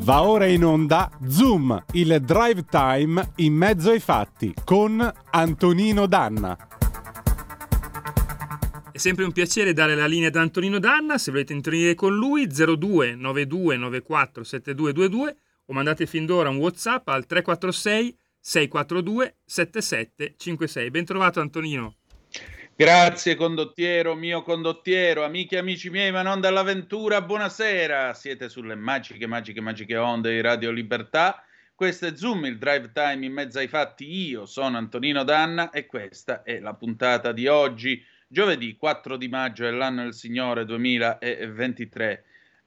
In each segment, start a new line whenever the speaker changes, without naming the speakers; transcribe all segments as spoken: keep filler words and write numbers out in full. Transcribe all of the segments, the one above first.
Va ora in onda Zoom, il drive time in mezzo ai fatti con Antonino Danna.
È sempre un piacere dare la linea ad Antonino Danna. Se volete intervenire con lui, zero due nove due nove quattro sette due due due o mandate fin d'ora un WhatsApp al tre quattro sei sei quattro due sette sette cinque sei. Ben trovato Antonino.
Grazie condottiero, mio condottiero, amiche e amici miei, ma non dall'avventura, buonasera. Siete sulle magiche, magiche, magiche onde di Radio Libertà. Questo è Zoom, il drive time in mezzo ai fatti. Io sono Antonino Danna e questa è la puntata di oggi, giovedì quattro di maggio dell'anno del Signore duemilaventitré.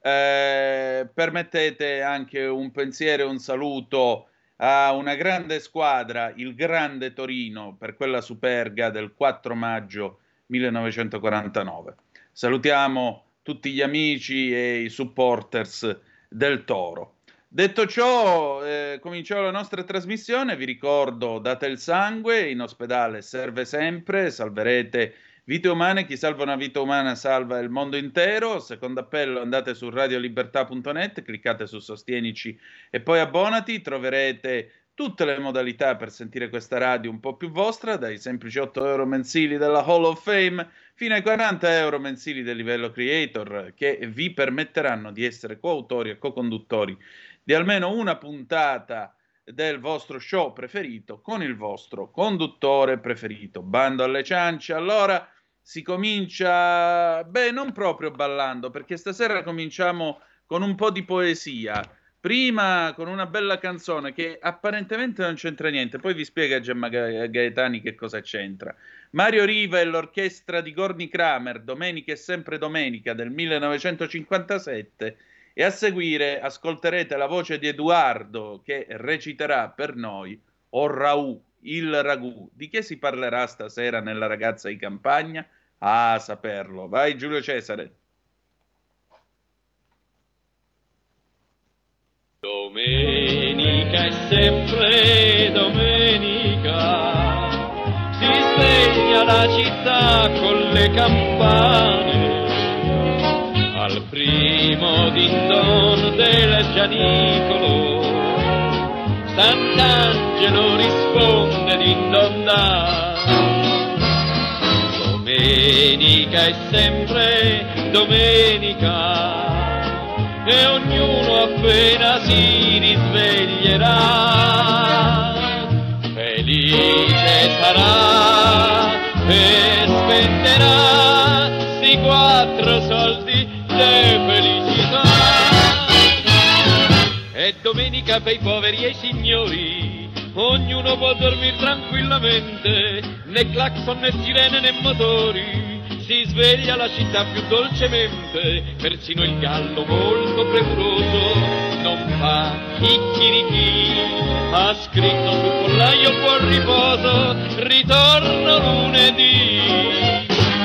Eh, permettete anche un pensiero e un saluto a una grande squadra, il Grande Torino, per quella superga del quattro maggio millenovecentoquarantanove. Salutiamo tutti gli amici e i supporters del Toro. Detto ciò, eh, cominciamo la nostra trasmissione. Vi ricordo, date il sangue, in ospedale serve sempre, salverete vite umane. Chi salva una vita umana salva il mondo intero. Secondo appello, andate su radiolibertà punto net, cliccate su Sostienici e poi abbonati. Troverete tutte le modalità per sentire questa radio un po' più vostra, dai semplici otto euro mensili della Hall of Fame fino ai quaranta euro mensili del livello creator, che vi permetteranno di essere coautori e co-conduttori di almeno una puntata del vostro show preferito con il vostro conduttore preferito. Bando alle ciance. Allora si comincia, beh, non proprio ballando, perché stasera cominciamo con un po' di poesia. Prima con una bella canzone che apparentemente non c'entra niente, poi vi spiega Gemma Gaetani che cosa c'entra. Mario Riva e l'orchestra di Gorny Kramer, Domenica è sempre domenica, del millenovecentocinquantasette, e a seguire ascolterete la voce di Edoardo che reciterà per noi O Raù, il ragù. Di che si parlerà stasera nella Ragazza di Campagna? Ah, saperlo. Vai Giulio Cesare.
Domenica è sempre domenica, si sveglia la città con le campane, al primo din-don del gianicolo, Sant'Angelo risponde din-don-da. Domenica è sempre domenica, e ognuno appena si risveglierà felice sarà e spenderà sti quattro soldi di felicità. È domenica per i poveri e i signori, ognuno può dormire tranquillamente, né clacson né sirene né motori. Si sveglia la città più dolcemente, persino il gallo molto premuroso non fa chicchirichì. Ha scritto sul pollaio buon riposo, ritorno lunedì.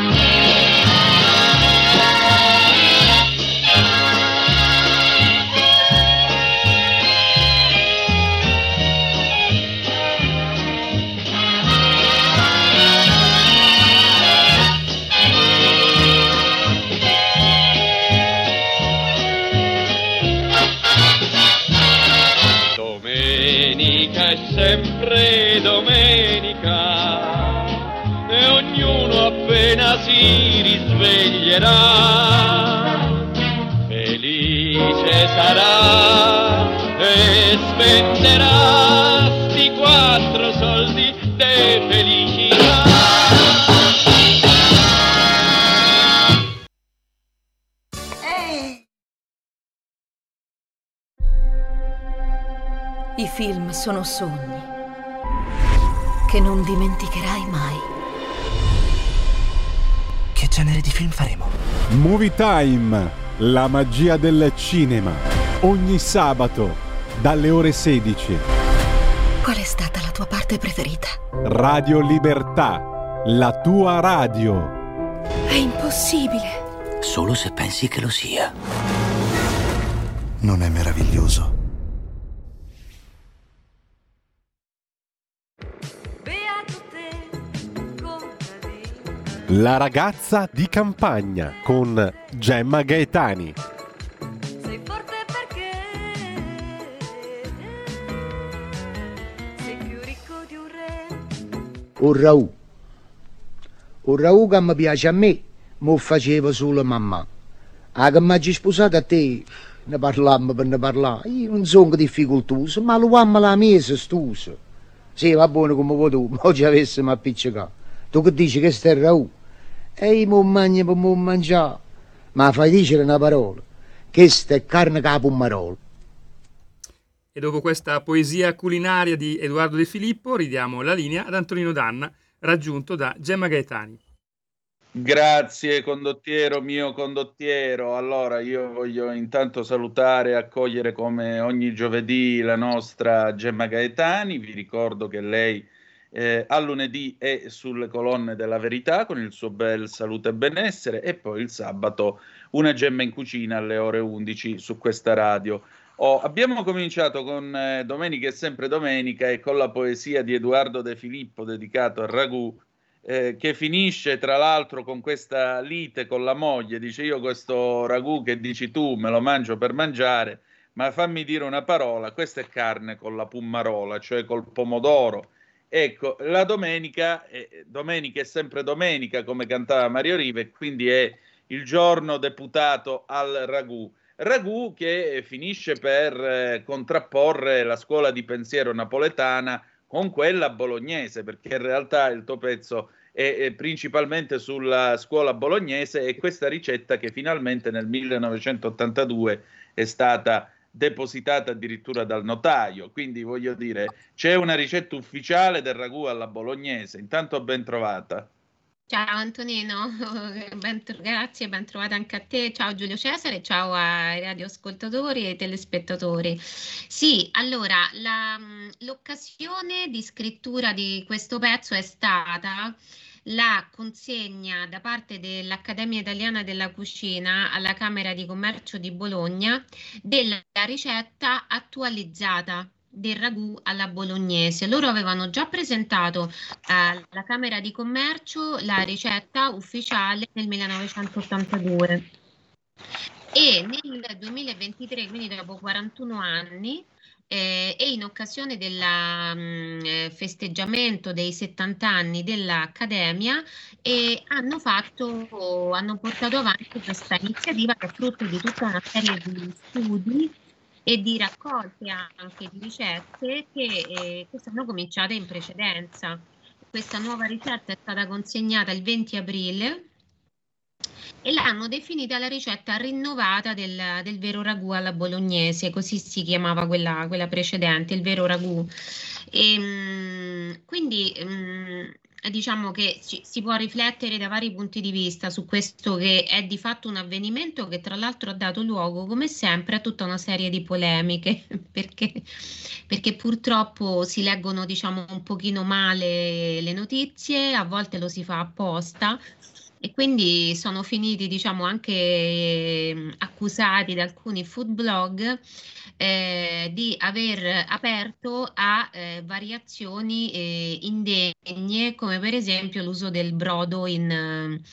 È sempre domenica e ognuno appena si risveglierà felice sarà e spenderà sti quattro soldi de felicità.
I film sono sogni che non dimenticherai mai.
Che genere di film faremo?
Movie Time, la magia del cinema. Ogni sabato, dalle ore sedici.
Qual è stata la tua parte preferita?
Radio Libertà, la tua radio.
È impossibile.
Solo se pensi che lo sia. Non è meraviglioso?
La Ragazza di Campagna con Gemma Gaetani.
Sei forte perché un ragù. Un ragù che mi piace a me, mo faceva solo mamma. Ah, che mi hagi sposato a te, ne parlammo per ne parlare. Io non sono difficoltoso, ma lo uomo la mese stuso. Sì, va buono come vuoi tu, ma oggi avessimo appiccicato. Tu che dici che stai il ragù? E io mo mangio per mo mangiare. Ma fai dicere una parola, che sta è carne capo un marolo.
E dopo questa poesia culinaria di Edoardo De Filippo ridiamo la linea ad Antonino Danna, raggiunto da Gemma Gaetani.
Grazie condottiero, mio condottiero. Allora io voglio intanto salutare e accogliere come ogni giovedì la nostra Gemma Gaetani. Vi ricordo che lei eh, a lunedì è sulle colonne della Verità con il suo bel Salute e Benessere, e poi il sabato una Gemma in cucina alle ore undici su questa radio. Oh, abbiamo cominciato con eh, Domenica è sempre domenica e con la poesia di Edoardo De Filippo dedicato al ragù, eh, che finisce tra l'altro con questa lite con la moglie. Dice: io questo ragù che dici tu me lo mangio per mangiare, ma fammi dire una parola, questa è carne con la pummarola, cioè col pomodoro. Ecco, la domenica, eh, domenica è sempre domenica, come cantava Mario Riva, e quindi è il giorno deputato al ragù. Ragù che finisce per eh, contrapporre la scuola di pensiero napoletana con quella bolognese, perché in realtà il tuo pezzo è, è principalmente sulla scuola bolognese, e questa ricetta che finalmente nel millenovecentottantadue è stata depositata addirittura dal notaio. Quindi voglio dire, c'è una ricetta ufficiale del ragù alla bolognese. Intanto ben trovata.
Ciao Antonino, ben, grazie, ben trovata anche a te. Ciao Giulio Cesare, ciao ai radioascoltatori e ai telespettatori. Sì, allora, la, l'occasione di scrittura di questo pezzo è stata la consegna da parte dell'Accademia Italiana della Cucina alla Camera di Commercio di Bologna della ricetta attualizzata del ragù alla bolognese. Loro avevano già presentato alla Camera di Commercio la ricetta ufficiale nel millenovecentottantadue e nel duemilaventitré, quindi dopo quarantuno anni, eh, e in occasione del mh, festeggiamento dei settanta anni dell'Accademia, eh, hanno fatto, hanno portato avanti questa iniziativa che è frutto di tutta una serie di studi e di raccolte anche di ricette che, eh, che sono cominciate in precedenza. Questa nuova ricetta è stata consegnata il venti aprile e l'hanno definita la ricetta rinnovata del, del vero ragù alla bolognese, così si chiamava quella, quella precedente, il vero ragù. E, mh, quindi mh, diciamo che ci, si può riflettere da vari punti di vista su questo, che è di fatto un avvenimento che tra l'altro ha dato luogo, come sempre, a tutta una serie di polemiche, perché, perché purtroppo si leggono, diciamo, un pochino male le notizie, a volte lo si fa apposta. E quindi sono finiti, diciamo, anche eh, accusati da alcuni food blog eh, di aver aperto a eh, variazioni eh, indegne, come per esempio l'uso del brodo in,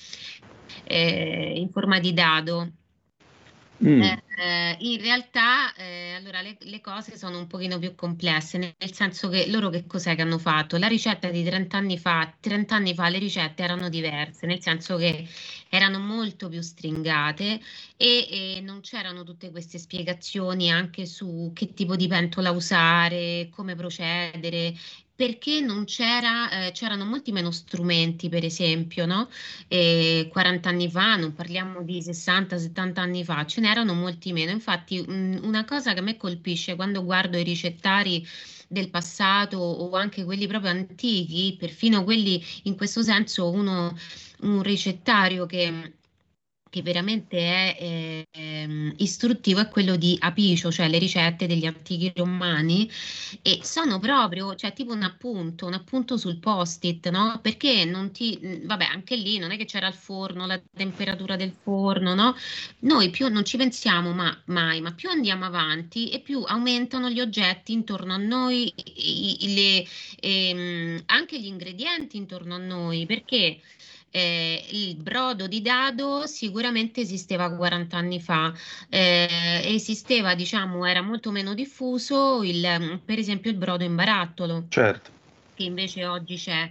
eh, in forma di dado. Mm. Eh, in realtà eh, allora le, le cose sono un pochino più complesse, nel, nel senso che loro che cos'è che hanno fatto? La ricetta di trenta anni fa, trenta anni fa le ricette erano diverse, nel senso che erano molto più stringate e, e non c'erano tutte queste spiegazioni anche su che tipo di pentola usare, come procedere, perché non c'era, eh, c'erano molti meno strumenti, per esempio, no? E quaranta anni fa, non parliamo di sessanta settanta anni fa, ce n'erano molti meno. Infatti, mh, una cosa che a me colpisce quando guardo i ricettari del passato o anche quelli proprio antichi, perfino quelli in questo senso, uno, un ricettario che che veramente è eh, ehm, istruttivo, è quello di Apicio, cioè le ricette degli antichi romani, e sono proprio, cioè tipo un appunto, un appunto sul post-it, no? Perché non ti, vabbè, anche lì non è che c'era il forno, la temperatura del forno, no? Noi più non ci pensiamo ma, mai, ma più andiamo avanti e più aumentano gli oggetti intorno a noi, i, i, le, ehm, anche gli ingredienti intorno a noi, perché Eh, il brodo di dado sicuramente esisteva quaranta anni fa, eh, esisteva, diciamo, era molto meno diffuso il, per esempio il brodo in barattolo,
certo,
che invece oggi c'è.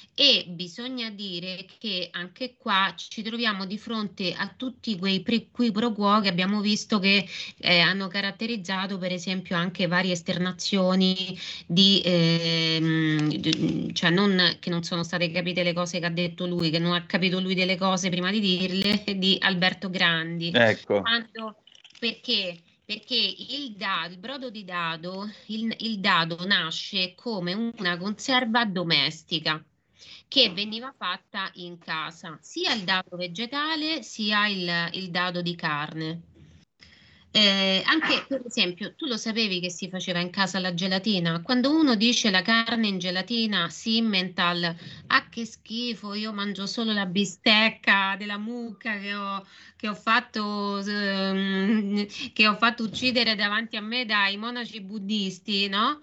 E bisogna dire che anche qua ci troviamo di fronte a tutti quei pre- qui pro quo che abbiamo visto che eh, hanno caratterizzato per esempio anche varie esternazioni di, ehm, di- cioè non che non sono state capite le cose che ha detto lui, che non ha capito lui delle cose prima di dirle, di Alberto Grandi.
Ecco.
Quando, perché? Perché il, da- il brodo di dado, il, il dado nasce come una conserva domestica che veniva fatta in casa, sia il dado vegetale sia il, il dado di carne. Eh, anche per esempio, tu lo sapevi che si faceva in casa la gelatina? Quando uno dice la carne in gelatina, Simmental, ah che schifo, io mangio solo la bistecca della mucca che ho, che ho fatto, ehm, che ho fatto uccidere davanti a me dai monaci buddisti, no?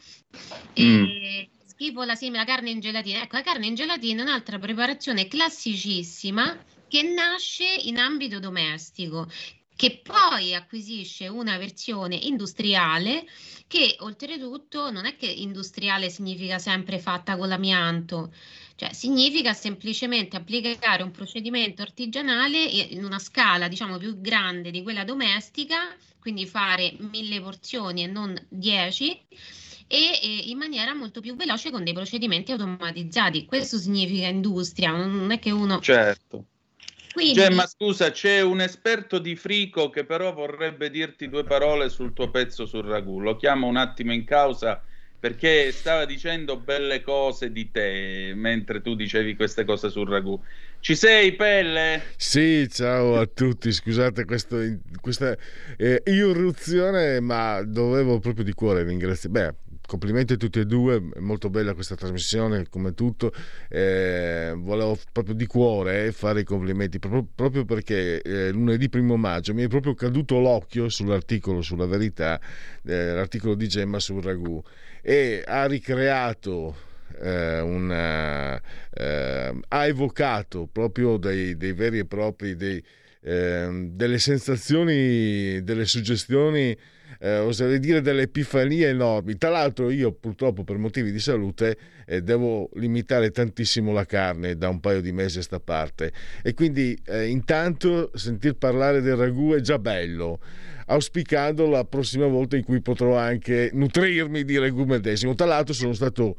E
Mm.
schifo la, sim- la carne in gelatina. Ecco, la carne in gelatina è un'altra preparazione classicissima che nasce in ambito domestico, che poi acquisisce una versione industriale che oltretutto non è che industriale significa sempre fatta con l'amianto, cioè significa semplicemente applicare un procedimento artigianale in una scala diciamo più grande di quella domestica, quindi fare mille porzioni e non dieci. E, e in maniera molto più veloce con dei procedimenti automatizzati. Questo significa industria, non è che uno...
Certo.
Quindi,
Gemma, scusa, c'è un esperto di frico che però vorrebbe dirti due parole sul tuo pezzo sul ragù. Lo chiamo un attimo in causa perché stava dicendo belle cose di te mentre tu dicevi queste cose sul ragù. Ci sei, Pelle?
Sì, ciao a tutti. Scusate questo, questa eh, irruzione, ma dovevo proprio di cuore ringraziare. Beh, complimenti a tutti e due, è molto bella questa trasmissione come tutto, eh, volevo proprio di cuore fare i complimenti proprio, proprio perché eh, lunedì primo maggio mi è proprio caduto l'occhio sull'articolo sulla Verità, eh, l'articolo di Gemma sul ragù, e ha ricreato eh, una, eh, ha evocato proprio dei, dei veri e propri dei, eh, delle sensazioni, delle suggestioni, Eh, oserei dire delle epifanie enormi. Tra l'altro io purtroppo per motivi di salute eh, devo limitare tantissimo la carne da un paio di mesi a sta parte, e quindi eh, intanto sentir parlare del ragù è già bello, auspicando la prossima volta in cui potrò anche nutrirmi di ragù medesimo. Tra l'altro sono stato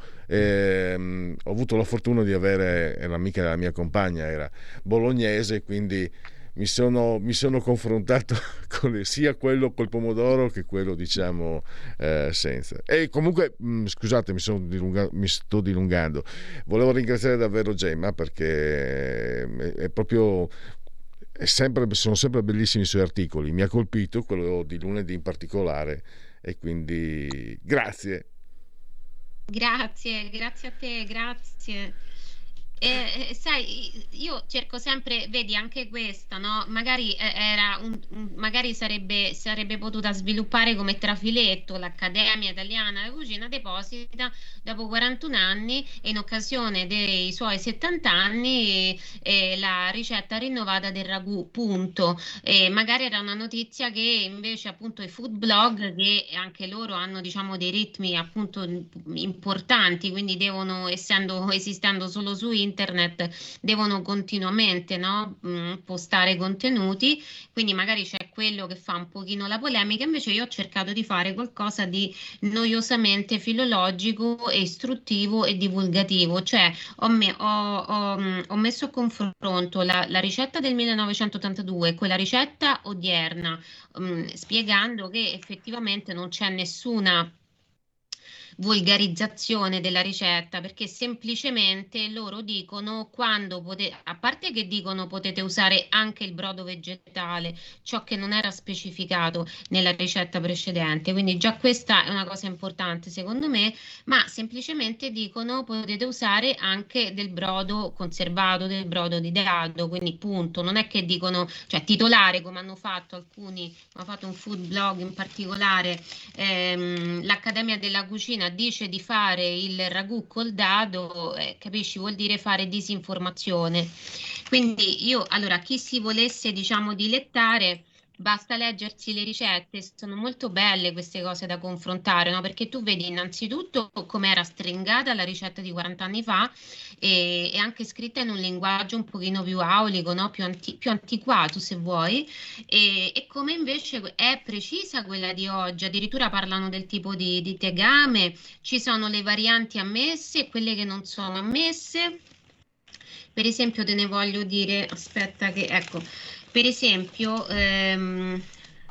ehm, ho avuto la fortuna di avere, è un'amica della mia compagna, era bolognese, quindi mi sono, mi sono confrontato con le, sia quello col pomodoro che quello diciamo eh, senza. E comunque mh, scusate, mi, sono dilunga, mi sto dilungando. Volevo ringraziare davvero Gemma perché è, è proprio è sempre, sono sempre bellissimi i suoi articoli. Mi ha colpito quello di lunedì in particolare, e quindi grazie.
Grazie, grazie a te, grazie. Eh, sai, io cerco sempre, vedi anche questa, no? Magari eh, era un, un- magari sarebbe, sarebbe potuta sviluppare come trafiletto l'Accademia Italiana della Cucina Deposita dopo quarantuno anni e in occasione dei suoi settanta anni eh, la ricetta rinnovata del ragù, punto. E magari era una notizia che invece appunto i food blog, che anche loro hanno diciamo dei ritmi appunto importanti, quindi devono, essendo esistendo solo su internet, devono continuamente no, mh, postare contenuti, quindi magari c'è quello che fa un pochino la polemica, invece io ho cercato di fare qualcosa di noiosamente filologico e istruttivo e divulgativo, cioè ho, me- ho- ho, mh, ho messo a confronto la, la ricetta del millenovecentottantadue con la ricetta odierna, mh, spiegando che effettivamente non c'è nessuna volgarizzazione della ricetta, perché semplicemente loro dicono quando potete, a parte che dicono potete usare anche il brodo vegetale, ciò che non era specificato nella ricetta precedente, quindi già questa è una cosa importante secondo me, ma semplicemente dicono potete usare anche del brodo conservato, del brodo di dado, quindi punto, non è che dicono, cioè titolare come hanno fatto alcuni, hanno fatto un food blog in particolare, ehm, l'Accademia della Cucina dice di fare il ragù col dado, eh, capisci, vuol dire fare disinformazione. Quindi io, allora, chi si volesse, diciamo, dilettare, basta leggersi le ricette, sono molto belle queste cose da confrontare, no? Perché tu vedi innanzitutto come era stringata la ricetta di quaranta anni fa e, e anche scritta in un linguaggio un pochino più aulico, no? Più, anti- più antiquato se vuoi, e, e come invece è precisa quella di oggi, addirittura parlano del tipo di, di tegame, ci sono le varianti ammesse e quelle che non sono ammesse. Per esempio te ne voglio dire, aspetta che, ecco, per esempio, ehm,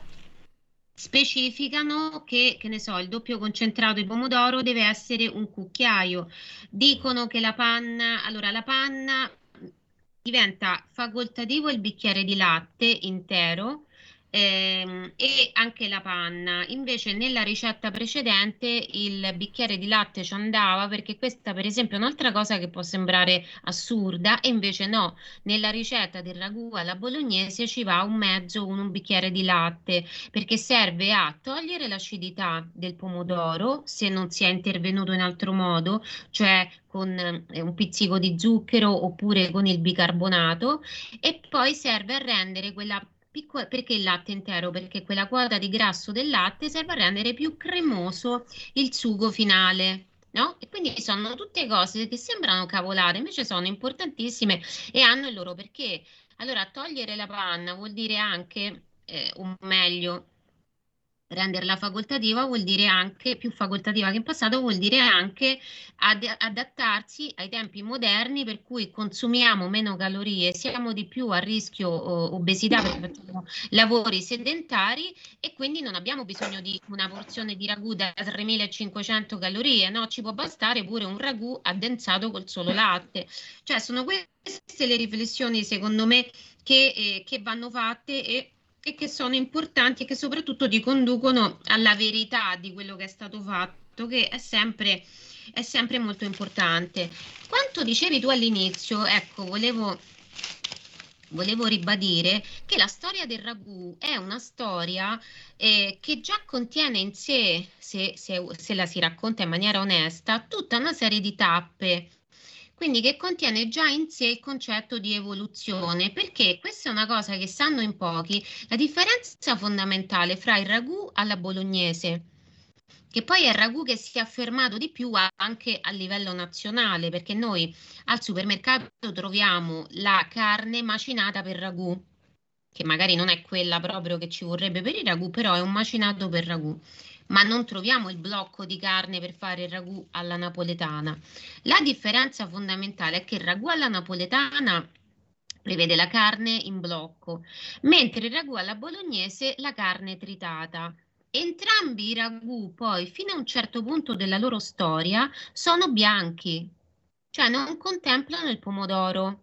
specificano che, che ne so, il doppio concentrato di pomodoro deve essere un cucchiaio. Dicono che la panna, allora la panna diventa facoltativo il bicchiere di latte intero ehm, e anche la panna. Invece nella ricetta precedente il bicchiere di latte ci andava perché questa per esempio è un'altra cosa che può sembrare assurda e invece no, nella ricetta del ragù alla bolognese ci va un mezzo, un, un bicchiere di latte perché serve a togliere l'acidità del pomodoro se non si è intervenuto in altro modo, cioè con eh, un pizzico di zucchero oppure con il bicarbonato e poi serve a rendere quella piccola, perché il latte intero? Perché quella quota di grasso del latte serve a rendere più cremoso il sugo finale. No? E quindi sono tutte cose che sembrano cavolate, invece sono importantissime e hanno il loro perché. Allora, togliere la panna vuol dire anche, eh, o meglio, renderla facoltativa vuol dire anche, più facoltativa che in passato, vuol dire anche ad- adattarsi ai tempi moderni per cui consumiamo meno calorie, siamo di più a rischio o, obesità perché facciamo lavori sedentari e quindi non abbiamo bisogno di una porzione di ragù da tremilacinquecento calorie, no? Ci può bastare pure un ragù addensato col solo latte. Cioè sono queste le riflessioni secondo me che, eh, che vanno fatte e e che sono importanti e che soprattutto ti conducono alla verità di quello che è stato fatto, che è sempre, è sempre molto importante. Quanto dicevi tu all'inizio, ecco, volevo, volevo ribadire che la storia del ragù è una storia eh, che già contiene in sé, se, se, se la si racconta in maniera onesta, tutta una serie di tappe. Quindi che contiene già in sé il concetto di evoluzione, perché questa è una cosa che sanno in pochi, la differenza fondamentale fra il ragù alla bolognese, che poi è il ragù che si è affermato di più anche a livello nazionale, perché noi al supermercato troviamo la carne macinata per ragù, che magari non è quella proprio che ci vorrebbe per il ragù, però è un macinato per ragù. Ma non troviamo il blocco di carne per fare il ragù alla napoletana. La differenza fondamentale è che il ragù alla napoletana prevede la carne in blocco, mentre il ragù alla bolognese la carne tritata. Entrambi i ragù poi, fino a un certo punto della loro storia, sono bianchi, cioè non contemplano il pomodoro.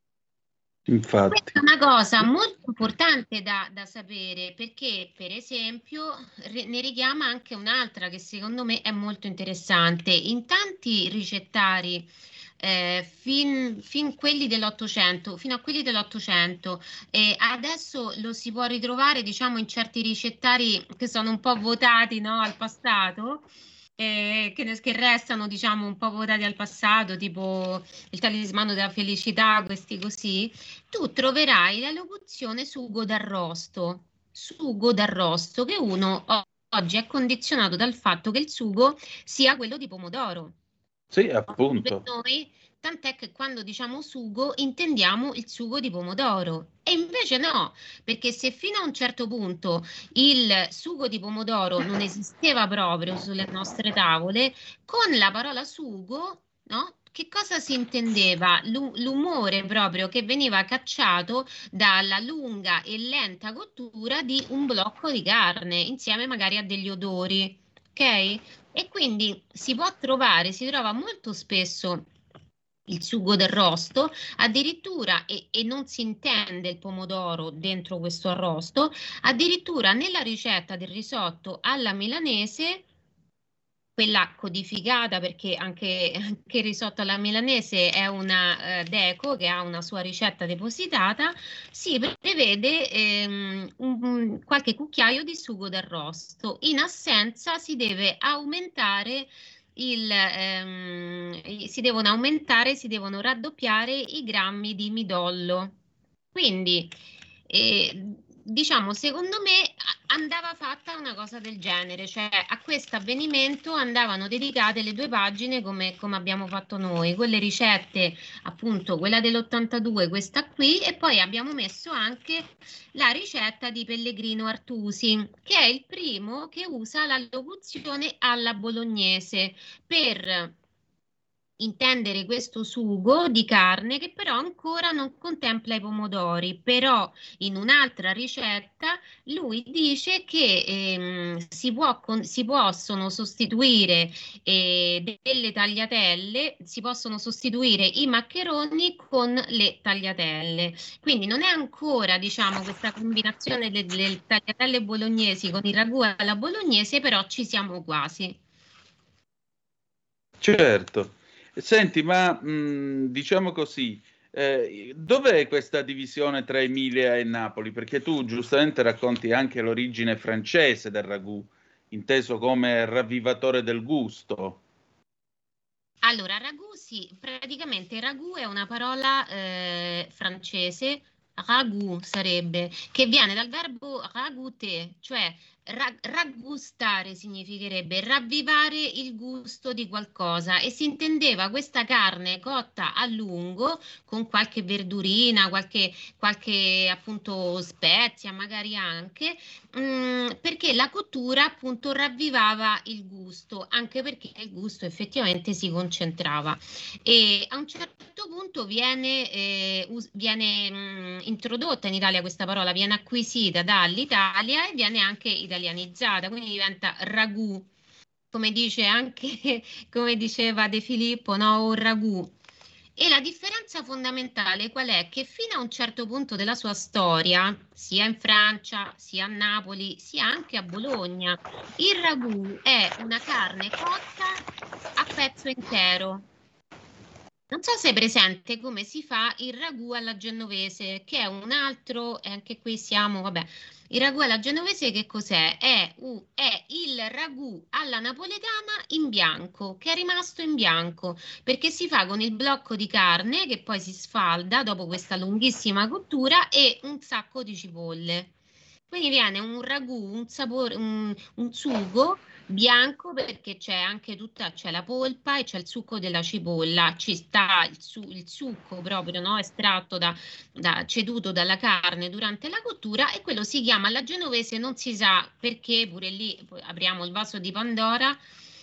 Infatti.
Questa è una cosa molto importante da, da sapere perché, per esempio, re- ne richiama anche un'altra che secondo me è molto interessante. In tanti ricettari, eh, fin, fin quelli dell'Ottocento, fino a quelli dell'Ottocento, e adesso lo si può ritrovare, diciamo, in certi ricettari che sono un po' votati, no, al passato. Eh, che, che restano, diciamo, un po' votati al passato, tipo il talismano della felicità, questi così, tu troverai la locuzione sugo d'arrosto, sugo d'arrosto, che uno o- oggi è condizionato dal fatto che il sugo sia quello di pomodoro.
Sì,
Per
appunto.
noi, tant'è che quando diciamo sugo intendiamo il sugo di pomodoro. E invece no, perché se fino a un certo punto il sugo di pomodoro non esisteva proprio sulle nostre tavole, con la parola sugo, no? Che cosa si intendeva? L'u- L'umore proprio che veniva cacciato dalla lunga e lenta cottura di un blocco di carne, insieme magari a degli odori, ok? E quindi si può trovare, si trova molto spesso il sugo del rosto, addirittura, e, e non si intende il pomodoro dentro questo arrosto, addirittura nella ricetta del risotto alla milanese, quella codificata perché anche, anche il risotto alla milanese è una eh, deco che ha una sua ricetta depositata, si prevede ehm, un- un- qualche cucchiaio di sugo d'arrosto. In assenza si deve aumentare il, ehm, i- si devono aumentare, si devono raddoppiare i grammi di midollo. Quindi eh, diciamo, secondo me andava fatta una cosa del genere, cioè a questo avvenimento andavano dedicate le due pagine come, come abbiamo fatto noi, con le ricette, appunto quella dell'ottantadue, questa qui, e poi abbiamo messo anche la ricetta di Pellegrino Artusi, che è il primo che usa la locuzione alla bolognese per intendere questo sugo di carne che però ancora non contempla i pomodori. Però in un'altra ricetta lui dice che ehm, si può con- si possono sostituire eh, delle tagliatelle, si possono sostituire i maccheroni con le tagliatelle. Quindi non è ancora, diciamo, questa combinazione de- delle tagliatelle bolognesi con il ragù alla bolognese, però ci siamo quasi.
Certo. Senti, ma mh, diciamo così, eh, dov'è questa divisione tra Emilia e Napoli? Perché tu giustamente racconti anche l'origine francese del ragù, inteso come ravvivatore del gusto.
Allora, ragù, sì, praticamente ragù è una parola eh, francese, ragout sarebbe, che viene dal verbo ragouter, cioè ra- raggustare significherebbe ravvivare il gusto di qualcosa, e si intendeva questa carne cotta a lungo con qualche verdurina, qualche, qualche appunto spezia magari anche, mm, perché la cottura appunto ravvivava il gusto, anche perché il gusto effettivamente si concentrava. E a un certo punto viene, eh, us- viene mh, introdotta in Italia questa parola, viene acquisita dall'Italia e viene anche italianizzata, quindi diventa ragù, come dice anche, come diceva De Filippo, no? Un ragù. E la differenza fondamentale qual è? Che fino a un certo punto della sua storia, sia in Francia, sia a Napoli, sia anche a Bologna, il ragù è una carne cotta a pezzo intero. Non so se è presente come si fa il ragù alla genovese, che è un altro, e anche qui siamo, vabbè, il ragù alla genovese che cos'è? È, u- è il ragù alla napoletana in bianco, che è rimasto in bianco, perché si fa con il blocco di carne che poi si sfalda dopo questa lunghissima cottura e un sacco di cipolle. Quindi viene un ragù, un sapore, un, un sugo bianco, perché c'è anche tutta, c'è la polpa e c'è il succo della cipolla, ci sta il, su- il succo proprio, no? Estratto da, da- ceduto dalla carne durante la cottura, e quello si chiama alla genovese, non si sa perché, pure lì poi apriamo il vaso di Pandora,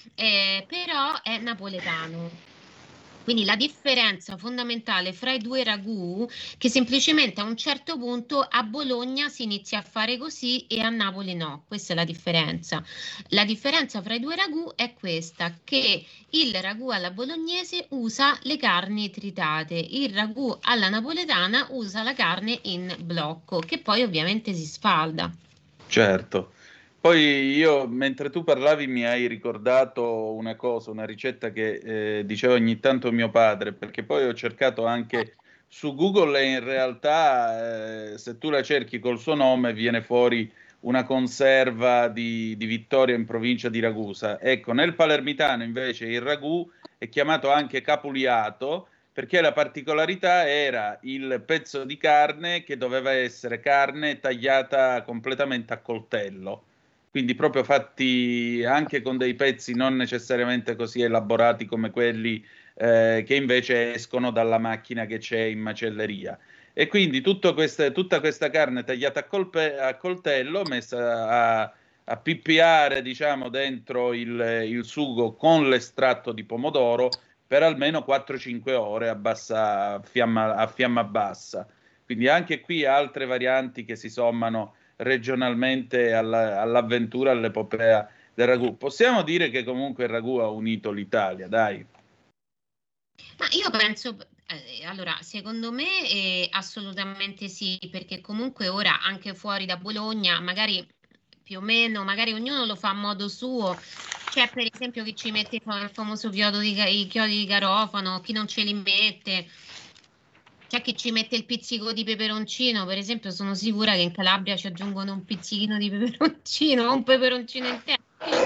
eh, però è napoletano. Quindi la differenza fondamentale fra i due ragù, che semplicemente a un certo punto a Bologna si inizia a fare così e a Napoli no, questa è la differenza. La differenza fra i due ragù è questa, che il ragù alla bolognese usa le carni tritate, il ragù alla napoletana usa la carne in blocco, che poi ovviamente si sfalda.
Certo. Poi io, mentre tu parlavi, mi hai ricordato una cosa, una ricetta che eh, diceva ogni tanto mio padre, perché poi ho cercato anche su Google e in realtà eh, se tu la cerchi col suo nome viene fuori una conserva di, di Vittoria in provincia di Ragusa. Ecco, nel palermitano invece il ragù è chiamato anche capuliato perché la particolarità era il pezzo di carne che doveva essere carne tagliata completamente a coltello, quindi proprio fatti anche con dei pezzi non necessariamente così elaborati come quelli eh, che invece escono dalla macchina che c'è in macelleria. E quindi tutto queste- tutta questa carne tagliata a, colpe- a coltello, messa a, a pippiare, diciamo, dentro il, il sugo con l'estratto di pomodoro per almeno quattro cinque ore a bassa fiamma, a fiamma bassa. Quindi anche qui altre varianti che si sommano regionalmente alla- all'avventura, all'epopea del ragù. Possiamo dire che comunque il ragù ha unito l'Italia, dai.
Ma io penso, eh, allora, secondo me eh, assolutamente sì, perché comunque ora anche fuori da Bologna, magari più o meno, magari ognuno lo fa a modo suo. C'è per esempio chi ci mette il fa- il famoso chiodo di, ca- i chiodi di garofano, chi non ce li mette. C'è chi ci mette il pizzico di peperoncino, per esempio, sono sicura che in Calabria ci aggiungono un pizzichino di peperoncino, un peperoncino intero. Chi lo sa?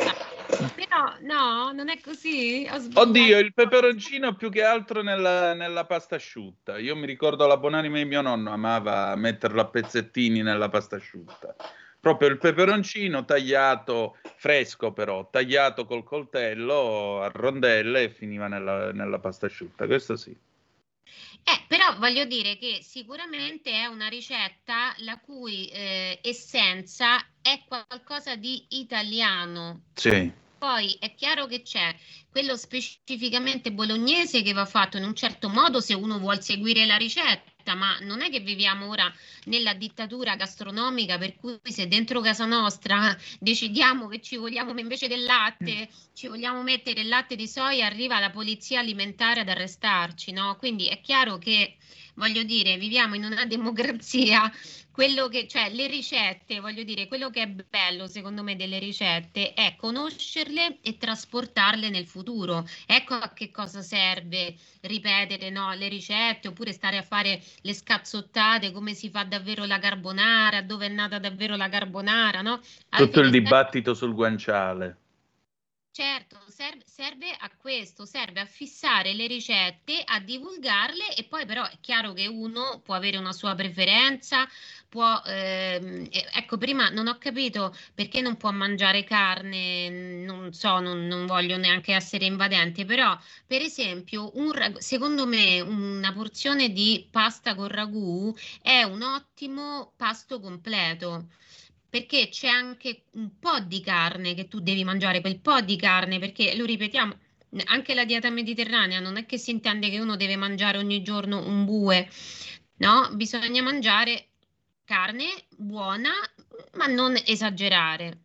Però no, non è così. Ho sbagliato.
Oddio, il peperoncino più che altro nella, nella pasta asciutta. Io mi ricordo la buonanima di mio nonno amava metterlo a pezzettini nella pasta asciutta. Proprio il peperoncino tagliato, fresco però, tagliato col coltello a rondelle e finiva nella, nella pasta asciutta. Questo sì.
Eh, però voglio dire che sicuramente è una ricetta la cui eh, essenza è qualcosa di italiano.
Sì.
Poi è chiaro che c'è quello specificamente bolognese che va fatto in un certo modo se uno vuol seguire la ricetta, ma non è che viviamo ora nella dittatura gastronomica per cui se dentro casa nostra decidiamo che ci vogliamo invece del latte, ci vogliamo mettere il latte di soia, arriva la polizia alimentare ad arrestarci, no? Quindi è chiaro che, voglio dire, viviamo in una democrazia. Quello che, cioè, le ricette, voglio dire, quello che è bello secondo me delle ricette è conoscerle e trasportarle nel futuro. Ecco a che cosa serve ripetere, no, le ricette oppure stare a fare le scazzottate, come si fa davvero la carbonara, dove è nata davvero la carbonara, no? Alla
Tutto il
fine serve-
dibattito sul guanciale.
Certo, serve, serve a questo, serve a fissare le ricette, a divulgarle e poi però è chiaro che uno può avere una sua preferenza, può, ehm, eh, ecco, prima non ho capito perché non può mangiare carne, non so, non, non voglio neanche essere invadente, però per esempio, un ragù- secondo me una porzione di pasta con ragù è un ottimo pasto completo. Perché c'è anche un po' di carne che tu devi mangiare, quel po' di carne, perché lo ripetiamo, anche la dieta mediterranea non è che si intende che uno deve mangiare ogni giorno un bue, no? Bisogna mangiare carne buona, ma non esagerare.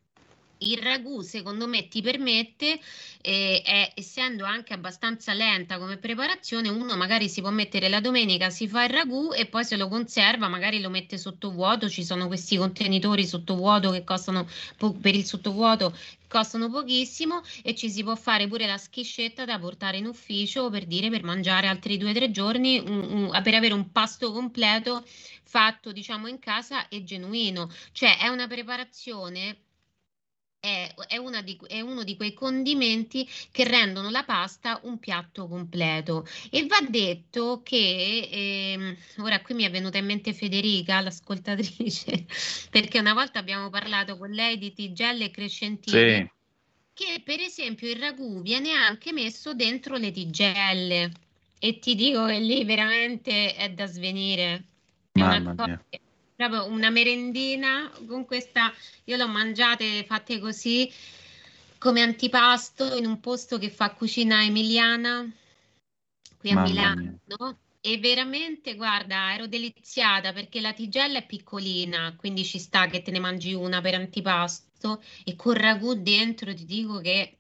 Il ragù, secondo me, ti permette, eh, è- essendo anche abbastanza lenta come preparazione, uno magari si può mettere la domenica, si fa il ragù e poi se lo conserva, magari lo mette sottovuoto. Ci sono questi contenitori sottovuoto che costano po- per il sottovuoto costano pochissimo e ci si può fare pure la schiscetta da portare in ufficio per dire per mangiare altri due o tre giorni, un- un- per avere un pasto completo fatto, diciamo, in casa e genuino. Cioè, è una preparazione è, è una di- è uno di quei condimenti che rendono la pasta un piatto completo. E va detto che, ehm, ora qui mi è venuta in mente Federica, l'ascoltatrice, perché una volta abbiamo parlato con lei di tigelle e crescentine,
Sì,
che per esempio il ragù viene anche messo dentro le tigelle. E ti dico che lì veramente è da svenire. È una
mamma
cosa,
mia.
proprio una merendina con questa. Io l'ho mangiate fatte così come antipasto in un posto che fa cucina emiliana qui a
Mamma
Milano.
mia.
E veramente, guarda, ero deliziata perché la tigella è piccolina, quindi ci sta che te ne mangi una per antipasto e con ragù dentro ti dico che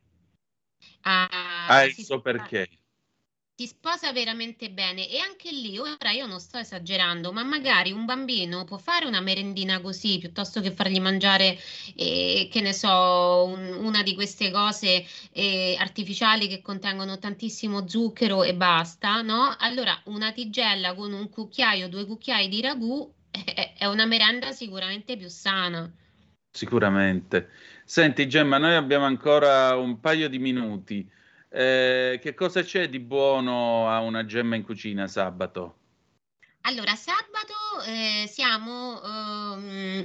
Ha
ah,
il
si
suo
sta.
perché.
Si sposa veramente bene e anche lì, ora io non sto esagerando, ma magari un bambino può fare una merendina così piuttosto che fargli mangiare, eh, che ne so, un- una di queste cose eh, artificiali che contengono tantissimo zucchero e basta, no? Allora una tigella con un cucchiaio, due cucchiai di ragù è, è una merenda sicuramente più sana.
Sicuramente. Senti, Gemma, noi abbiamo ancora un paio di minuti. Eh, che cosa c'è di buono a una Gemma in cucina sabato?
Allora, sabato eh, siamo, ehm,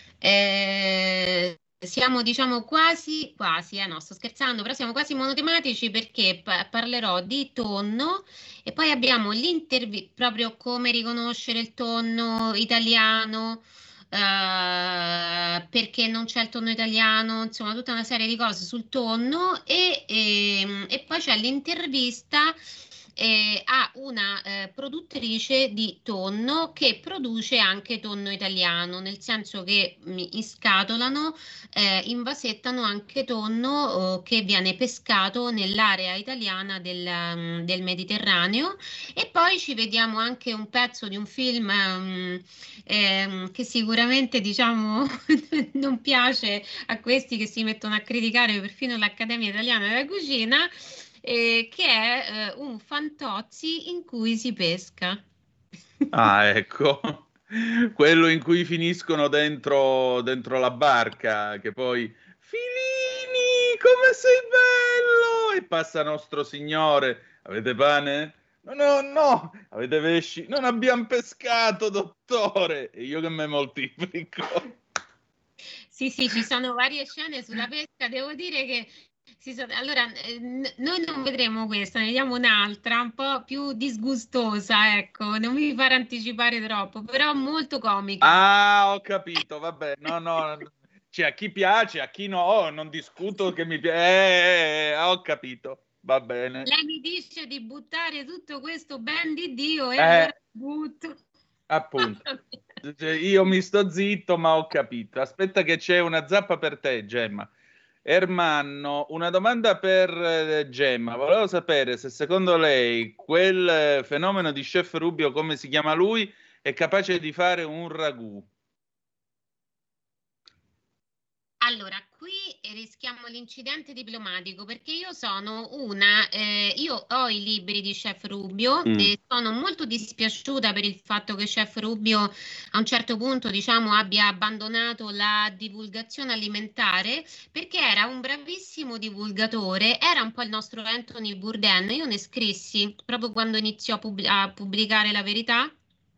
eh, siamo diciamo quasi, quasi, eh no, sto scherzando, però siamo quasi monotematici perché pa- parlerò di tonno e poi abbiamo l'intervista, proprio come riconoscere il tonno italiano, eh, perché non c'è il tonno italiano, insomma tutta una serie di cose sul tonno e, ehm, e poi c'è l'intervista eh, a una eh, produttrice di tonno che produce anche tonno italiano, nel senso che mi iscatolano, eh, invasettano anche tonno eh, che viene pescato nell'area italiana del, um, del Mediterraneo e poi ci vediamo anche un pezzo di un film um, ehm, che sicuramente diciamo non piace a questi che si mettono a criticare perfino l'Accademia Italiana della Cucina, eh, che è eh, un fantozzi in cui si pesca.
Ah, ecco, quello in cui finiscono dentro, dentro la barca, che poi Filini come sei bello! E passa nostro signore, avete pane? No, no, no, avete pesci? Non abbiamo pescato, dottore! E io che me moltiplico.
Sì, sì, ci sono varie scene sulla pesca, devo dire che si sono... allora eh, n- noi non vedremo questa, ne vediamo un'altra un po' più disgustosa, ecco, non mi fare anticipare troppo, però molto comica.
Ah, ho capito, vabbè, no, no, cioè a chi piace, a chi no, non discuto che mi piace, eh, eh, ho capito, va bene.
Lei mi dice di buttare tutto questo ben di Dio e
Eh,
allora butto.
appunto, cioè, io mi sto zitto, ma ho capito. Aspetta che c'è una zappa per te, Gemma. Ermanno, una domanda per eh, Gemma. Volevo sapere se secondo lei quel eh, fenomeno di Chef Rubio, come si chiama lui, è capace di fare un ragù.
Allora, qui rischiamo l'incidente diplomatico perché io sono una, eh, io ho i libri di Chef Rubio
Mm.
e sono molto dispiaciuta per il fatto che Chef Rubio a un certo punto, diciamo, abbia abbandonato la divulgazione alimentare perché era un bravissimo divulgatore, era un po' il nostro Anthony Bourdain. Io ne scrissi proprio quando iniziò a, pub- a pubblicare La Verità.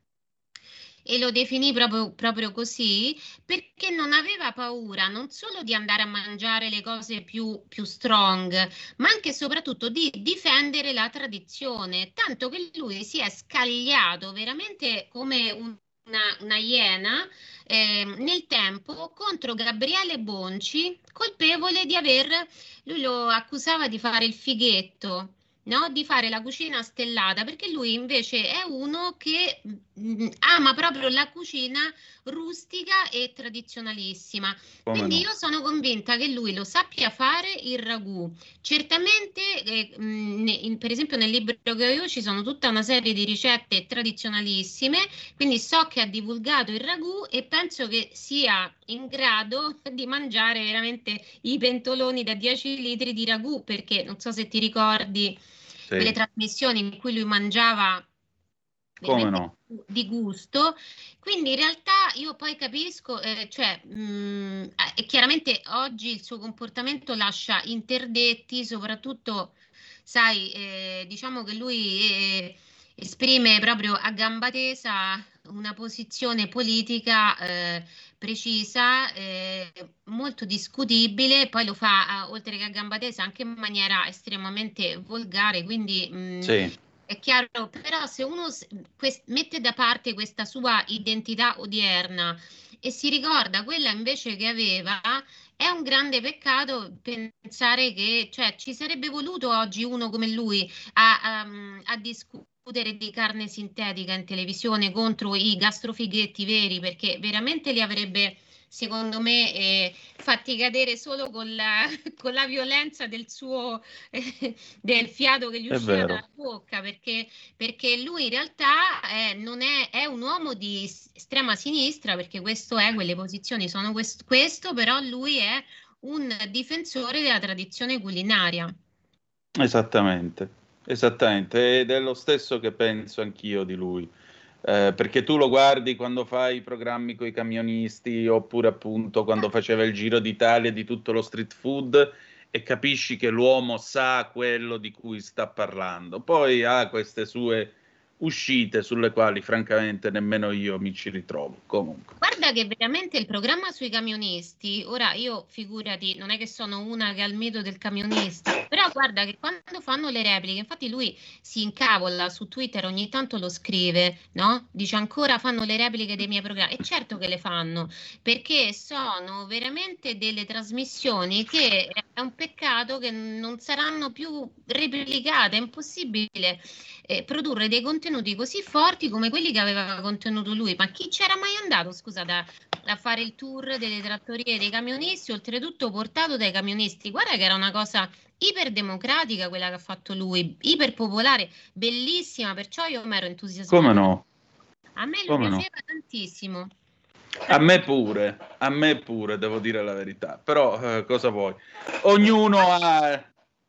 E lo definì proprio, proprio così perché non aveva paura non solo di andare a mangiare le cose più, più strong, ma anche e soprattutto di difendere la tradizione, tanto che lui si è scagliato veramente come un- una, una iena eh, nel tempo contro Gabriele Bonci, colpevole di aver, lui lo accusava di fare il fighetto. No? Di fare la cucina stellata, perché lui invece è uno che mh, ama proprio la cucina rustica e tradizionalissima.
Come
Quindi
no?
io sono convinta che lui lo sappia fare il ragù. Certamente, eh, mh, ne- in- per esempio nel libro che ho io ci sono tutta una serie di ricette tradizionalissime, quindi so che ha divulgato il ragù e penso che sia in grado di mangiare veramente i pentoloni da dieci litri di ragù, perché non so se ti ricordi quelle
Sì,
trasmissioni in cui lui mangiava
come
veramente
no?
di gusto. Quindi in realtà io poi capisco, eh, cioè, mh, eh, chiaramente oggi il suo comportamento lascia interdetti, soprattutto, sai, eh, diciamo che lui eh, esprime proprio a gamba tesa una posizione politica eh, precisa, eh, molto discutibile, poi lo fa, eh, oltre che a gamba tesa, anche in maniera estremamente volgare, quindi mh,
Sì,
è chiaro, però se uno s- quest- mette da parte questa sua identità odierna e si ricorda quella invece che aveva, è un grande peccato pensare che, cioè, ci sarebbe voluto oggi uno come lui a, a- a discutere di carne sintetica in televisione contro i gastrofighetti veri, perché veramente li avrebbe, secondo me, eh, fatti cadere solo con la, con la violenza del suo, eh, del fiato che gli
è
usciva
vero.
dalla bocca, perché, perché lui in realtà eh, non è, è un uomo di s- estrema sinistra, perché questo è, quelle posizioni sono quest- questo, però lui è un difensore della tradizione culinaria.
Esattamente, esattamente, ed è lo stesso che penso anch'io di lui. Eh, perché tu lo guardi quando fa i programmi con i camionisti, oppure appunto quando faceva il giro d'Italia di tutto lo street food, e capisci che l'uomo sa quello di cui sta parlando. Poi ha queste sue uscite sulle quali francamente nemmeno io mi ci ritrovo. Comunque,
Guarda che veramente il programma sui camionisti, ora io figurati, non è che sono una che ha il mito del camionista, però guarda che quando fanno le repliche, infatti lui si incavola su Twitter, ogni tanto lo scrive, no? Dice ancora fanno le repliche dei miei programmi, e certo che le fanno, perché sono veramente delle trasmissioni che è un peccato che non saranno più replicate, è impossibile eh, produrre dei contenuti così forti come quelli che aveva contenuto lui. Ma chi c'era mai andato, scusate, a, a fare il tour delle trattorie dei camionisti, oltretutto portato dai camionisti? Guarda che era una cosa iperdemocratica quella che ha fatto lui, iperpopolare, bellissima, perciò io mi ero
come
entusiasmata.
no?
A me lui
Come no?
piaceva tantissimo.
A me pure, a me pure, devo dire la verità. Però eh, cosa vuoi? Ognuno ha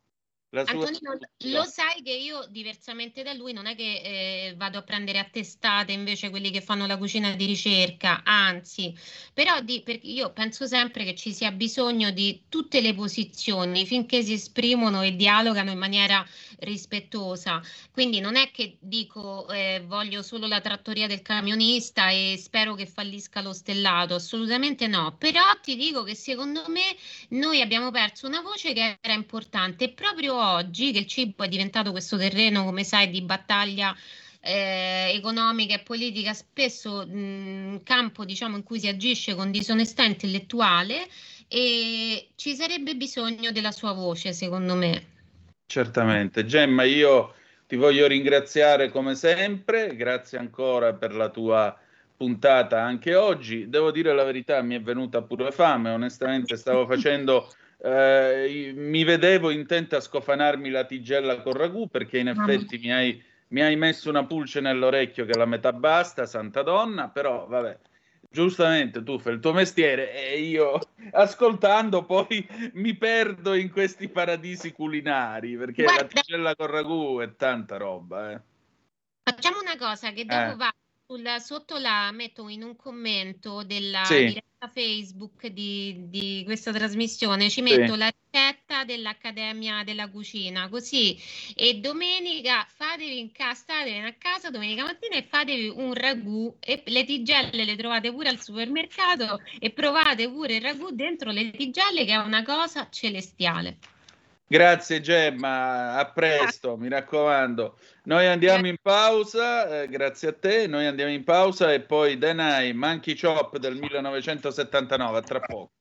La sua
Antonino, lo sai che io, diversamente da lui, non è che eh, vado a prendere a testate invece quelli che fanno la cucina di ricerca, anzi, però di, perché io penso sempre che ci sia bisogno di tutte le posizioni finché si esprimono e dialogano in maniera rispettosa. Quindi non è che dico eh, voglio solo la trattoria del camionista e spero che fallisca lo stellato, assolutamente no. Però ti dico che secondo me noi abbiamo perso una voce che era importante e proprio oggi che il cibo è diventato questo terreno, come sai, di battaglia eh, economica e politica, spesso mh, campo diciamo in cui si agisce con disonestà intellettuale, e ci sarebbe bisogno della sua voce, secondo me.
Certamente. Gemma, io ti voglio ringraziare come sempre, grazie ancora per la tua puntata anche oggi. Devo dire la verità, mi è venuta pure fame, onestamente stavo facendo, eh, mi vedevo intenta a scofanarmi la tigella con ragù perché in effetti mi hai, mi hai messo una pulce nell'orecchio che la metà basta, santa donna, però vabbè. Giustamente tu fai il tuo mestiere e io ascoltando poi mi perdo in questi paradisi culinari perché
Guarda,
la tigella con ragù è tanta roba. Eh.
Facciamo una cosa, che dopo
Eh.
va sul, sotto la metto in un commento della
Sì.
diretta Facebook di, di questa trasmissione, ci
Sì.
metto la ricetta dell'Accademia della Cucina, così, e domenica fatevi incastratevi a casa domenica mattina e fatevi un ragù, e le tigelle le trovate pure al supermercato e provate pure il ragù dentro le tigelle, che è una cosa celestiale.
Grazie Gemma, a presto, mi raccomando. Noi andiamo in pausa, eh, grazie a te, noi andiamo in pausa e poi Denai, Monkey Chop del millenovecentosettantanove, a tra poco.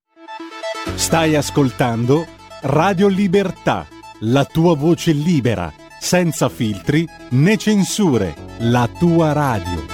Stai ascoltando Radio Libertà, la tua voce libera, senza filtri né censure, la tua radio.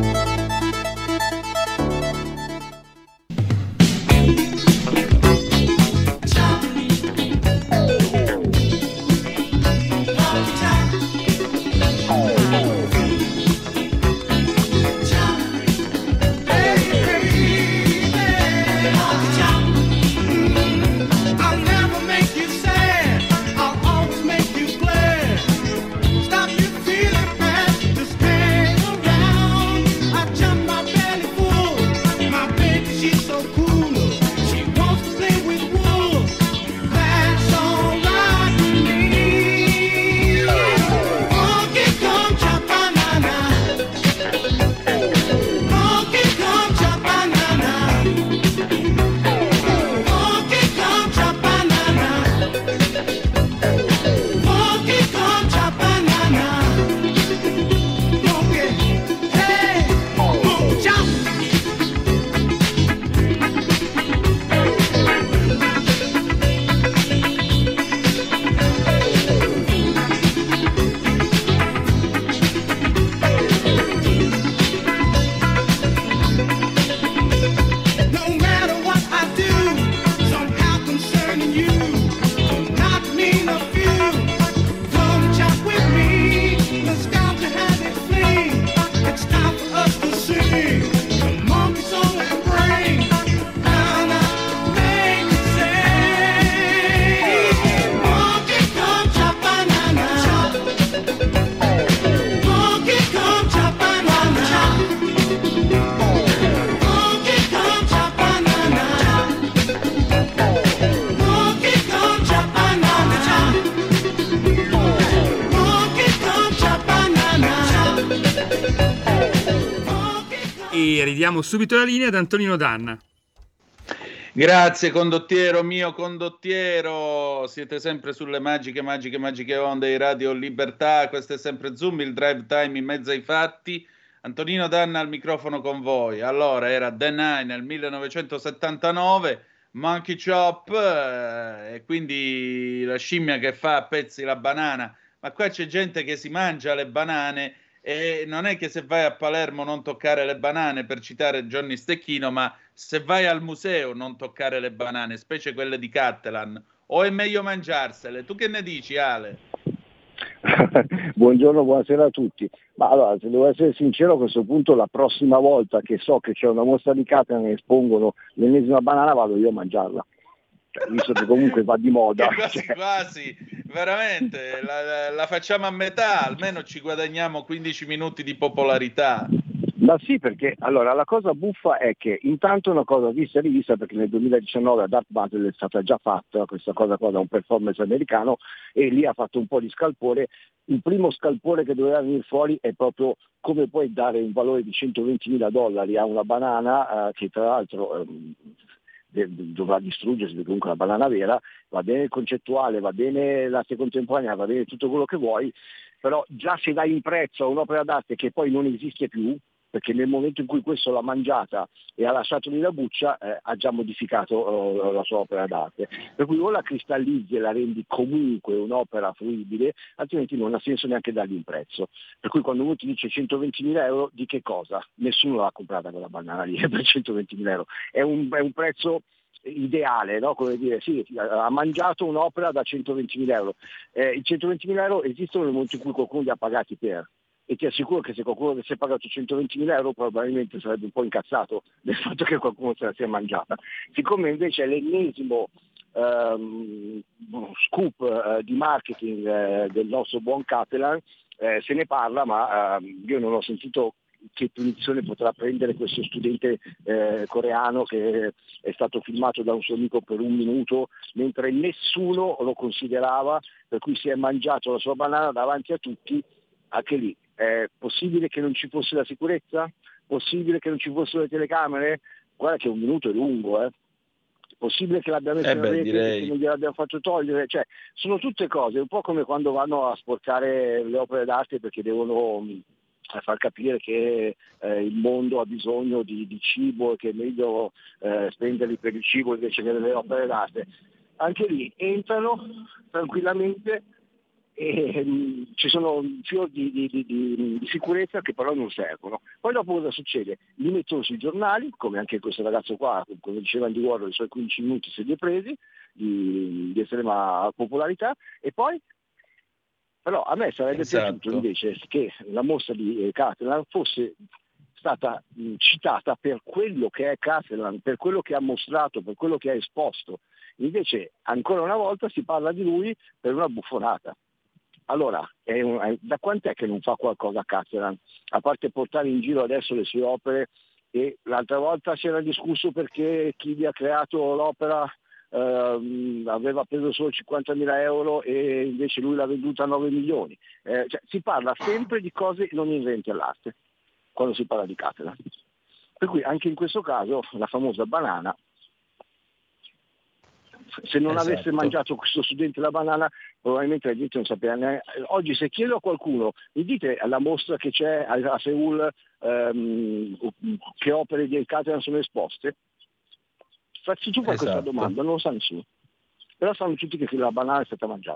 Ridiamo subito la linea ad Antonino Danna.
Grazie condottiero, mio condottiero, siete sempre sulle magiche, magiche, magiche onde di Radio Libertà, questo è sempre Zoom, il drive time in mezzo ai fatti. Antonino Danna al microfono con voi. Allora, era The Nine nel millenovecentosettantanove, Monkey Chop, eh, e quindi la scimmia che fa a pezzi la banana, ma qua c'è gente che si mangia le banane. E non è che se vai a Palermo non toccare le banane, per citare Johnny Stecchino, ma se vai al museo non toccare le banane, specie quelle di Cattelan, o è meglio mangiarsele? Tu che ne dici, Ale?
Buongiorno, buonasera a tutti. Ma allora, se devo essere sincero, a questo punto la prossima volta che so che c'è una mostra di Cattelan e espongono l'ennesima banana, vado io a mangiarla. cioè, visto che comunque va di moda.
Quasi quasi, veramente, la, la, la facciamo a metà, almeno ci guadagniamo quindici minuti di popolarità.
Ma sì, perché allora la cosa buffa è che intanto è una cosa vista e rivista, perché nel duemiladiciannove a Dark Battle è stata già fatta questa cosa qua da un performance americano e lì ha fatto un po' di scalpore. Il primo scalpore che doveva venire fuori è proprio come puoi dare un valore di centoventimila dollari a una banana eh, che tra l'altro ehm, dovrà distruggersi, perché comunque la banana vera, va bene il concettuale, va bene l'arte contemporanea, va bene tutto quello che vuoi, però già se dai in prezzo a un'opera d'arte che poi non esiste più, perché nel momento in cui questo l'ha mangiata e ha lasciato lì la buccia, eh, ha già modificato eh, la sua opera d'arte. Per cui o la cristallizzi e la rendi comunque un'opera fruibile, altrimenti non ha senso neanche dargli un prezzo. Per cui quando uno ti dice centoventimila euro, di che cosa? Nessuno l'ha comprata quella banana lì per centoventimila euro. È un, è un prezzo ideale, no? Come dire, sì, ha mangiato un'opera da centoventimila euro. Eh, I centoventimila euro esistono nel momento in cui qualcuno li ha pagati per. E ti assicuro che se qualcuno avesse pagato centoventimila euro probabilmente sarebbe un po' incazzato del fatto che qualcuno se la sia mangiata. Siccome invece è l'ennesimo um, scoop uh, di marketing uh, del nostro buon Catalan, uh, se ne parla, ma uh, io non ho sentito che punizione potrà prendere questo studente eh, coreano che è stato filmato da un suo amico per un minuto mentre nessuno lo considerava, per cui si è mangiato la sua banana davanti a tutti. Anche lì è possibile che non ci fosse la sicurezza? Possibile che non ci fossero le telecamere? Guarda che un minuto è lungo, eh. Possibile che l'abbia messo
Eh
in
beh,
rete
direi.
e che non gliel'abbiamo fatto togliere? Cioè, sono tutte cose, un po' come quando vanno a sporcare le opere d'arte perché devono mh, far capire che eh, il mondo ha bisogno di, di cibo e che è meglio eh, spenderli per il cibo invece che nelle opere d'arte. Anche lì entrano tranquillamente e mh, ci sono un fior di, di, di, di, di sicurezza che però non servono. Poi dopo cosa succede? Li mettono sui giornali, come anche questo ragazzo qua, come diceva Andy Warhol, i suoi quindici minuti se li è presi, di, di estrema popolarità, e poi però a me sarebbe
Esatto.
piaciuto invece che la mostra di eh, Catalan fosse stata mh, citata per quello che è Catalan, per quello che ha mostrato, per quello che ha esposto. Invece ancora una volta si parla di lui per una buffonata. Allora, è un, è, da quant'è che non fa qualcosa a Catalan? A parte portare in giro adesso le sue opere, e l'altra volta si era discusso perché chi gli ha creato l'opera ehm, aveva preso solo cinquantamila euro e invece lui l'ha venduta a nove milioni. Eh, cioè, si parla sempre di cose non inerenti all'arte quando si parla di Catalan. Per cui anche in questo caso la famosa banana, se non
Esatto.
avesse mangiato questo studente la banana probabilmente la gente non sapeva neanche. Oggi se chiedo a qualcuno, mi dite alla mostra che c'è a, a Seoul ehm, che opere di Catalan sono esposte, facci tu per
Esatto.
questa domanda, non lo sa nessuno, però sanno tutti che la banana è stata mangiata.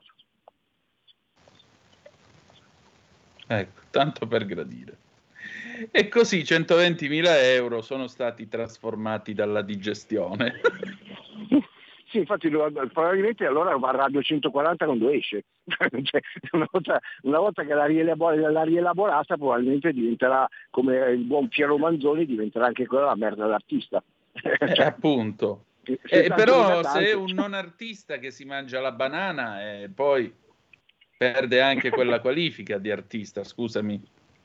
Ecco, tanto per gradire. E così centoventimila euro sono stati trasformati dalla digestione.
Sì, infatti probabilmente allora varrà duecentoquaranta quando esce. Cioè, una, volta, una volta che l'ha, rielabor- l'ha rielaborata probabilmente diventerà, come il buon Piero Manzoni, diventerà anche quella la merda dell'artista.
Eh,
Cioè,
appunto.
se
Eh,
tanto
però
ne ha
se è
tante-
un non artista che si mangia la banana, eh, poi perde anche quella qualifica di artista, scusami.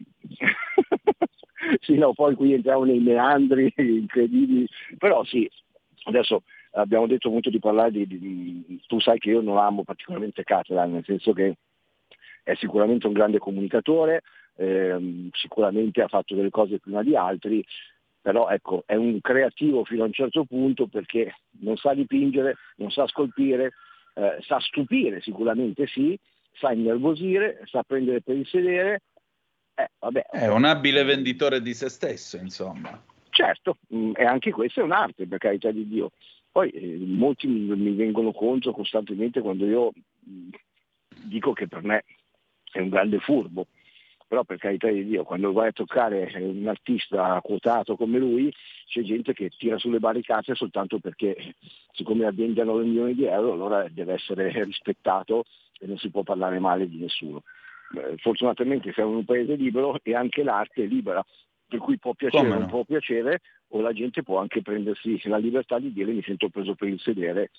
Sì, no, poi qui entriamo nei meandri incredibili, però sì, adesso abbiamo detto molto di parlare di, di, di tu sai che io non amo particolarmente Catalan, nel senso che è sicuramente un grande comunicatore, ehm, sicuramente ha fatto delle cose prima di altri, però ecco, è un creativo fino a un certo punto perché non sa dipingere, non sa scolpire, eh, sa stupire sicuramente sì, sa innervosire, sa prendere per il sedere. Eh, vabbè,
È un abile venditore di se stesso, insomma.
certo, mh, e anche questa è un'arte, per carità di Dio. Poi eh, molti mi, mi vengono contro costantemente quando io mh, dico che per me è un grande furbo, però per carità di Dio, quando vai a toccare un artista quotato come lui, c'è gente che tira sulle barricate soltanto perché, siccome la vende a nove milioni di euro, allora deve essere rispettato e non si può parlare male di nessuno. Eh, fortunatamente siamo in un paese libero e anche l'arte è libera, per cui può piacere o
Come
non
no?
può piacere, o la gente può anche prendersi la libertà di dire mi sento preso per il sedere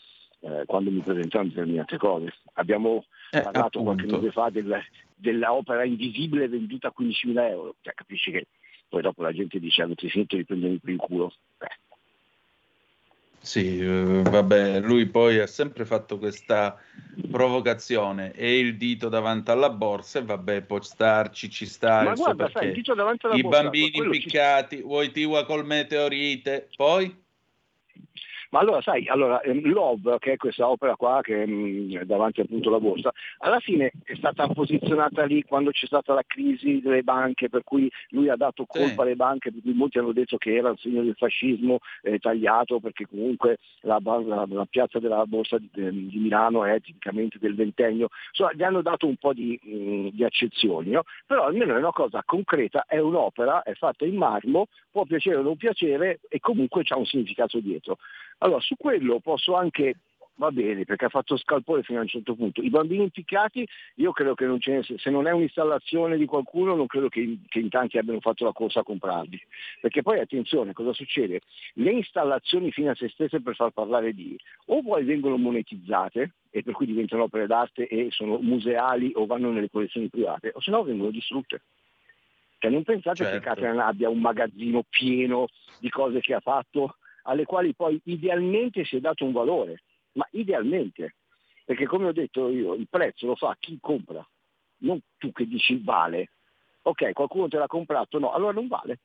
eh, quando mi presentano determinate cose. Abbiamo
eh,
parlato
appunto.
qualche mese fa del, dell'opera invisibile venduta a quindicimila euro, cioè, capisci che poi dopo la gente dice avete finito di prendermi per il culo. Beh.
Sì, eh, vabbè, lui poi ha sempre fatto questa provocazione e il dito davanti alla borsa e vabbè, può starci, ci sta,
Ma
il suo
guarda,
perché.
sai, il dito davanti alla
I
borsa,
bambini
quello ci-
impiccati, vuoi Tiwa col meteorite, poi?
Ma allora, sai, allora, ehm, Love, che è questa opera qua che mh, è davanti appunto alla borsa, alla fine è stata posizionata lì quando c'è stata la crisi delle banche, per cui lui ha dato colpa
Sì.
alle banche, per cui molti hanno detto che era il segno del fascismo eh, tagliato, perché comunque la, la, la piazza della borsa di, di Milano è tipicamente del ventennio. Insomma, gli hanno dato un po' di, mh, di accezioni, no? Però almeno è una cosa concreta, è un'opera, è fatta in marmo, può piacere o non piacere e comunque c'ha un significato dietro. Allora, su quello posso anche, va bene, perché ha fatto scalpore fino a un certo punto. I bambini impiccati, io credo che non ce ne sia, se non è un'installazione di qualcuno, non credo che, che in tanti abbiano fatto la corsa a comprarli. Perché poi, attenzione, cosa succede? Le installazioni fino a se stesse per far parlare di, o poi vengono monetizzate, e per cui diventano opere d'arte e sono museali o vanno nelle collezioni private, o se no vengono distrutte. Cioè, non pensate
Certo.
che Cateran abbia un magazzino pieno di cose che ha fatto, alle quali poi idealmente si è dato un valore, ma idealmente, perché come ho detto io, il prezzo lo fa chi compra, non tu che dici vale. Ok, qualcuno te l'ha comprato, no, allora non vale.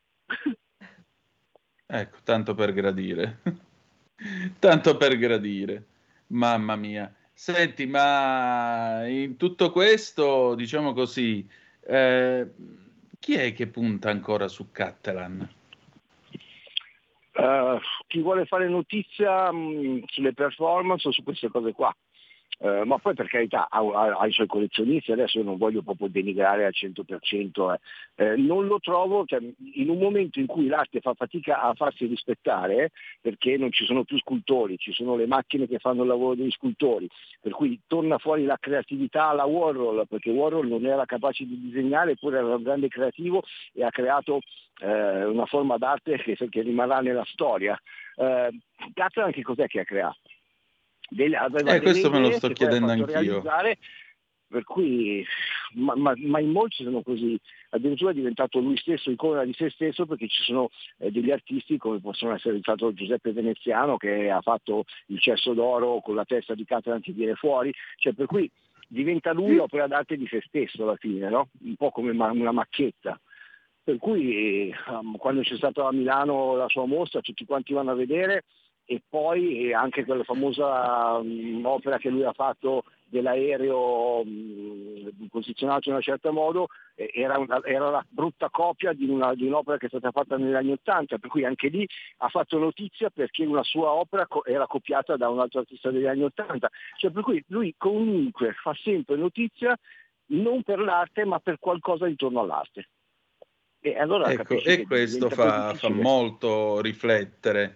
Ecco, tanto per gradire. Tanto per gradire. Mamma mia. Senti, ma in tutto questo, diciamo così, eh, chi è che punta ancora su Catalan?
Uh, chi vuole fare notizia mh, sulle performance o su queste cose qua. Uh, ma poi per carità ha, ha, ha i suoi collezionisti, adesso io non voglio proprio denigrare al cento per cento, eh. Eh, non lo trovo, cioè, in un momento in cui l'arte fa fatica a farsi rispettare, eh, perché non ci sono più scultori, ci sono le macchine che fanno il lavoro degli scultori, per cui torna fuori la creatività alla Warhol, perché Warhol non era capace di disegnare, eppure era un grande creativo e ha creato eh, una forma d'arte che, che rimarrà nella storia. Eh, cazzo, anche cos'è che ha creato? Delle, aveva
Eh, questo me lo
idee
sto
che poi ha
chiedendo
fatto
anch'io.
realizzare, per cui ma, ma, ma in molti sono così, addirittura è diventato lui stesso icona di se stesso, perché ci sono eh, degli artisti come possono essere stato Giuseppe Veneziano, che ha fatto il cesso d'oro con la testa di Catalan che viene fuori, cioè per cui diventa lui opera d'arte di se stesso alla fine, no? Un po' come ma, una macchietta. Per cui um, quando c'è stata a Milano la sua mostra tutti quanti vanno a vedere, e poi anche quella famosa um, opera che lui ha fatto dell'aereo um, posizionato in un certo modo, eh, era, una, era la brutta copia di, una, di un'opera che è stata fatta negli anni Ottanta, per cui anche lì ha fatto notizia perché una sua opera co- era copiata da un altro artista degli anni Ottanta, cioè per cui lui comunque fa sempre notizia non per l'arte ma per qualcosa intorno all'arte. E allora
Ecco,
capisci
e
che
questo
diventa poi
fa, fa
difficile.
molto riflettere.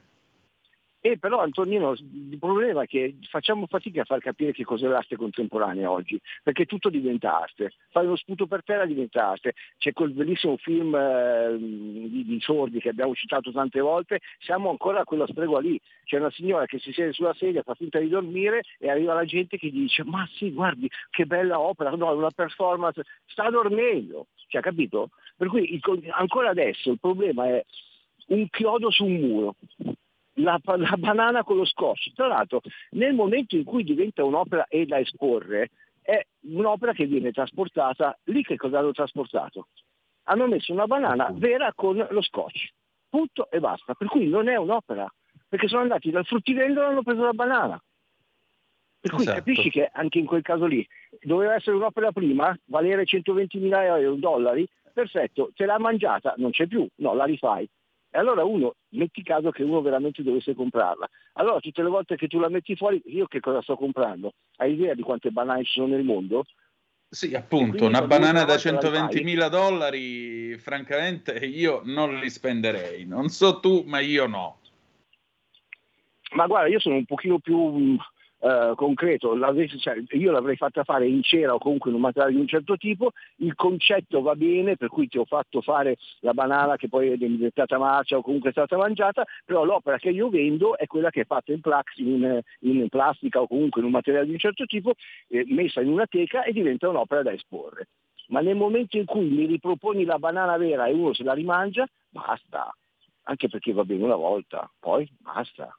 E però Antonino, il problema è che facciamo fatica a far capire che cos'è l'arte contemporanea oggi, perché tutto diventa arte. Fai uno sputo per terra diventa arte. C'è quel bellissimo film eh, di, di Sordi che abbiamo citato tante volte, siamo ancora a quella stregua lì. C'è una signora che si siede sulla sedia, fa finta di dormire e arriva la gente che dice ma sì, guardi che bella opera, no, è una performance, sta dormendo, cioè, capito? Per cui il, ancora adesso il problema è un chiodo su un muro. La, la banana con lo scotch. Tra l'altro, nel momento in cui diventa un'opera e da esporre, è un'opera che viene trasportata. Lì che cosa hanno trasportato? Hanno messo una banana vera con lo scotch. Punto e basta. Per cui non è un'opera, perché sono andati dal fruttivendolo e hanno preso la banana. Per cui
Esatto.
Capisci che anche in quel caso lì doveva essere un'opera prima, valere centoventimila euro, dollari, perfetto, te l'ha mangiata, non c'è più, no, la rifai. E allora uno, metti caso che uno veramente dovesse comprarla. Allora tutte le volte che tu la metti fuori, io che cosa sto comprando? Hai idea di quante banane ci sono nel mondo?
Sì, appunto, una
quando
banana
una
da
volta la rifai-
centoventimila dollari, francamente, io non li spenderei. Non so tu, ma io no.
Ma guarda, io sono un pochino più Uh, concreto, cioè, io l'avrei fatta fare in cera o comunque in un materiale di un certo tipo, il concetto va bene, per cui ti ho fatto fare la banana che poi è diventata marcia o comunque è stata mangiata, però l'opera che io vendo è quella che è fatta in, plax, in, in plastica o comunque in un materiale di un certo tipo, eh, messa in una teca e diventa un'opera da esporre. Ma nel momento in cui mi riproponi la banana vera e uno se la rimangia, basta, anche perché va bene una volta, poi basta.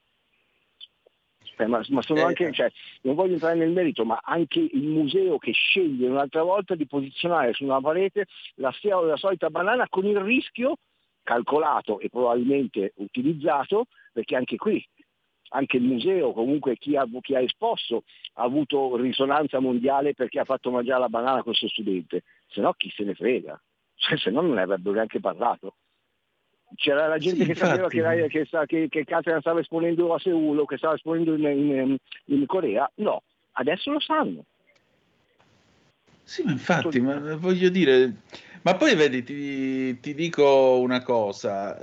Eh, ma, ma sono anche, cioè, non voglio entrare nel merito, ma anche il museo che sceglie un'altra volta di posizionare su una parete la, la solita banana con il rischio calcolato e probabilmente utilizzato, perché anche qui, anche il museo, comunque chi ha, chi ha esposto ha avuto risonanza mondiale perché ha fatto mangiare la banana a questo studente, se no chi se ne frega, cioè, se no non ne avrebbero neanche parlato. C'era la gente
sì,
che sapeva che, che, che, che Caterham stava esponendo a Seul o che stava esponendo in, in, in Corea? No, adesso lo sanno.
Sì, ma infatti, ma voglio dire, ma poi vedi, ti, ti dico una cosa,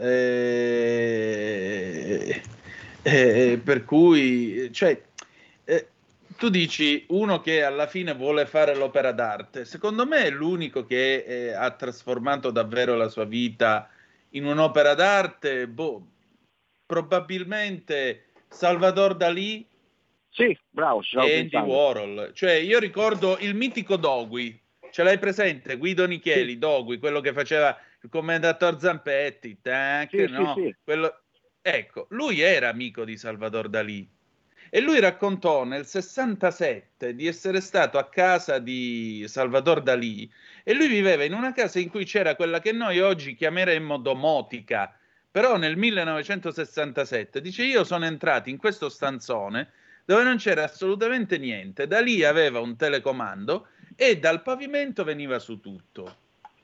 eh, eh, per cui, cioè, eh, tu dici uno che alla fine vuole fare l'opera d'arte, secondo me è l'unico che eh, ha trasformato davvero la sua vita in un'opera d'arte, boh, probabilmente Salvador Dalì.
Sì, bravo,
e Andy Warhol. Cioè, io ricordo il mitico Dogui, ce l'hai presente? Guido Nicheli, sì. Dogui, quello che faceva il commendator Zampetti, tac, sì, no? Sì, sì. Quello... Ecco, lui era amico di Salvador Dalì e lui raccontò nel sessantasette di essere stato a casa di Salvador Dalì e lui viveva in una casa in cui c'era quella che noi oggi chiameremmo domotica, però nel millenovecentosessantasette dice io sono entrato in questo stanzone dove non c'era assolutamente niente, da lì aveva un telecomando e dal pavimento veniva su tutto.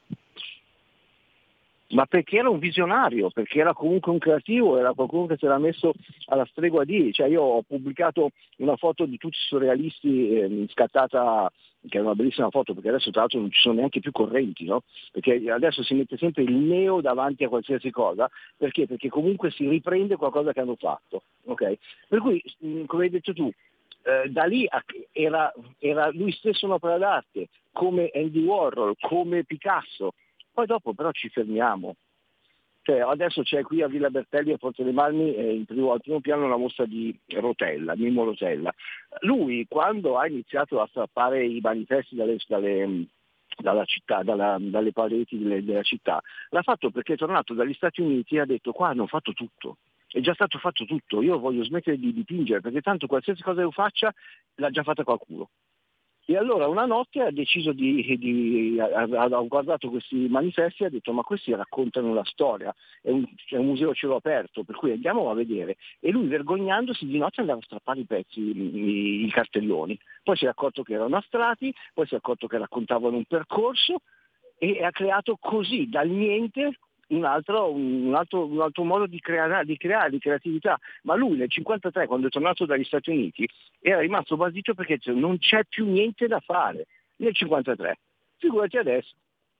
Ma perché era un visionario, perché era comunque un creativo, era qualcuno che si era messo alla stregua di, cioè io ho pubblicato una foto di tutti i surrealisti eh, scattata, che è una bellissima foto, perché adesso tra l'altro non ci sono neanche più correnti, no? Perché adesso si mette sempre il neo davanti a qualsiasi cosa, perché? Perché comunque si riprende qualcosa che hanno fatto, ok? Per cui, come hai detto tu, eh, da lì era, era lui stesso un'opera d'arte, come Andy Warhol, come Picasso. Poi dopo però ci fermiamo. Cioè, adesso c'è qui a Villa Bertelli a Forte dei Marmi eh, in primo, al primo piano una mostra di Rotella, Mimmo Rotella. Lui quando ha iniziato a strappare i manifesti dalle, dalle, dalla città, dalla, dalle pareti delle, della città, l'ha fatto perché è tornato dagli Stati Uniti e ha detto qua hanno fatto tutto. È già stato fatto tutto, io voglio smettere di dipingere perché tanto qualsiasi cosa io faccia l'ha già fatta qualcuno. E allora una notte ha deciso di, di ha, ha guardato questi manifesti e ha detto ma questi raccontano la storia, è un, è un museo a cielo aperto, per cui andiamo a vedere. E lui vergognandosi di notte andava a strappare i pezzi, i, i cartelloni. Poi si è accorto che erano astratti, poi si è accorto che raccontavano un percorso e ha creato così dal niente un altro, un altro, un altro modo di creare, di creare, di creatività. Ma lui nel cinquantatré, quando è tornato dagli Stati Uniti, era rimasto basito perché non c'è più niente da fare. Nel cinquantatré. Figurati adesso.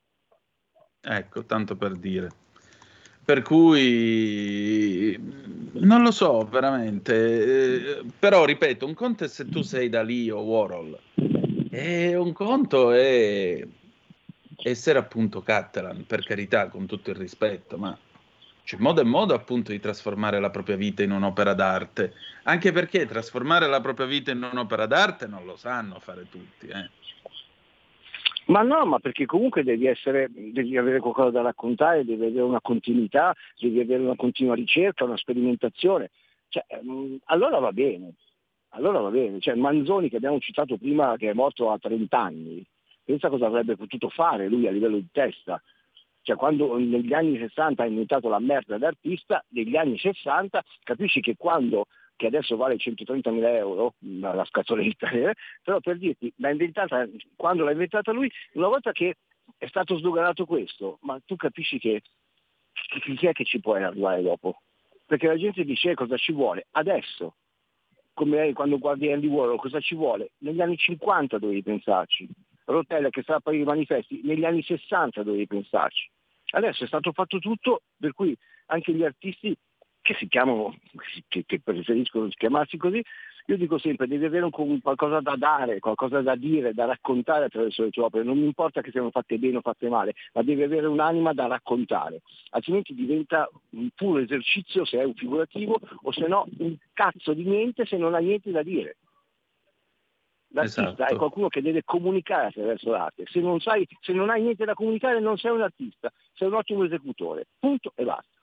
Ecco, tanto per dire. Per cui non lo so veramente, eh, però ripeto, un conto è se tu sei Dalì o Warhol e un conto è essere appunto Catalan, per carità, con tutto il rispetto, ma c'è modo e modo appunto di trasformare la propria vita in un'opera d'arte, anche perché trasformare la propria vita in un'opera d'arte non lo sanno fare tutti, eh.
Ma no, ma perché comunque devi essere, devi avere qualcosa da raccontare, devi avere una continuità, devi avere una continua ricerca, una sperimentazione. Cioè, mh, allora va bene, allora va bene. Cioè, Manzoni che abbiamo citato prima, che è morto a trenta anni, pensa cosa avrebbe potuto fare lui a livello di testa. Cioè, quando negli anni sessanta ha inventato la merda d'artista, negli anni sessanta capisci che quando, che adesso vale centotrentamila euro la scatoletta, eh, però per dirti, l'ha inventata, quando l'ha inventata lui, una volta che è stato sdoganato questo, ma tu capisci che chi è che ci può arrivare dopo? Perché la gente dice cosa ci vuole adesso, come quando guardi Andy Warhol, cosa ci vuole? Negli anni cinquanta dovevi pensarci. Rotella che strappa i manifesti, negli anni sessanta dovevi pensarci. Adesso è stato fatto tutto, per cui anche gli artisti che si chiamano, che, che preferiscono chiamarsi così, Io dico sempre, devi avere un, qualcosa da dare, qualcosa da dire, da raccontare attraverso le tue opere, non mi importa che siano fatte bene o fatte male, ma devi avere un'anima da raccontare, altrimenti diventa un puro esercizio se è un figurativo, o se no un cazzo di niente se non ha niente da dire. L'artista
Esatto.
è qualcuno che deve comunicare attraverso l'arte, se non sai, se non hai niente da comunicare non sei un artista, sei un ottimo esecutore, punto e basta.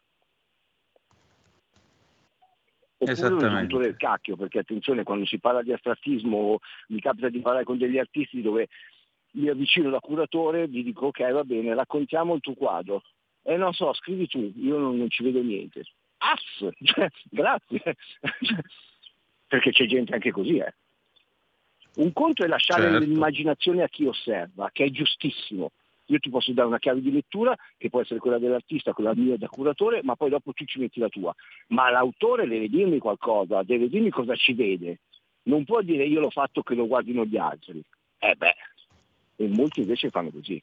Oppure un esecutore del cacchio, perché attenzione, quando si parla di astrattismo mi capita di parlare con degli artisti dove mi avvicino da curatore, gli dico ok, va bene, raccontiamo il tuo quadro, e eh, non so, scrivi tu, io non, non ci vedo niente. Ass! Cioè, grazie! Perché c'è gente anche così, eh. Un conto è lasciare
certo.
l'immaginazione a chi osserva, che è giustissimo. Io ti posso dare una chiave di lettura, che può essere quella dell'artista, quella mia da curatore, ma poi dopo tu ci metti la tua. Ma l'autore deve dirmi qualcosa, deve dirmi cosa ci vede. Non può dire io l'ho fatto che lo guardino gli altri. Eh beh, e molti invece fanno così.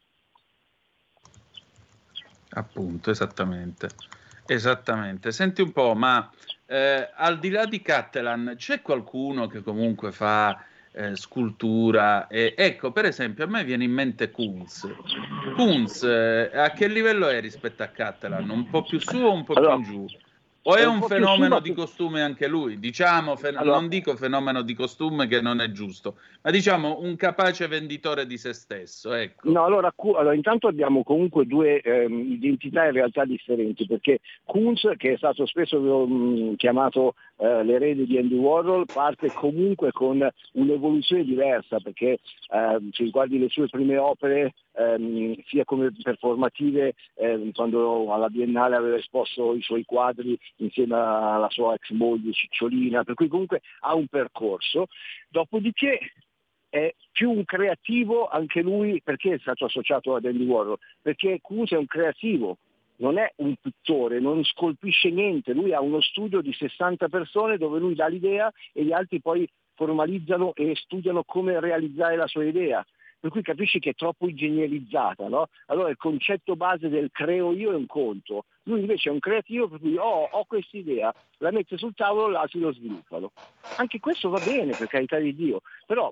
Appunto, esattamente. Esattamente. Senti un po', ma eh, al di là di Cattelan, c'è qualcuno che comunque fa eh, scultura? E, ecco, per esempio, a me viene in mente Kunz. Kunz, eh, a che livello è rispetto a Cattelan? Un po' più su o un po'
allora,
più in giù? O è, è un, un fenomeno di
più...
costume anche lui? Diciamo, fen-
allora,
non dico fenomeno di costume che non è giusto, ma diciamo un capace venditore di se stesso, ecco.
No, allora, allora intanto abbiamo comunque due ehm, identità in realtà differenti, perché Kunz, che è stato spesso um, chiamato eh, l'erede di Andy Warhol, parte comunque con un'evoluzione diversa, perché ehm, se guardi le sue prime opere, ehm, sia come performative, ehm, quando alla Biennale aveva esposto i suoi quadri insieme alla sua ex moglie Cicciolina, per cui comunque ha un percorso. Dopodiché è più un creativo anche lui, perché è stato associato ad Andy Warhol? Perché Kunz è un creativo, non è un pittore, non scolpisce niente, lui ha uno studio di sessanta persone dove lui dà l'idea e gli altri poi formalizzano e studiano come realizzare la sua idea. Per cui capisci che è troppo ingegnerizzata, no? Allora il concetto base del creo io è un conto, lui invece è un creativo per cui oh, ho questa idea, la mette sul tavolo, gli altri lo sviluppano. Anche questo va bene, per carità di Dio, però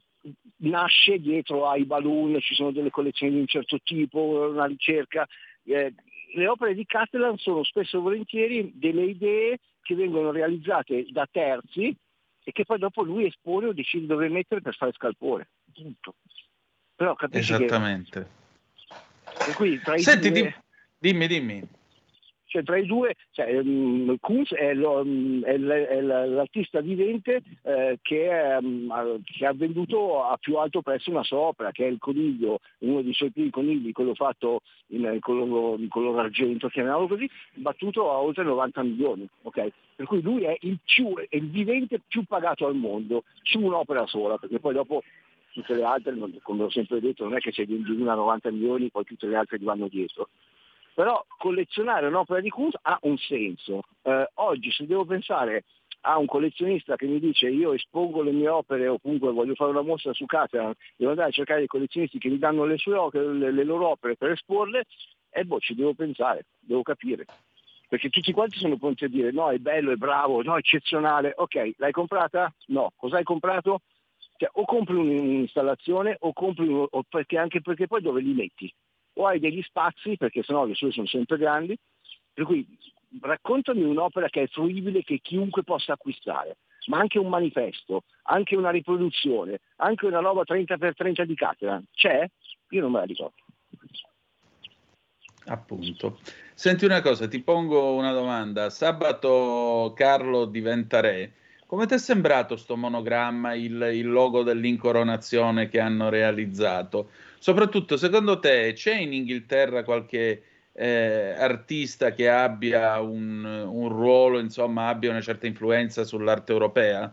nasce dietro ai balloon, ci sono delle collezioni di un certo tipo, una ricerca. Eh, le opere di Cattelan sono spesso e volentieri delle idee che vengono realizzate da terzi e che poi dopo lui espone o decide dove mettere per fare scalpore. Punto. Però capisci
esattamente.
Che... Per cui, tra i
Senti,
due...
dimmi, dimmi.
Cioè, tra i due, cioè, um, Kunz è, lo, um, è, l- è l- l'artista vivente eh, che, um, che ha venduto a più alto prezzo una sua opera, che è il coniglio, uno dei suoi primi conigli, quello fatto in, in, colore, in colore argento, chiamiamolo così, battuto a oltre novanta milioni. Okay? Per cui lui è il, più, è il vivente più pagato al mondo su un'opera sola, perché poi dopo tutte le altre, come ho sempre detto, non è che se vendi una a novanta milioni, poi tutte le altre gli vanno dietro. Però collezionare un'opera di Kunz ha un senso. Eh, oggi se devo pensare a un collezionista che mi dice io espongo le mie opere o comunque voglio fare una mostra su Cattelan, devo andare a cercare dei collezionisti che mi danno le sue opere, le, le loro opere per esporle, e boh, ci devo pensare, devo capire. Perché tutti quanti sono pronti a dire no, è bello, è bravo, no, è eccezionale. Ok, l'hai comprata? No. Cosa hai comprato? Cioè, o compri un'installazione o compri un, o perché anche perché poi dove li metti? O hai degli spazi, perché sennò le sue sono sempre grandi, per cui raccontami un'opera che è fruibile, che chiunque possa acquistare, ma anche un manifesto, anche una riproduzione, anche una roba trenta per trenta di Cattelan. C'è? Io non me la ricordo.
Appunto. Senti una cosa, ti pongo una domanda. Sabato Carlo diventa re. Come ti è sembrato sto monogramma, il, il logo dell'incoronazione che hanno realizzato? Soprattutto, secondo te, c'è in Inghilterra qualche eh, artista che abbia un, un ruolo, insomma, abbia una certa influenza sull'arte europea?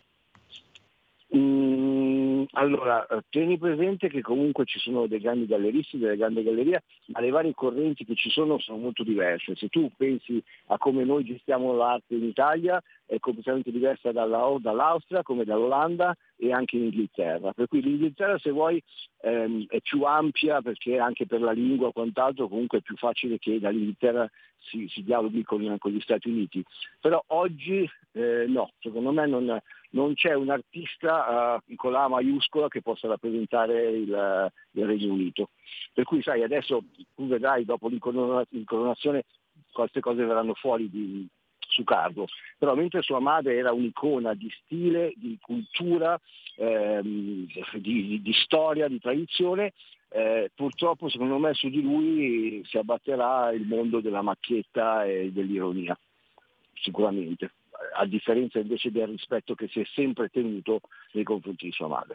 Mm, allora, tieni presente che comunque ci sono dei grandi galleristi, delle grandi gallerie, ma le varie correnti che ci sono sono molto diverse. Se tu pensi a come noi gestiamo l'arte in Italia, è completamente diversa dalla, dall'Austria, come dall'Olanda, e anche in Inghilterra. Per cui l'Inghilterra, se vuoi, ehm, è più ampia, perché anche per la lingua e quant'altro comunque è più facile che dall'Inghilterra si, si dialoghi con, con gli Stati Uniti. Però oggi eh, no, secondo me non, non c'è un artista uh, con la maiuscola che possa rappresentare il, il Regno Unito. Per cui sai, adesso tu vedrai dopo l'incoronazione queste cose verranno fuori di, su Carlo, però mentre sua madre era un'icona di stile, di cultura, ehm, di, di storia, di tradizione, eh, purtroppo secondo me su di lui si abbatterà il mondo della macchietta e dell'ironia, sicuramente, a differenza invece del rispetto che si è sempre tenuto nei confronti di sua madre.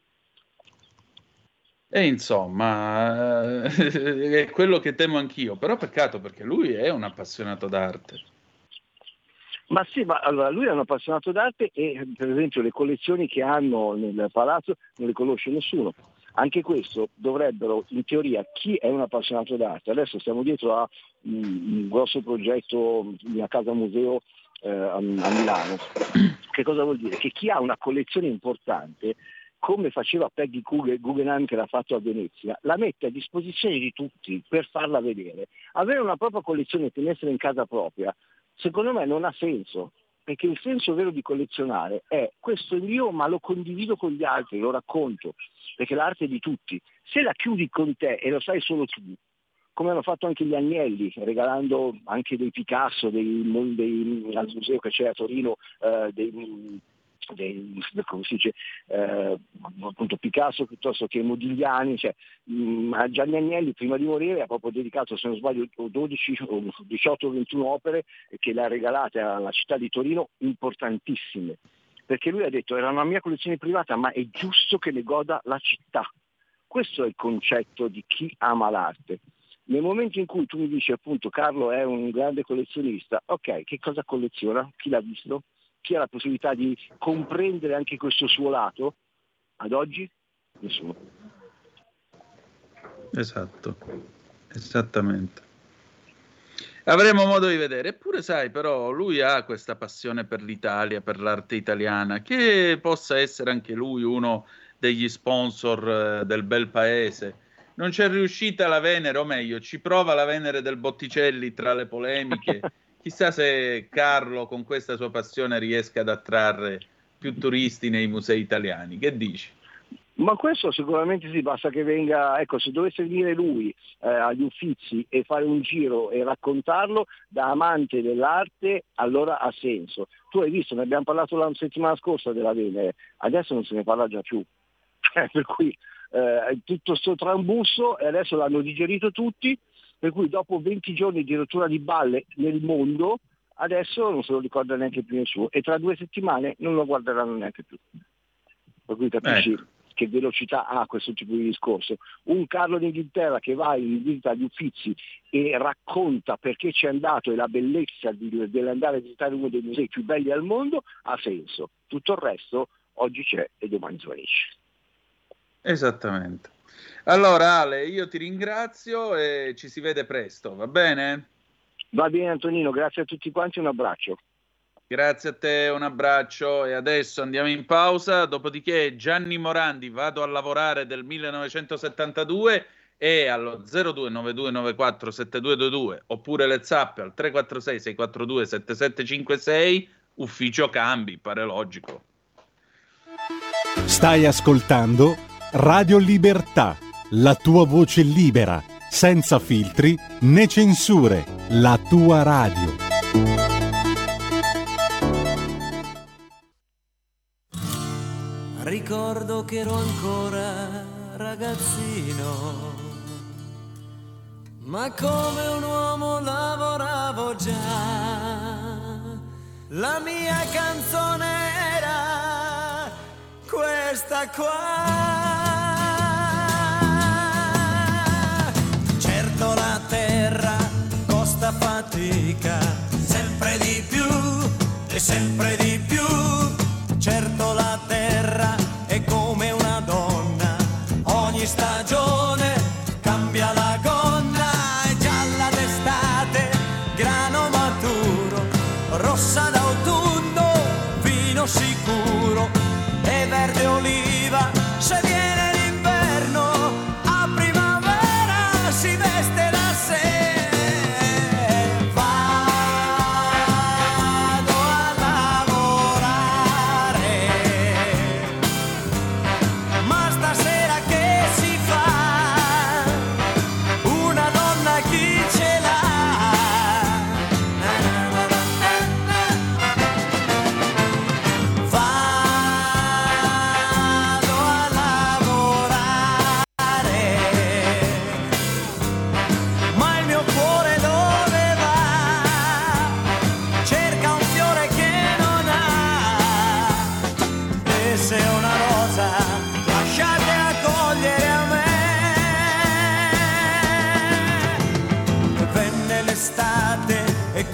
E insomma, è quello che temo anch'io, però peccato perché lui è un appassionato d'arte.
Ma sì, ma allora lui è un appassionato d'arte e per esempio le collezioni che hanno nel palazzo non le conosce nessuno. Anche questo dovrebbero, in teoria, chi è un appassionato d'arte, adesso stiamo dietro a un, un grosso progetto di una casa museo eh, a, a Milano. Che cosa vuol dire? Che chi ha una collezione importante, come faceva Peggy Guggenheim che l'ha fatto a Venezia, la mette a disposizione di tutti per farla vedere. Avere una propria collezione e tenersela in casa propria, secondo me non ha senso, perché il senso vero di collezionare è questo è mio ma lo condivido con gli altri, lo racconto, perché l'arte è di tutti. Se la chiudi con te e lo sai solo tu, come hanno fatto anche gli Agnelli, regalando anche dei Picasso, dei, dei, al museo che c'è a Torino, eh, dei... Dei, come si dice, eh, appunto Picasso piuttosto che Modigliani, cioè, mh, Gianni Agnelli prima di morire ha proprio dedicato, se non sbaglio, dodici, diciotto o ventuno opere che le ha regalate alla città di Torino, importantissime, perché lui ha detto era una mia collezione privata ma è giusto che ne goda la città. Questo è il concetto di chi ama l'arte. Nel momento in cui tu mi dici appunto Carlo è un grande collezionista, ok, che cosa colleziona? Chi l'ha visto? Chi ha la possibilità di comprendere anche questo suo lato? Ad oggi? Nessuno.
Esatto, esattamente. Avremo modo di vedere. Eppure, sai, però, lui ha questa passione per l'Italia, per l'arte italiana, che possa essere anche lui uno degli sponsor eh, del bel paese. Non c'è riuscita la Venere, o meglio, ci prova la Venere del Botticelli tra le polemiche. Chissà se Carlo con questa sua passione riesca ad attrarre più turisti nei musei italiani. Che dici?
Ma questo sicuramente sì, basta che venga, ecco, se dovesse venire lui eh, agli Uffizi e fare un giro e raccontarlo da amante dell'arte, allora ha senso. Tu hai visto, ne abbiamo parlato la settimana scorsa della Venere, adesso non se ne parla già più. Per cui eh, tutto sto trambusto e adesso l'hanno digerito tutti, per cui dopo venti giorni di rottura di balle nel mondo, adesso non se lo ricorda neanche più nessuno e tra due settimane non lo guarderanno neanche più. Per cui capisci ecco che velocità ha questo tipo di discorso. Un Carlo d'Inghilterra che va in visita agli Uffizi e racconta perché c'è andato e la bellezza di, dell'andare a visitare uno dei musei più belli al mondo ha senso. Tutto il resto oggi c'è e domani svanisce.
Esattamente. Allora Ale, io ti ringrazio e ci si vede presto, va bene?
Va bene Antonino, grazie a tutti quanti, un abbraccio.
Grazie a te, un abbraccio e adesso andiamo in pausa, dopodiché Gianni Morandi, Vado a lavorare del millenovecentosettantadue e allo zero due nove due nove quattro sette due due due oppure le zappe al tre quattro sei sei quattro due sette sette cinque sei, ufficio cambi, pare logico.
Stai ascoltando Radio Libertà, la tua voce libera, senza filtri né censure, la tua radio.
Ricordo che ero ancora ragazzino, ma come un uomo lavoravo già. La mia canzone era questa qua. Certo la terra costa fatica, sempre di più e sempre di più. Certo la terra è come una donna, ogni stagione cambia la gonna. È gialla d'estate, grano maturo, rossa d'autunno, vino sicuro, e verde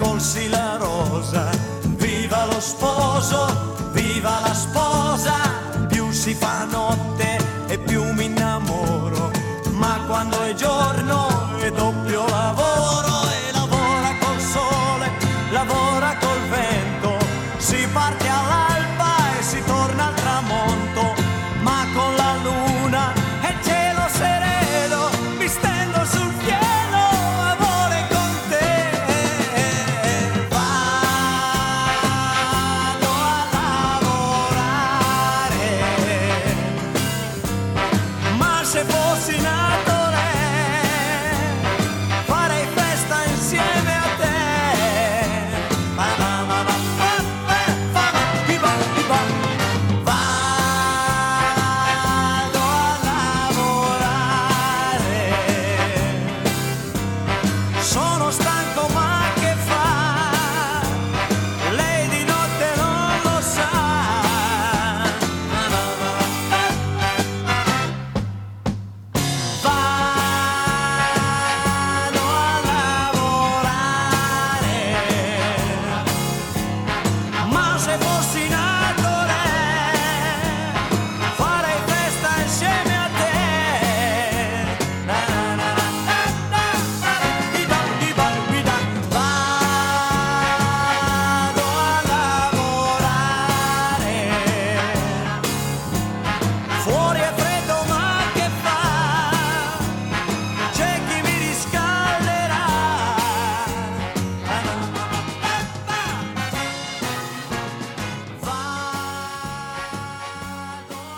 colsi la rosa, viva lo sposo, viva la sposa, più si fa notte e più mi innamoro, ma quando è giorno è doppio lavoro, e lavora col sole, lavora col vento, si parte all'alba e si torna al tramonto, ma con la luna e il cielo sereno mi stendo sul cielo, amore con te. Vado a lavorare, ma se fossi nato re farei festa insieme a te. Va, va, va, va, va, va, va, di va, di va. Vado a lavorare, sono stanco ma che fa, lei di notte non lo sa. Va, va, va, va. Vado a lavorare, ma se fossi nato re farei festa insieme a te. Na, na, na, na, na, na, na, di da, di ba, di da. Vado a lavorare, fuori è freddo ma che fa, c'è chi mi riscalderà. Na, na, na, na, na, vado a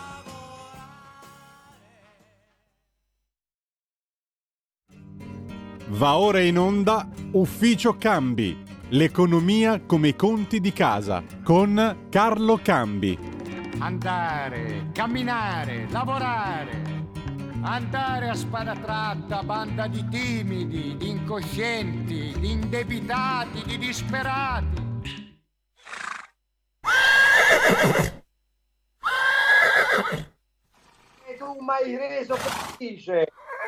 Va ora in onda Ufficio Cambi, l'economia come i conti di casa, con Carlo Cambi.
Andare, camminare, lavorare, andare a spada tratta, banda di timidi, di incoscienti, di indebitati, di disperati.
E tu mi hai reso felice,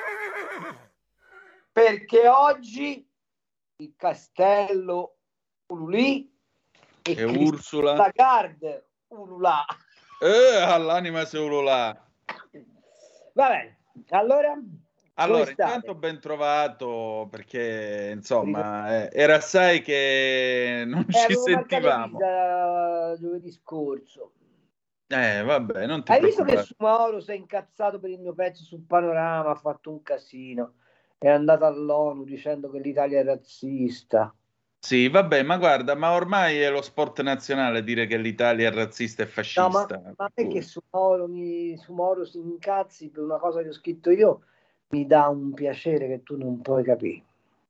perché oggi il castello ululì e,
E
Christine
Ursula?
Lagarde ululà.
Eh, all'anima se ululà.
Va bene, allora
Allora,
come state?
intanto ben trovato, perché insomma eh, era assai che non
Eh,
ci
avevo marcato
sentivamo.
vita giovedì scorso.
Eh, vabbè, non ti
Hai visto che
preoccupare.
su Mauro si è incazzato per il mio pezzo sul Panorama, ha fatto un casino, è andato all'ONU dicendo che l'Italia è razzista.
Sì, vabbè, ma guarda, ma ormai è lo sport nazionale dire che l'Italia è razzista e
No, ma,
fascista.
ma è che su Mauro, mi, su Mauro si incazzi per una cosa che ho scritto io, mi dà un piacere che tu non puoi capire.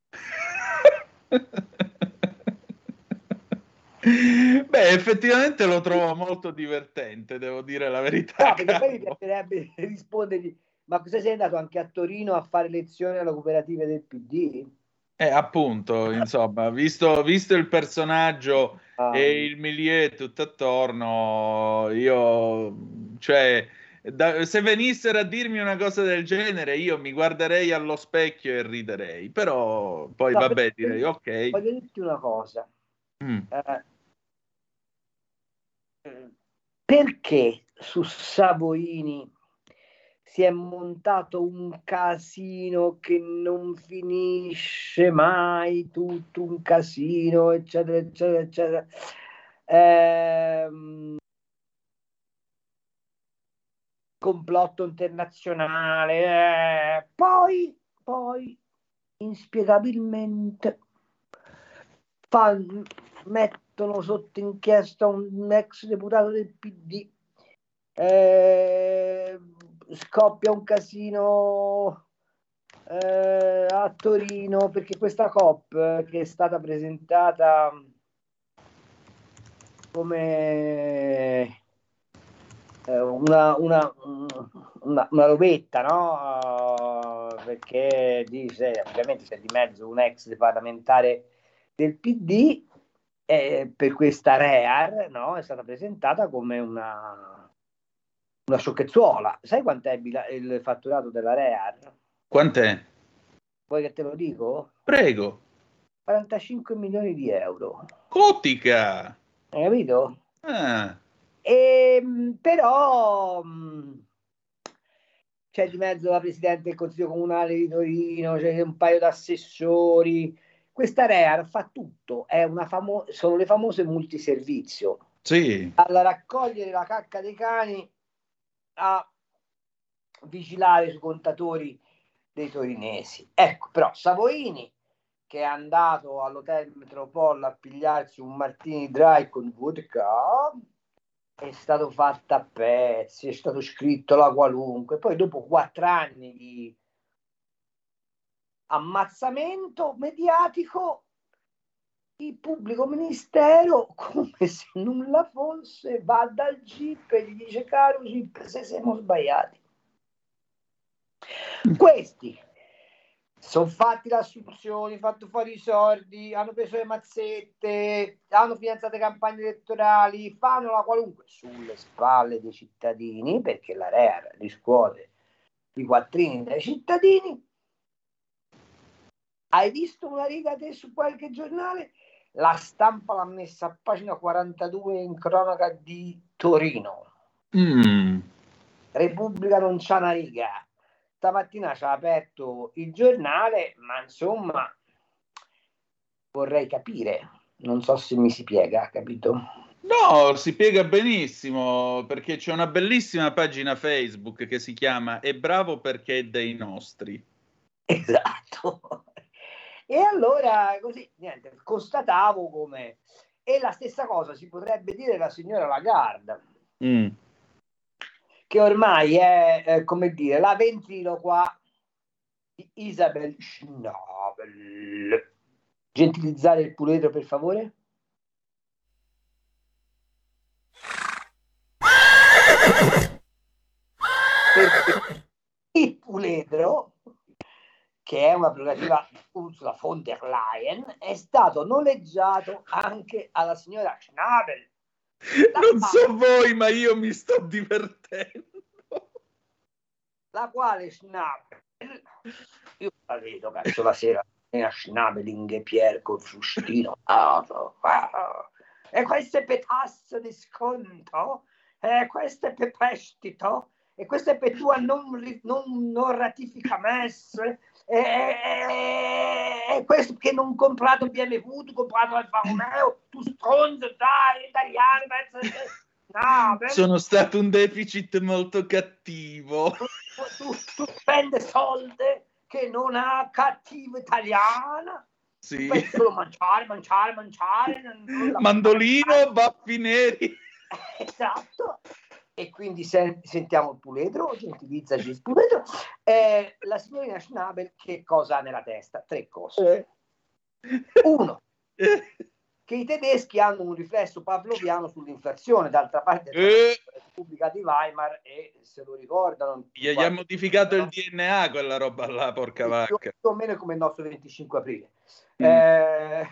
Beh, effettivamente lo trovo molto divertente, devo dire la verità.
No, perché poi mi
Carlo.
piacerebbe rispondergli, ma cosa sei andato anche a Torino a fare lezioni alla cooperativa del P D?
Eh, appunto, insomma, visto, visto il personaggio
Ah.
e il milieu tutto attorno, io, cioè, da- se venissero a dirmi una cosa del genere, io mi guarderei allo specchio e riderei, però poi
No,
vabbè,
perché-
direi ok.
Voglio dirti una cosa.
Mm.
Eh, perché su Savoini si è montato un casino che non finisce mai, tutto un casino, eccetera, eccetera, eccetera. Ehm, complotto internazionale, eh. poi, poi, inspiegabilmente, fanno, mettono sotto inchiesta un ex deputato del P D, eh, scoppia un casino eh, a Torino perché questa C O P eh, che è stata presentata come eh, una, una, una, una rovetta, no? Uh, perché dice, ovviamente c'è di mezzo un ex parlamentare del P D, e per questa REAR, no? È stata presentata come una, una sciocchezzuola. Sai quant'è il, il fatturato della REAR?
Quant'è?
Vuoi che te lo dico?
Prego.
quarantacinque milioni di euro.
Cotica!
Hai capito?
Ah.
E, però mh, c'è di mezzo la Presidente del Consiglio Comunale di Torino, c'è un paio di assessori. Questa REAR fa tutto, è una famo- sono le famose multiservizio.
Sì.
Dalla raccogliere la cacca dei cani a vigilare sui contatori dei torinesi. Ecco, però Savoini, che è andato all'hotel Metropol a pigliarsi un martini dry con vodka, è stato fatto a pezzi, è stato scritto la qualunque. Poi dopo quattro anni di ammazzamento mediatico, il pubblico ministero, come se nulla fosse, va dal G I P e gli dice: caro G I P, se siamo sbagliati. Questi sono fatti le assunzioni, fatto fuori i soldi, hanno preso le mazzette, hanno finanziato le campagne elettorali, fanno la qualunque sulle spalle dei cittadini, perché la REAR riscuote i quattrini dai cittadini. Hai visto una riga te su qualche giornale? La Stampa l'ha messa a pagina quarantadue in cronaca di Torino.
Mm.
Repubblica non c'ha una riga. Stamattina ci ha aperto il giornale, ma insomma vorrei capire, non so se mi si piega, capito?
No, si piega benissimo, perché c'è una bellissima pagina Facebook che si chiama È bravo perché è dei nostri.
Esatto. E allora così, niente, constatavo come... E la stessa cosa si potrebbe dire la signora Lagarde,
Mm.
che ormai è, eh, come dire, la ventriloqua di Isabel Schnabel. Gentilizzare il puledro, per favore? Perché il puledro, che è una prerogativa sulla von der Leyen, è stato noleggiato anche alla signora Schnabel.
Non so voi, ma io mi sto divertendo.
La quale Schnabel, io la vedo verso la sera, a Schnabeling Pier col frustino. Ah, ah, e questo è per tasso di sconto, e questo è per prestito, e questo è per tua non, non, non ratifica messe, e, e, e questo che non comprato B M W, tu comprato Alfa Romeo, tu stronzo, dai, italiano, pensa che... No,
sono stato un deficit molto cattivo.
Tu, tu, tu spende soldi che non ha cattiva italiana.
Sì.
Puoi solo mangiare, mangiare, mangiare. Non, non
Mandolino, baffi neri.
Esatto. E quindi sen- sentiamo il puledro, gentilizzaci il puledro. Eh, la signorina Schnabel che cosa ha nella testa? Tre cose. Uno. Che i tedeschi hanno un riflesso pavloviano sull'inflazione, d'altra parte
eh.
la Repubblica di Weimar, e se lo ricordano
gli ha modificato il D N A quella roba là, porca vacca,
più, più o meno come il nostro venticinque aprile. Mm. Eh,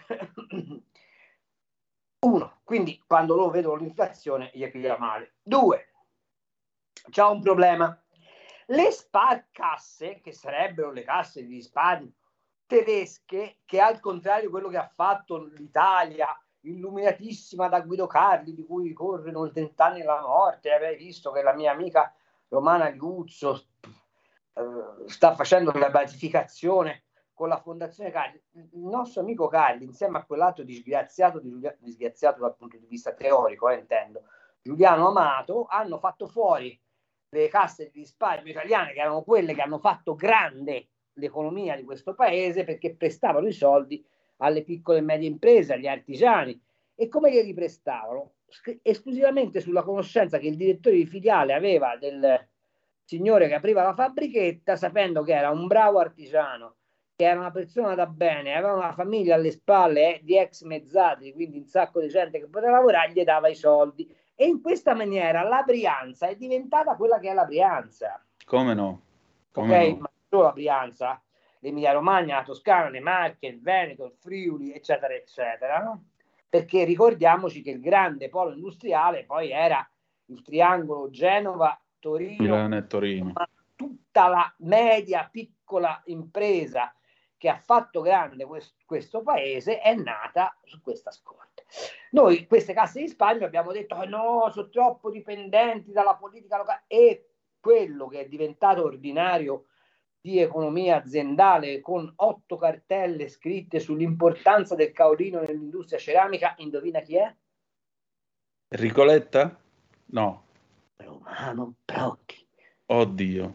uno, quindi quando loro vedono l'inflazione gli piglia male. Due, c'è un problema, le sparcasse, che sarebbero le casse di risparmio tedesche, che al contrario quello che ha fatto l'Italia illuminatissima da Guido Carli, di cui corrono trent'anni la morte, avrei visto che la mia amica Romana Liuzzo eh, sta facendo la beatificazione con la fondazione Carli. Il nostro amico Carli, insieme a quell'altro disgraziato, di Giulia, disgraziato dal punto di vista teorico, eh, intendo, Giuliano Amato, hanno fatto fuori le casse di risparmio italiane, che erano quelle che hanno fatto grande l'economia di questo paese, perché prestavano i soldi alle piccole e medie imprese, agli artigiani. E come li prestavano? Esclusivamente sulla conoscenza che il direttore di filiale aveva del signore che apriva la fabbrichetta, sapendo che era un bravo artigiano, che era una persona da bene, aveva una famiglia alle spalle eh, di ex mezzadri, quindi un sacco di gente che poteva lavorare, gli dava i soldi. E in questa maniera la Brianza è diventata quella che è la Brianza.
Come no? Come
ok,
no?
ma solo la Brianza, l'Emilia Romagna, la Toscana, le Marche, il Veneto, il Friuli, eccetera, eccetera, no? Perché ricordiamoci che il grande polo industriale poi era il triangolo Genova, Torino,
Milano e Torino.
Ma tutta la media, piccola impresa che ha fatto grande questo, questo paese è nata su questa scorta. Noi queste casse di risparmio abbiamo detto che no, sono troppo dipendenti dalla politica locale, e quello che è diventato ordinario di economia aziendale con otto cartelle scritte sull'importanza del caolino nell'industria ceramica, indovina chi è?
Ricoletta? No.
Romano Prodi.
Oddio.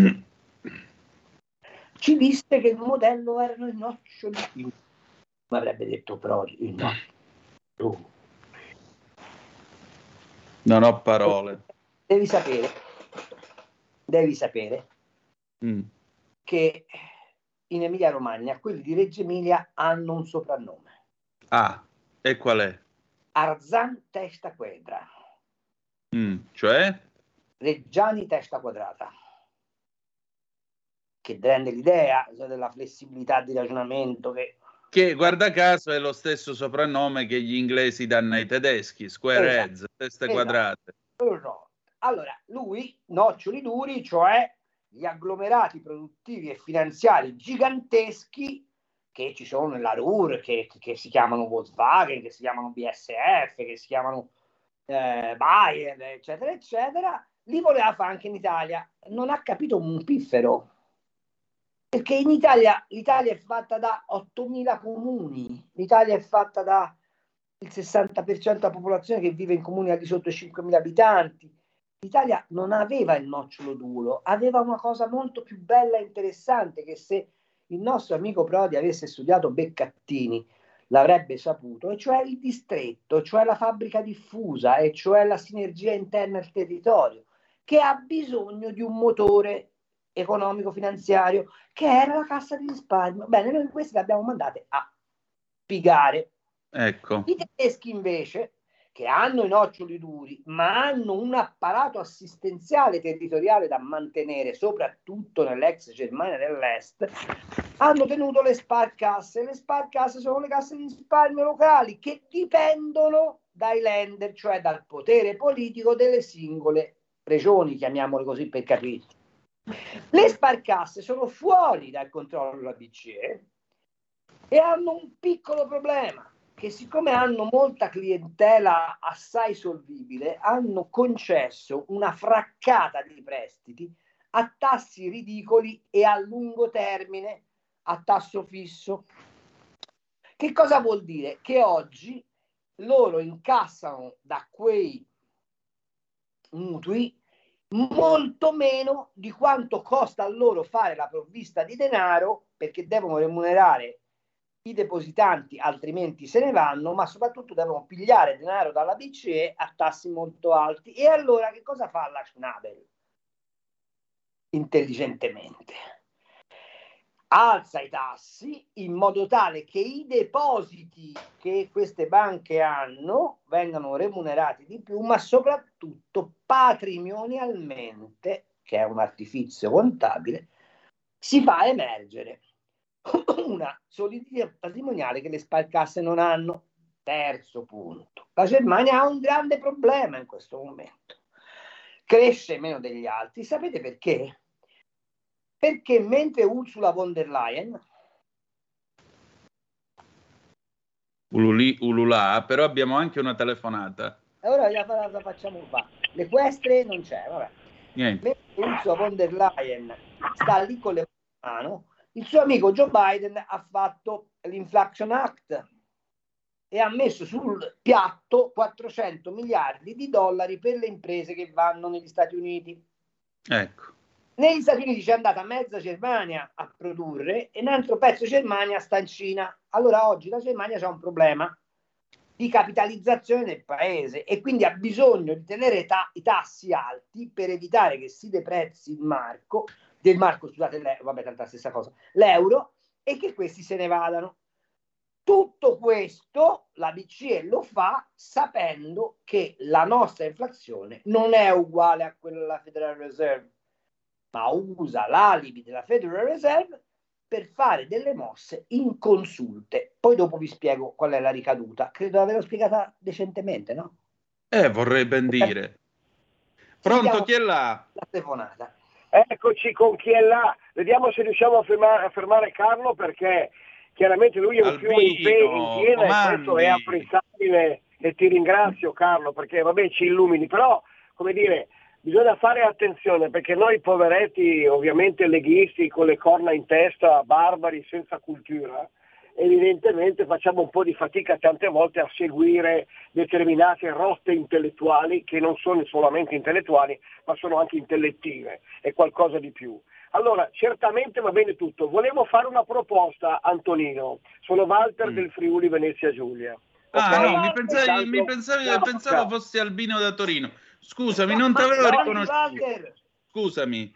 Ci disse che il modello erano i noccioli. Mi avrebbe detto Prodi, il nocciolo. Oh.
Non ho parole.
Devi sapere, devi sapere
mm.
che in Emilia Romagna quelli di Reggio Emilia hanno un soprannome.
Ah, e qual è?
Arzan testa quadra.
Mm, cioè?
Reggiani testa quadrata. Che rende l'idea della flessibilità di ragionamento che...
Che, guarda caso, è lo stesso soprannome che gli inglesi danno ai tedeschi, square
Esatto.
heads, teste
Esatto.
quadrate.
Allora, lui, noccioli duri, cioè gli agglomerati produttivi e finanziari giganteschi che ci sono nella Ruhr, che, che si chiamano Volkswagen, che si chiamano B S F, che si chiamano eh, Bayer, eccetera, eccetera, li voleva fare anche in Italia. Non ha capito un piffero. Perché in Italia, l'Italia è fatta da ottomila comuni, l'Italia è fatta da il sessanta per cento della popolazione che vive in comuni al di sotto dei cinquemila abitanti. L'Italia non aveva il nocciolo duro, aveva una cosa molto più bella e interessante, che se il nostro amico Prodi avesse studiato Beccattini l'avrebbe saputo, e cioè il distretto, cioè la fabbrica diffusa, e cioè la sinergia interna al territorio, che ha bisogno di un motore economico-finanziario, che era la cassa di risparmio. Bene, noi questi li abbiamo mandati a piegare.
Ecco.
I tedeschi invece, che hanno i noccioli duri, ma hanno un apparato assistenziale territoriale da mantenere, soprattutto nell'ex Germania dell'Est, hanno tenuto le sparcasse. Le sparcasse sono le casse di risparmio locali che dipendono dai lender, cioè dal potere politico delle singole regioni, chiamiamole così per capirci. Le sparcasse sono fuori dal controllo della B C E e hanno un piccolo problema, che siccome hanno molta clientela assai solvibile, hanno concesso una fraccata di prestiti a tassi ridicoli e a lungo termine, a tasso fisso. Che cosa vuol dire? Che oggi loro incassano da quei mutui molto meno di quanto costa a loro fare la provvista di denaro, perché devono remunerare i depositanti, altrimenti se ne vanno, ma soprattutto devono pigliare denaro dalla B C E a tassi molto alti. E allora che cosa fa la Schnabel? Intelligentemente alza i tassi in modo tale che i depositi che queste banche hanno vengano remunerati di più, ma soprattutto patrimonialmente, che è un artifizio contabile, si fa emergere una solidità patrimoniale che le sparcasse non hanno. Terzo punto: la Germania ha un grande problema in questo momento, cresce meno degli altri. Sapete perché? Perché mentre Ursula von der Leyen
Ululi, ululà, però abbiamo anche una telefonata.
Ora la, la facciamo qua. L'equestre non c'è, vabbè.
Niente.
Mentre Ursula von der Leyen sta lì con le mani, il suo amico Joe Biden ha fatto l'Inflation Act e ha messo sul piatto quattrocento miliardi di dollari per le imprese che vanno negli Stati Uniti.
Ecco.
Negli Stati Uniti c'è andata mezza Germania a produrre e un altro pezzo Germania sta in Cina. Allora oggi la Germania c'ha un problema di capitalizzazione del paese e quindi ha bisogno di tenere ta- i tassi alti per evitare che si deprezzi il marco, del marco, scusate, l'e- vabbè, tanta stessa cosa, l'euro, e che questi se ne vadano. Tutto questo la B C E lo fa sapendo che la nostra inflazione non è uguale a quella della Federal Reserve, ma usa l'alibi della Federal Reserve per fare delle mosse inconsulte. Poi dopo vi spiego qual è la ricaduta. Credo di averlo spiegata decentemente, no?
Eh, vorrei ben dire. Pronto, chi è là?
La telefonata.
Eccoci con chi è là. Vediamo se riusciamo a fermare, a fermare Carlo, perché chiaramente lui è un
Albino,
fiume in, pe- in piena e questo è
comandi.
apprezzabile e ti ringrazio Carlo perché vabbè ci illumini, però come dire bisogna fare attenzione perché noi poveretti ovviamente leghisti con le corna in testa, barbari senza cultura, evidentemente facciamo un po' di fatica tante volte a seguire determinate rotte intellettuali che non sono solamente intellettuali ma sono anche intellettive, è qualcosa di più. Allora, certamente va bene tutto. Volevo fare una proposta, Antonino. Sono Walter mm. del Friuli Venezia Giulia.
Ah,
okay?
no, mi pensavi,
Tanto...
mi pensavi,
no,
pensavo
no.
fossi Albino da Torino. Scusami, non ti avevo riconosciuto. Scusami.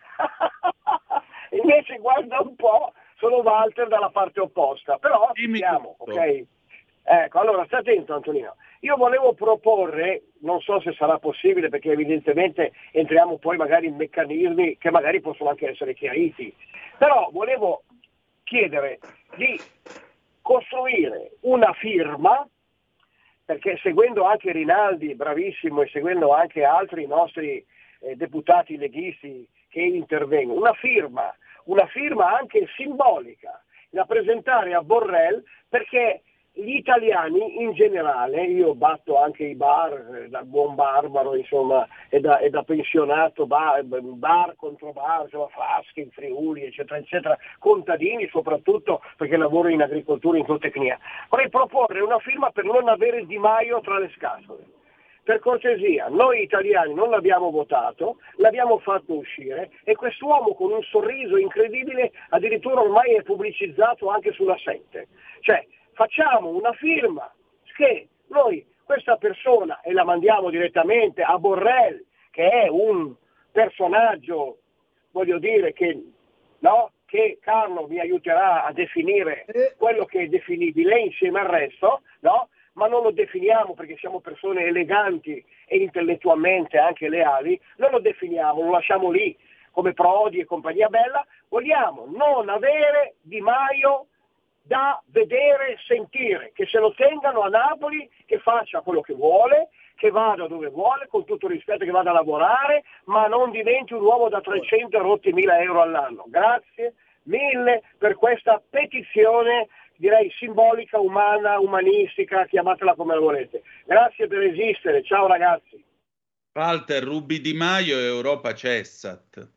Invece, guarda un po', sono Walter dalla parte opposta. Però
Dimmi
siamo,
tutto.
ok? Ecco, allora, stai attento, Antonino. Io volevo proporre, non so se sarà possibile perché evidentemente entriamo poi magari in meccanismi che magari possono anche essere chiariti, però volevo chiedere di costruire una firma, perché seguendo anche Rinaldi, bravissimo, e seguendo anche altri nostri eh, deputati leghisti che intervengono, una firma, una firma anche simbolica da presentare a Borrell perché gli italiani in generale, io batto anche i bar, da buon barbaro insomma, e da, e da pensionato bar, bar contro bar, insomma, Frasche, in Friuli, eccetera, eccetera, contadini soprattutto perché lavoro in agricoltura, in zootecnia. Vorrei proporre una firma per non avere Di Maio tra le scatole. Per cortesia, noi italiani non l'abbiamo votato, l'abbiamo fatto uscire e quest'uomo con un sorriso incredibile addirittura ormai è pubblicizzato anche sulla sette. Cioè, facciamo una firma che noi, questa persona, e la mandiamo direttamente a Borrell, che è un personaggio, voglio dire, che, no, che Carlo mi aiuterà a definire quello che è definibile insieme al resto, no? Ma non lo definiamo perché siamo persone eleganti e intellettualmente anche leali, non lo definiamo, lo lasciamo lì come Prodi e compagnia bella, vogliamo non avere Di Maio da vedere e sentire, che se lo tengano a Napoli, che faccia quello che vuole, che vada dove vuole, con tutto il rispetto che vada a lavorare, ma non diventi un uomo da trecento rotti mila euro all'anno. Grazie mille per questa petizione, direi simbolica, umana, umanistica, chiamatela come la volete. Grazie per esistere, ciao ragazzi.
Walter, rubi Di Maio e Europa Cessat.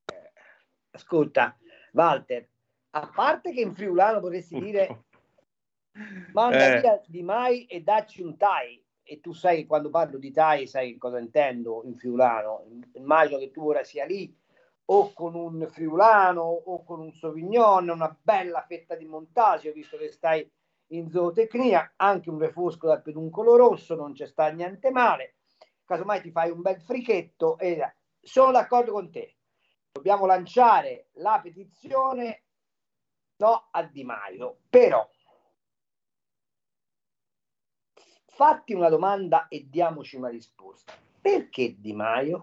Ascolta, Walter, a parte che in friulano potresti uh, dire manda
eh.
via Di Mai e dacci un tai, e tu sai che quando parlo di tai sai cosa intendo in friulano. Immagino che tu ora sia lì o con un friulano o con un sauvignon, una bella fetta di montasio, visto che stai in zootecnia, anche un refosco dal peduncolo rosso, non c'è sta niente male, casomai ti fai un bel frichetto e sono d'accordo con te, dobbiamo lanciare la petizione no a Di Maio, però fatti una domanda e diamoci una risposta. Perché Di Maio?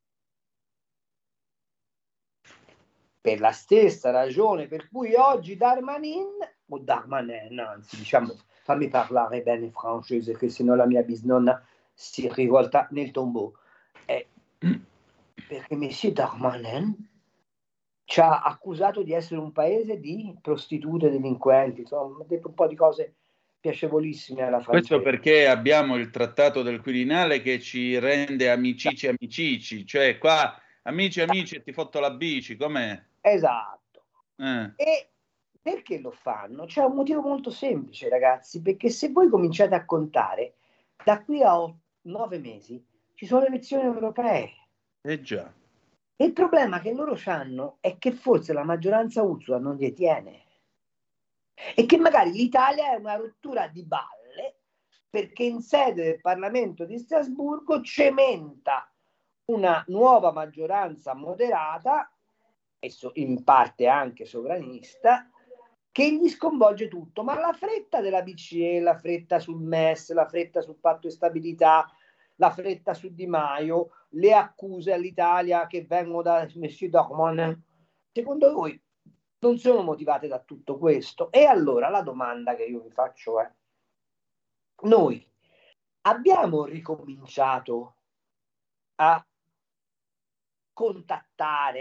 Per la stessa ragione per cui oggi Darmanin, o Darmanin, anzi diciamo, fammi parlare bene francese, che sennò la mia bisnonna si rivolta nel tombeau. Eh, perché Monsieur Darmanin ci ha accusato di essere un paese di prostitute e delinquenti, insomma, ha detto un po' di cose piacevolissime alla francese.
Questo perché abbiamo il trattato del Quirinale che ci rende amicici amicici, cioè qua amici amici e ti fotto la bici, com'è?
Esatto.
Eh.
E perché lo fanno? C'è un motivo molto semplice, ragazzi, perché se voi cominciate a contare, da qui a nove mesi ci sono le elezioni europee.
Eh già.
E il problema che loro hanno è che forse la maggioranza Ursula non li tiene e che magari l'Italia è una rottura di balle perché in sede del Parlamento di Strasburgo cementa una nuova maggioranza moderata e in parte anche sovranista che gli sconvolge tutto, ma la fretta della B C E, la fretta sul M E S, la fretta sul patto di stabilità, la fretta su Di Maio, le accuse all'Italia che vengono da Monsieur Darmanin, secondo voi non sono motivate da tutto questo? E allora la domanda che io vi faccio è: noi abbiamo ricominciato a contattare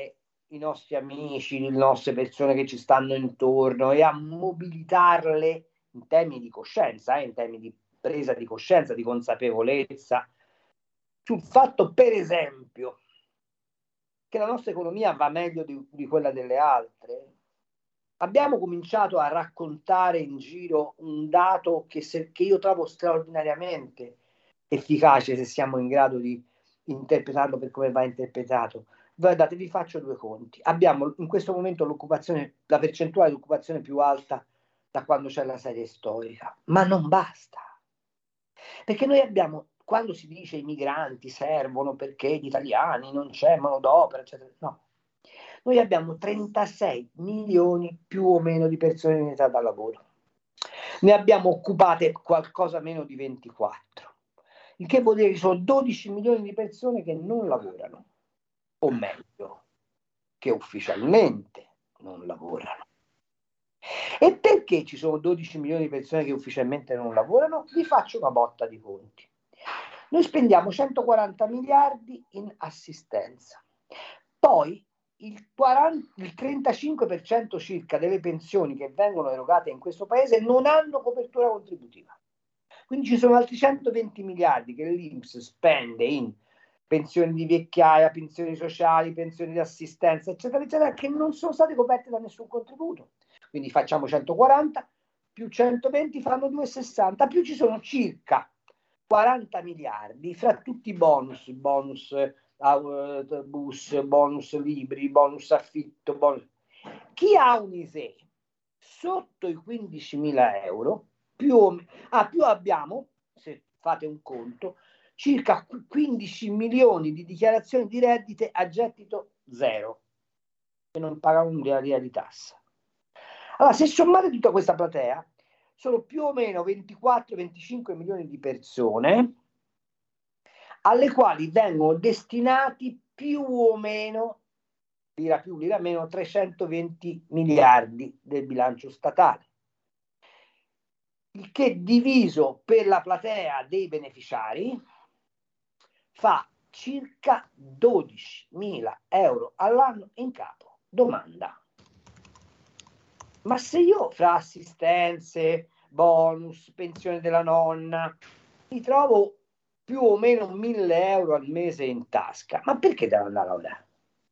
i nostri amici, le nostre persone che ci stanno intorno e a mobilitarle in termini di coscienza, eh, in termini di presa di coscienza, di consapevolezza, sul fatto, per esempio, che la nostra economia va meglio di, di quella delle altre. Abbiamo cominciato a raccontare in giro un dato che, se, che io trovo straordinariamente efficace, se siamo in grado di interpretarlo per come va interpretato. Guardate, vi faccio due conti. Abbiamo in questo momento l'occupazione, la percentuale di occupazione più alta da quando c'è la serie storica, ma non basta. Perché noi abbiamo, quando si dice i migranti servono perché gli italiani non c'è manodopera, eccetera, no. Noi abbiamo trentasei milioni più o meno di persone in età da lavoro. Ne abbiamo occupate qualcosa meno di ventiquattro. Il che vuol dire che ci sono dodici milioni di persone che non lavorano, o meglio, che ufficialmente non lavorano. E perché ci sono dodici milioni di persone che ufficialmente non lavorano? Vi faccio una botta di conti. Noi spendiamo centoquaranta miliardi in assistenza. Poi il, quaranta, il trentacinque per cento circa delle pensioni che vengono erogate in questo paese non hanno copertura contributiva. Quindi ci sono altri centoventi miliardi che l'I N P S spende in pensioni di vecchiaia, pensioni sociali, pensioni di assistenza, eccetera, eccetera, che non sono state coperte da nessun contributo. Quindi facciamo centoquaranta più centoventi fanno duecentosessanta, più ci sono circa quaranta miliardi fra tutti i bonus, bonus uh, bus, bonus libri, bonus affitto, bonus. Chi ha un I S E E sotto i quindicimila euro, più, o me- ah, più abbiamo, se fate un conto, circa quindici milioni di dichiarazioni di reddite a gettito zero, che non pagano un lira di tassa. Allora, se sommate tutta questa platea, sono più o meno ventiquattro venticinque milioni di persone alle quali vengono destinati più o meno, lira più, lira meno, trecentoventi miliardi del bilancio statale. Il che diviso per la platea dei beneficiari fa circa dodicimila euro all'anno in capo. Domanda. Ma se io fra assistenze, bonus, pensione della nonna, mi trovo più o meno mille euro al mese in tasca, ma perché devo andare a lavorare?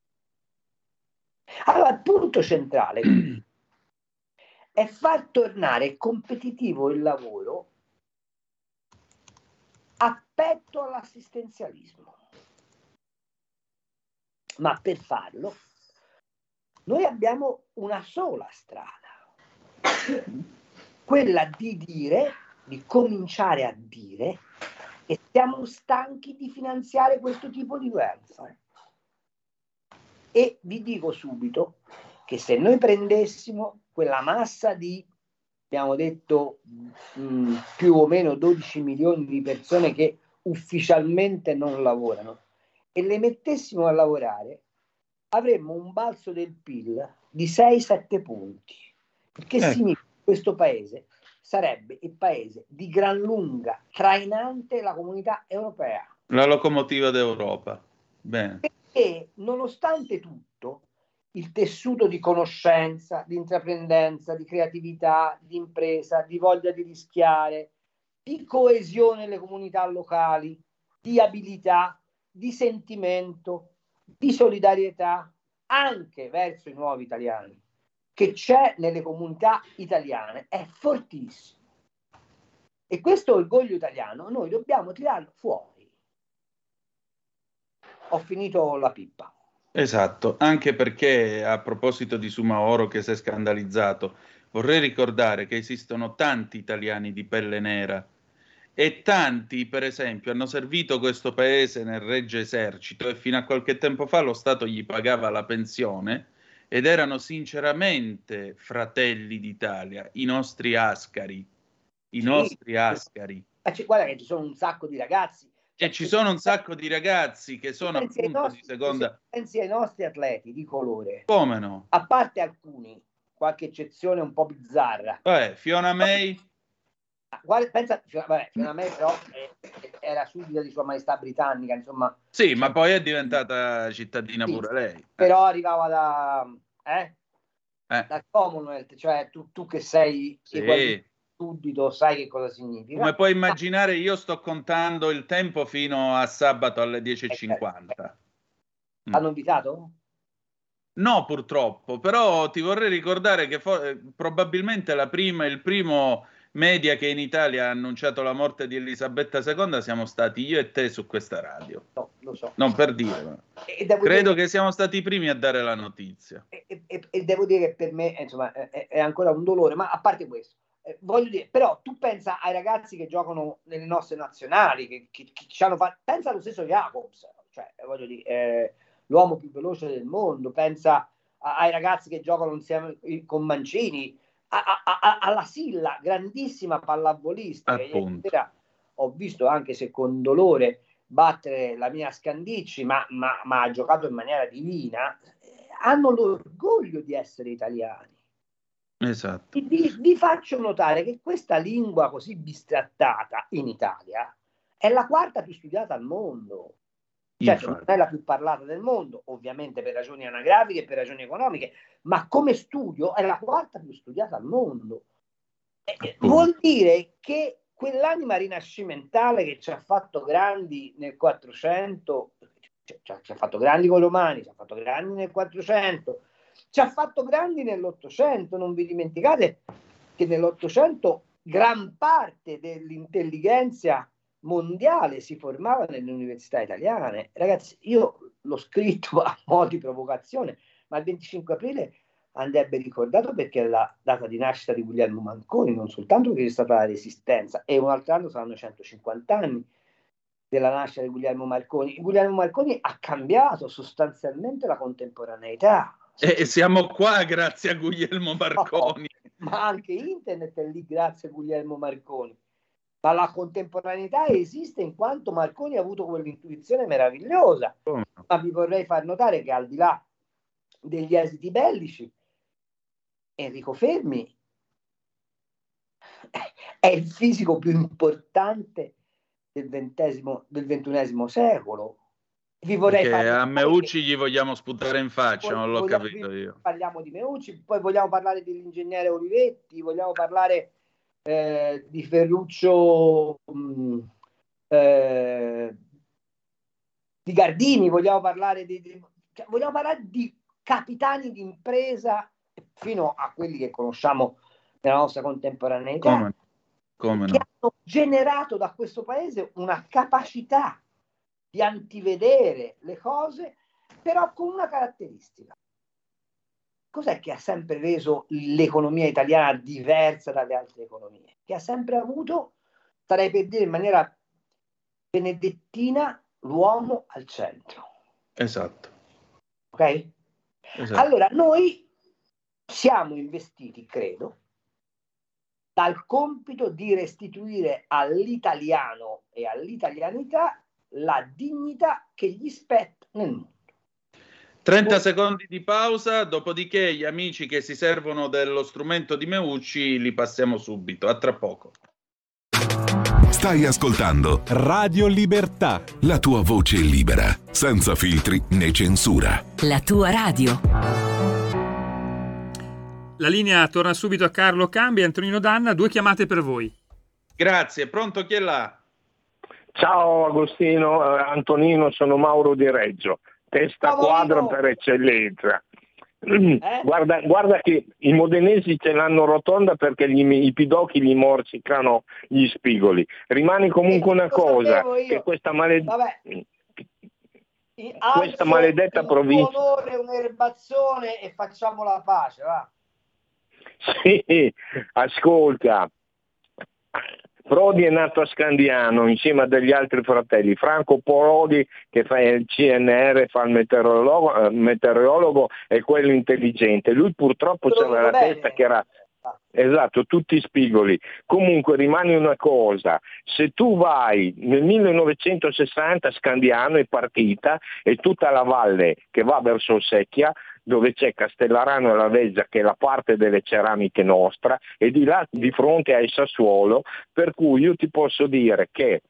Allora, il punto centrale è far tornare competitivo il lavoro a petto all'assistenzialismo. Ma per farlo noi abbiamo una sola strada, quella di dire, di cominciare a dire che siamo stanchi di finanziare questo tipo di welfare. E vi dico subito che se noi prendessimo quella massa di, abbiamo detto, mh, più o meno dodici milioni di persone che ufficialmente non lavorano e le mettessimo a lavorare, avremmo un balzo del P I L di sei sette punti, perché
Eh.
significa che questo paese sarebbe il paese di gran lunga trainante la comunità europea.
La locomotiva d'Europa. Bene.
E nonostante tutto, il tessuto di conoscenza, di intraprendenza, di creatività, di impresa, di voglia di rischiare, di coesione nelle comunità locali, di abilità, di sentimento, di solidarietà anche verso i nuovi italiani che c'è nelle comunità italiane è fortissimo. E questo orgoglio italiano noi dobbiamo tirarlo fuori. Ho finito la pippa.
Esatto, anche perché a proposito di Sumaoro che si è scandalizzato, vorrei ricordare che esistono tanti italiani di pelle nera e tanti, per esempio, hanno servito questo paese nel Regio Esercito e fino a qualche tempo fa lo Stato gli pagava la pensione ed erano sinceramente fratelli d'Italia, i nostri ascari, i
Sì.
nostri ascari.
Ma c'è- guarda che ci sono un sacco di ragazzi.
E ci sono un sacco di ragazzi che sono
Pensi ai
appunto
nostri-
di seconda...
se pensi ai nostri atleti di colore,
Come no?
a parte alcuni, qualche eccezione un po' bizzarra.
Vabbè, Fiona May...
Guarda, pensa, vabbè, Fiona May però è, è, era suddita di Sua Maestà britannica, insomma.
Sì, ma poi è diventata cittadina sì, pure lei.
Però arrivava da, eh?
Eh.
da Commonwealth, cioè tu, tu che sei
sì.
suddito sai che cosa significa.
Come puoi immaginare, io sto contando il tempo fino a sabato alle dieci e cinquanta.
Mm. Hanno invitato?
No, purtroppo, però ti vorrei ricordare che for- probabilmente la prima, il primo media che in Italia ha annunciato la morte di Elisabetta seconda siamo stati io e te su questa radio.
No, lo so.
Non per dire, ma
e
credo
dire...
che siamo stati i primi a dare la notizia.
E, e, e devo dire che per me, insomma, è, è ancora un dolore, ma a parte questo, eh, voglio dire, però tu pensa ai ragazzi che giocano nelle nostre nazionali, che, che, che ci hanno fatto, pensa allo stesso Jacobs, cioè, voglio dire, eh, l'uomo più veloce del mondo, pensa a, ai ragazzi che giocano insieme con Mancini, a, a, a, alla Silla, grandissima pallavolista, che ieri sera ho visto, anche se con dolore, battere la mia Scandicci, ma, ma, ma ha giocato in maniera divina, eh, hanno l'orgoglio di essere italiani.
Esatto.
Vi, vi faccio notare che questa lingua così bistrattata in Italia è la quarta più studiata al mondo. Certo, non è la più parlata del mondo, ovviamente per ragioni anagrafiche e per ragioni economiche, ma come studio è la quarta più studiata al mondo. Eh, vuol dire che quell'anima rinascimentale che ci ha fatto grandi nel quattrocento, cioè, ci ha fatto grandi con i Romani, ci ha fatto grandi nel quattrocento, ci ha fatto grandi nell'Ottocento. Non vi dimenticate che nell'Ottocento gran parte dell'intelligenza mondiale si formava nelle università italiane. Ragazzi, io l'ho scritto a mo' di provocazione, ma il venticinque aprile andrebbe ricordato perché è la data di nascita di Guglielmo Marconi, non soltanto perché c'è stata la Resistenza, e un altro anno saranno centocinquanta anni della nascita di Guglielmo Marconi. Guglielmo Marconi ha cambiato sostanzialmente la contemporaneità.
E siamo qua grazie a Guglielmo Marconi.
No, ma anche internet è lì grazie a Guglielmo Marconi. Ma la contemporaneità esiste in quanto Marconi ha avuto quell'intuizione meravigliosa. Oh. Ma vi vorrei far notare che al di là degli esiti bellici, Enrico Fermi è il fisico più importante del ventesimo, del ventunesimo secolo. Vi vorrei
Perché a Meucci che... gli vogliamo sputare in faccia, poi, non l'ho
vogliamo,
capito io.
Parliamo di Meucci, poi vogliamo parlare dell'ingegnere Olivetti, vogliamo parlare eh, di Ferruccio, mh, eh, di Gardini, vogliamo parlare di, di cioè, vogliamo parlare di capitani di impresa fino a quelli che conosciamo nella nostra contemporaneità,
come, come
che
no?
hanno generato da questo paese una capacità di antivedere le cose, però con una caratteristica. Cos'è che ha sempre reso l'economia italiana diversa dalle altre economie? Che ha sempre avuto, starei per dire in maniera benedettina, l'uomo al centro.
Esatto.
Ok? Esatto. Allora, noi siamo investiti, credo, dal compito di restituire all'italiano e all'italianità la dignità che gli spetta nel mondo.
trenta secondi di pausa, dopodiché gli amici che si servono dello strumento di Meucci li passiamo subito. A tra poco.
Stai ascoltando
Radio Libertà,
la tua voce libera, senza filtri né censura.
La tua radio.
La linea torna subito a Carlo Cambi e Antonino Danna, due chiamate per voi.
Grazie, pronto, chi è là?
Ciao Agostino, eh, Antonino, sono Mauro Di Reggio, testa
oh,
quadra
no.
per eccellenza. Eh? Guarda, guarda che i modenesi ce l'hanno rotonda perché gli, i pidocchi gli morsicano gli spigoli. Rimane comunque una cosa, che questa, maled... questa maledetta provincia...
Un onore, un erbazzone e facciamo la pace, va?
Sì, ascolta... Prodi è nato a Scandiano insieme a degli altri fratelli, Franco Prodi che fa il C N R, fa il meteorologo, eh, meteorologo e quello intelligente. Lui purtroppo c'aveva la bene. testa che era, esatto, tutti spigoli. Comunque rimane una cosa, se tu vai nel millenovecentosessanta a Scandiano è partita e tutta la valle che va verso Secchia, dove c'è Castellarano e la Veggia che è la parte delle ceramiche nostra e di là di fronte ai Sassuolo, per cui io ti posso dire che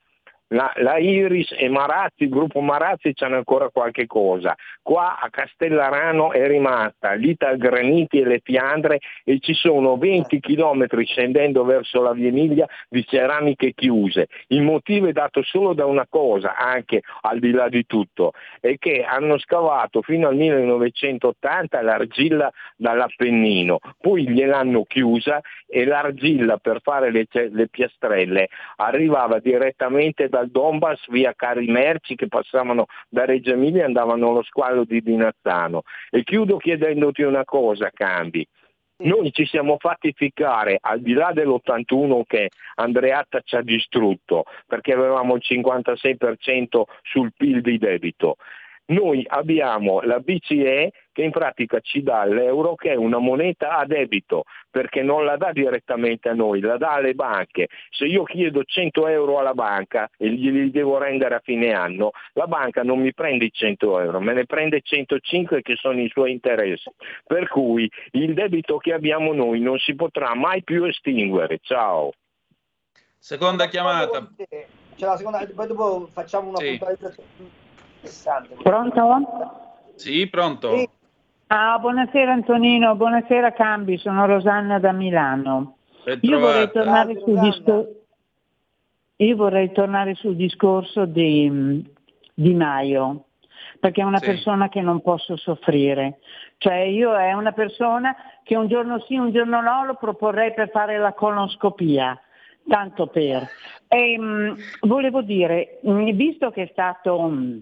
La, la Iris e Marazzi, il gruppo Marazzi c'hanno ancora qualche cosa. Qua a Castellarano è rimasta l'Italgraniti e le Fiandre e ci sono venti chilometri scendendo verso la Via Emilia di ceramiche chiuse. Il motivo è dato solo da una cosa, anche al di là di tutto, è che hanno scavato fino al millenovecentottanta l'argilla dall'Appennino, poi gliel'hanno chiusa e l'argilla per fare le, le piastrelle arrivava direttamente dal Donbass via carri merci che passavano da Reggio Emilia e andavano allo squalo di Dinazzano. E chiudo chiedendoti una cosa, Cambi. Noi ci siamo fatti ficcare, al di là dell'ottantuno che Andreatta ci ha distrutto, perché avevamo il cinquantasei per cento sul P I L di debito. Noi abbiamo la B C E che in pratica ci dà l'euro, che è una moneta a debito, perché non la dà direttamente a noi, la dà alle banche. Se io chiedo cento euro alla banca e glieli devo rendere a fine anno, la banca non mi prende i cento euro, me ne prende centocinque che sono i suoi interessi. Per cui il debito che abbiamo noi non si potrà mai più estinguere. Ciao.
Seconda chiamata.
C'è la seconda, poi dopo facciamo una
Sì.
puntualizzazione.
Pronto?
Sì, pronto.
Sì.
Ah, buonasera Antonino, buonasera Cambi, sono Rosanna da Milano.
Ben
Io vorrei
trovata.
tornare
Ciao,
sul
Rosanna.
discorso Io vorrei tornare sul discorso di, di Maio, perché è una
Sì.
persona che non posso soffrire. Cioè io è una persona che un giorno sì, un giorno no lo proporrei per fare la colonoscopia, tanto per. E, mh, volevo dire, mh, visto che è stato mh,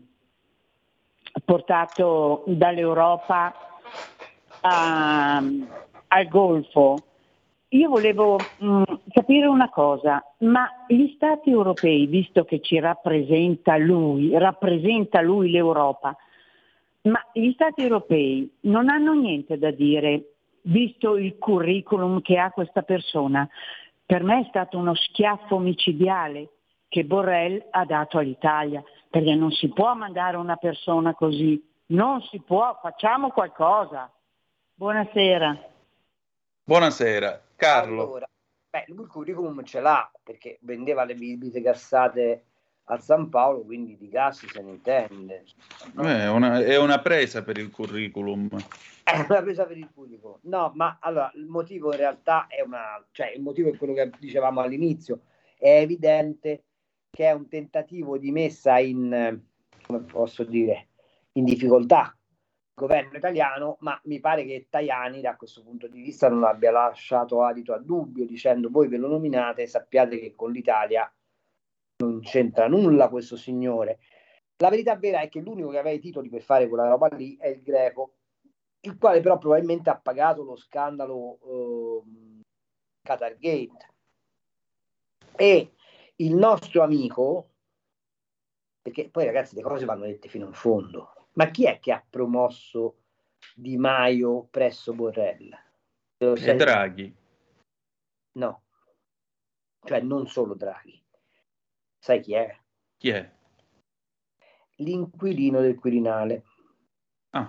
portato dall'Europa a- al Golfo, io volevo mh, capire una cosa, ma gli Stati europei, visto che ci rappresenta lui, rappresenta lui l'Europa, ma gli Stati europei non hanno niente da dire, visto il curriculum che ha questa persona? Per me è stato uno schiaffo micidiale che Borrell ha dato all'Italia, perché non si può mandare una persona così, non si può, facciamo qualcosa. Buonasera.
Buonasera, Carlo.
Allora, beh, lui il curriculum ce l'ha perché vendeva le bibite gassate a San Paolo, quindi di gas se ne intende. No?
Eh, È una, è una presa per il curriculum.
È una presa per il pubblico. No, ma allora il motivo in realtà è una, cioè il motivo è quello che dicevamo all'inizio. È evidente che è un tentativo di messa in, eh, come posso dire, in difficoltà il governo italiano, ma mi pare che Tajani da questo punto di vista non abbia lasciato adito a dubbio, dicendo voi ve lo nominate, sappiate che con l'Italia non c'entra nulla questo signore. La verità vera è che l'unico che aveva i titoli per fare quella roba lì è il Greco, il quale però probabilmente ha pagato lo scandalo eh, Qatargate. E il nostro amico, perché poi ragazzi le cose vanno dette fino in fondo, ma chi è che ha promosso Di Maio presso Borrell?
È Draghi.
No, cioè non solo Draghi. Sai chi è?
Chi è?
L'inquilino del Quirinale.
Ah.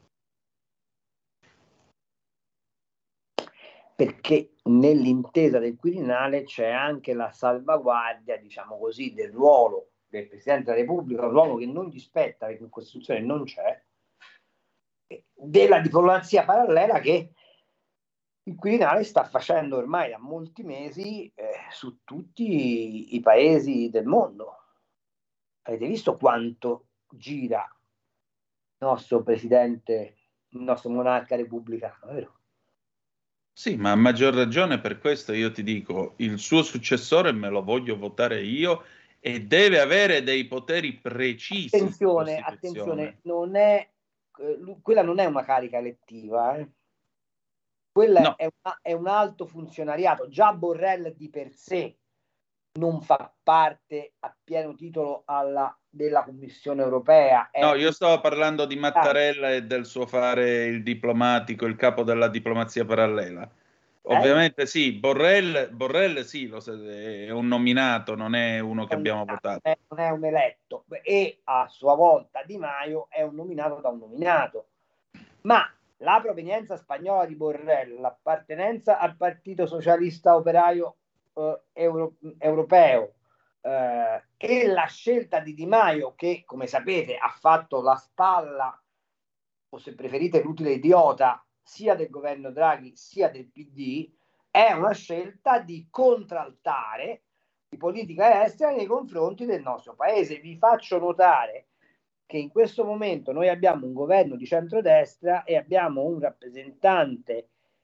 Perché nell'intesa del Quirinale c'è anche la salvaguardia, diciamo così, del ruolo del Presidente della Repubblica, un ruolo che non gli spetta, perché in Costituzione non c'è, della diplomazia parallela che il Quirinale sta facendo ormai da molti mesi eh, su tutti i paesi del mondo. Avete visto quanto gira il nostro Presidente, il nostro monarca repubblicano, vero?
Sì, ma a maggior ragione per questo io ti dico, il suo successore me lo voglio votare io e deve avere dei poteri precisi.
Attenzione, attenzione, non è, eh, quella non è una carica elettiva, eh. Quella
No.
è, una, è un alto funzionariato. Già Borrell di per sé non fa parte a pieno titolo alla, della Commissione europea. È
No, io stavo parlando di Mattarella e del suo fare il diplomatico, il capo della diplomazia parallela. Ovviamente sì, Borrell, Borrell sì, lo, è un nominato, non è uno che abbiamo votato.
È, non è un eletto e a sua volta Di Maio è un nominato da un nominato. Ma la provenienza spagnola di Borrell, l'appartenenza al Partito Socialista Operaio eh, Euro, Europeo, eh, e la scelta di Di Maio, che come sapete ha fatto la spalla, o se preferite l'utile idiota, sia del governo Draghi sia del P D, è una scelta di contraltare di politica estera nei confronti del nostro paese. Vi faccio notare che in questo momento noi abbiamo un governo di centrodestra e abbiamo un rappresentante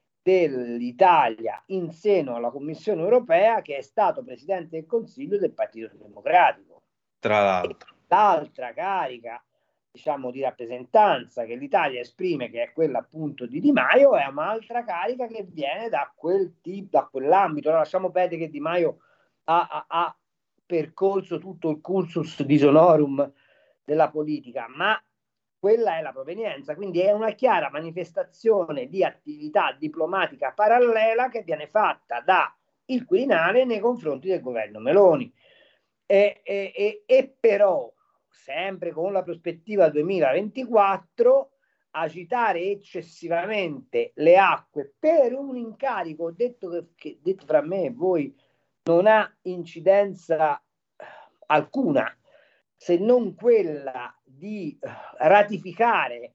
dell'Italia in seno alla Commissione europea che è stato Presidente del Consiglio del Partito Democratico.
Tra l'altro.
E l'altra carica, diciamo, di rappresentanza che l'Italia esprime, che è quella appunto di Di Maio, è un'altra carica che viene da quel tipo, da quell'ambito. Allora, lasciamo perdere che Di Maio ha, ha, ha percorso tutto il cursus disonorum della politica, ma quella è la provenienza, quindi è una chiara manifestazione di attività diplomatica parallela che viene fatta da il Quirinale nei confronti del governo Meloni. E, e, e, e però, sempre con la prospettiva duemilaventiquattro, agitare eccessivamente le acque per un incarico, detto, che, che, detto fra me e voi, non ha incidenza alcuna, se non quella di ratificare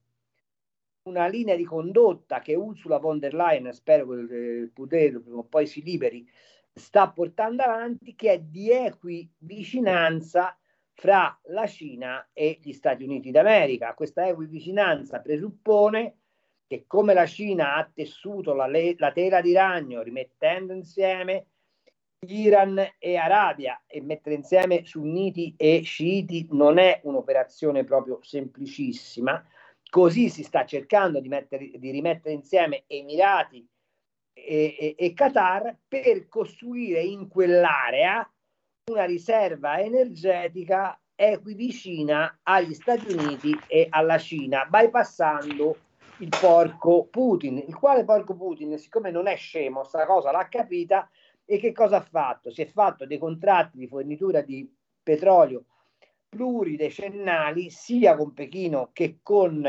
una linea di condotta che Ursula von der Leyen, spero che il potere prima o poi si liberi, sta portando avanti, che è di equivicinanza fra la Cina e gli Stati Uniti d'America. Questa equivicinanza presuppone che, come la Cina ha tessuto la, le- la tela di ragno rimettendo insieme Iran e Arabia, e mettere insieme sunniti e sciiti non è un'operazione proprio semplicissima, così si sta cercando di, mettere, di rimettere insieme Emirati e, e, e Qatar per costruire in quell'area una riserva energetica equivicina agli Stati Uniti e alla Cina, bypassando il porco Putin, il quale porco Putin, siccome non è scemo, sta cosa l'ha capita. E che cosa ha fatto? Si è fatto dei contratti di fornitura di petrolio pluridecennali sia con Pechino che con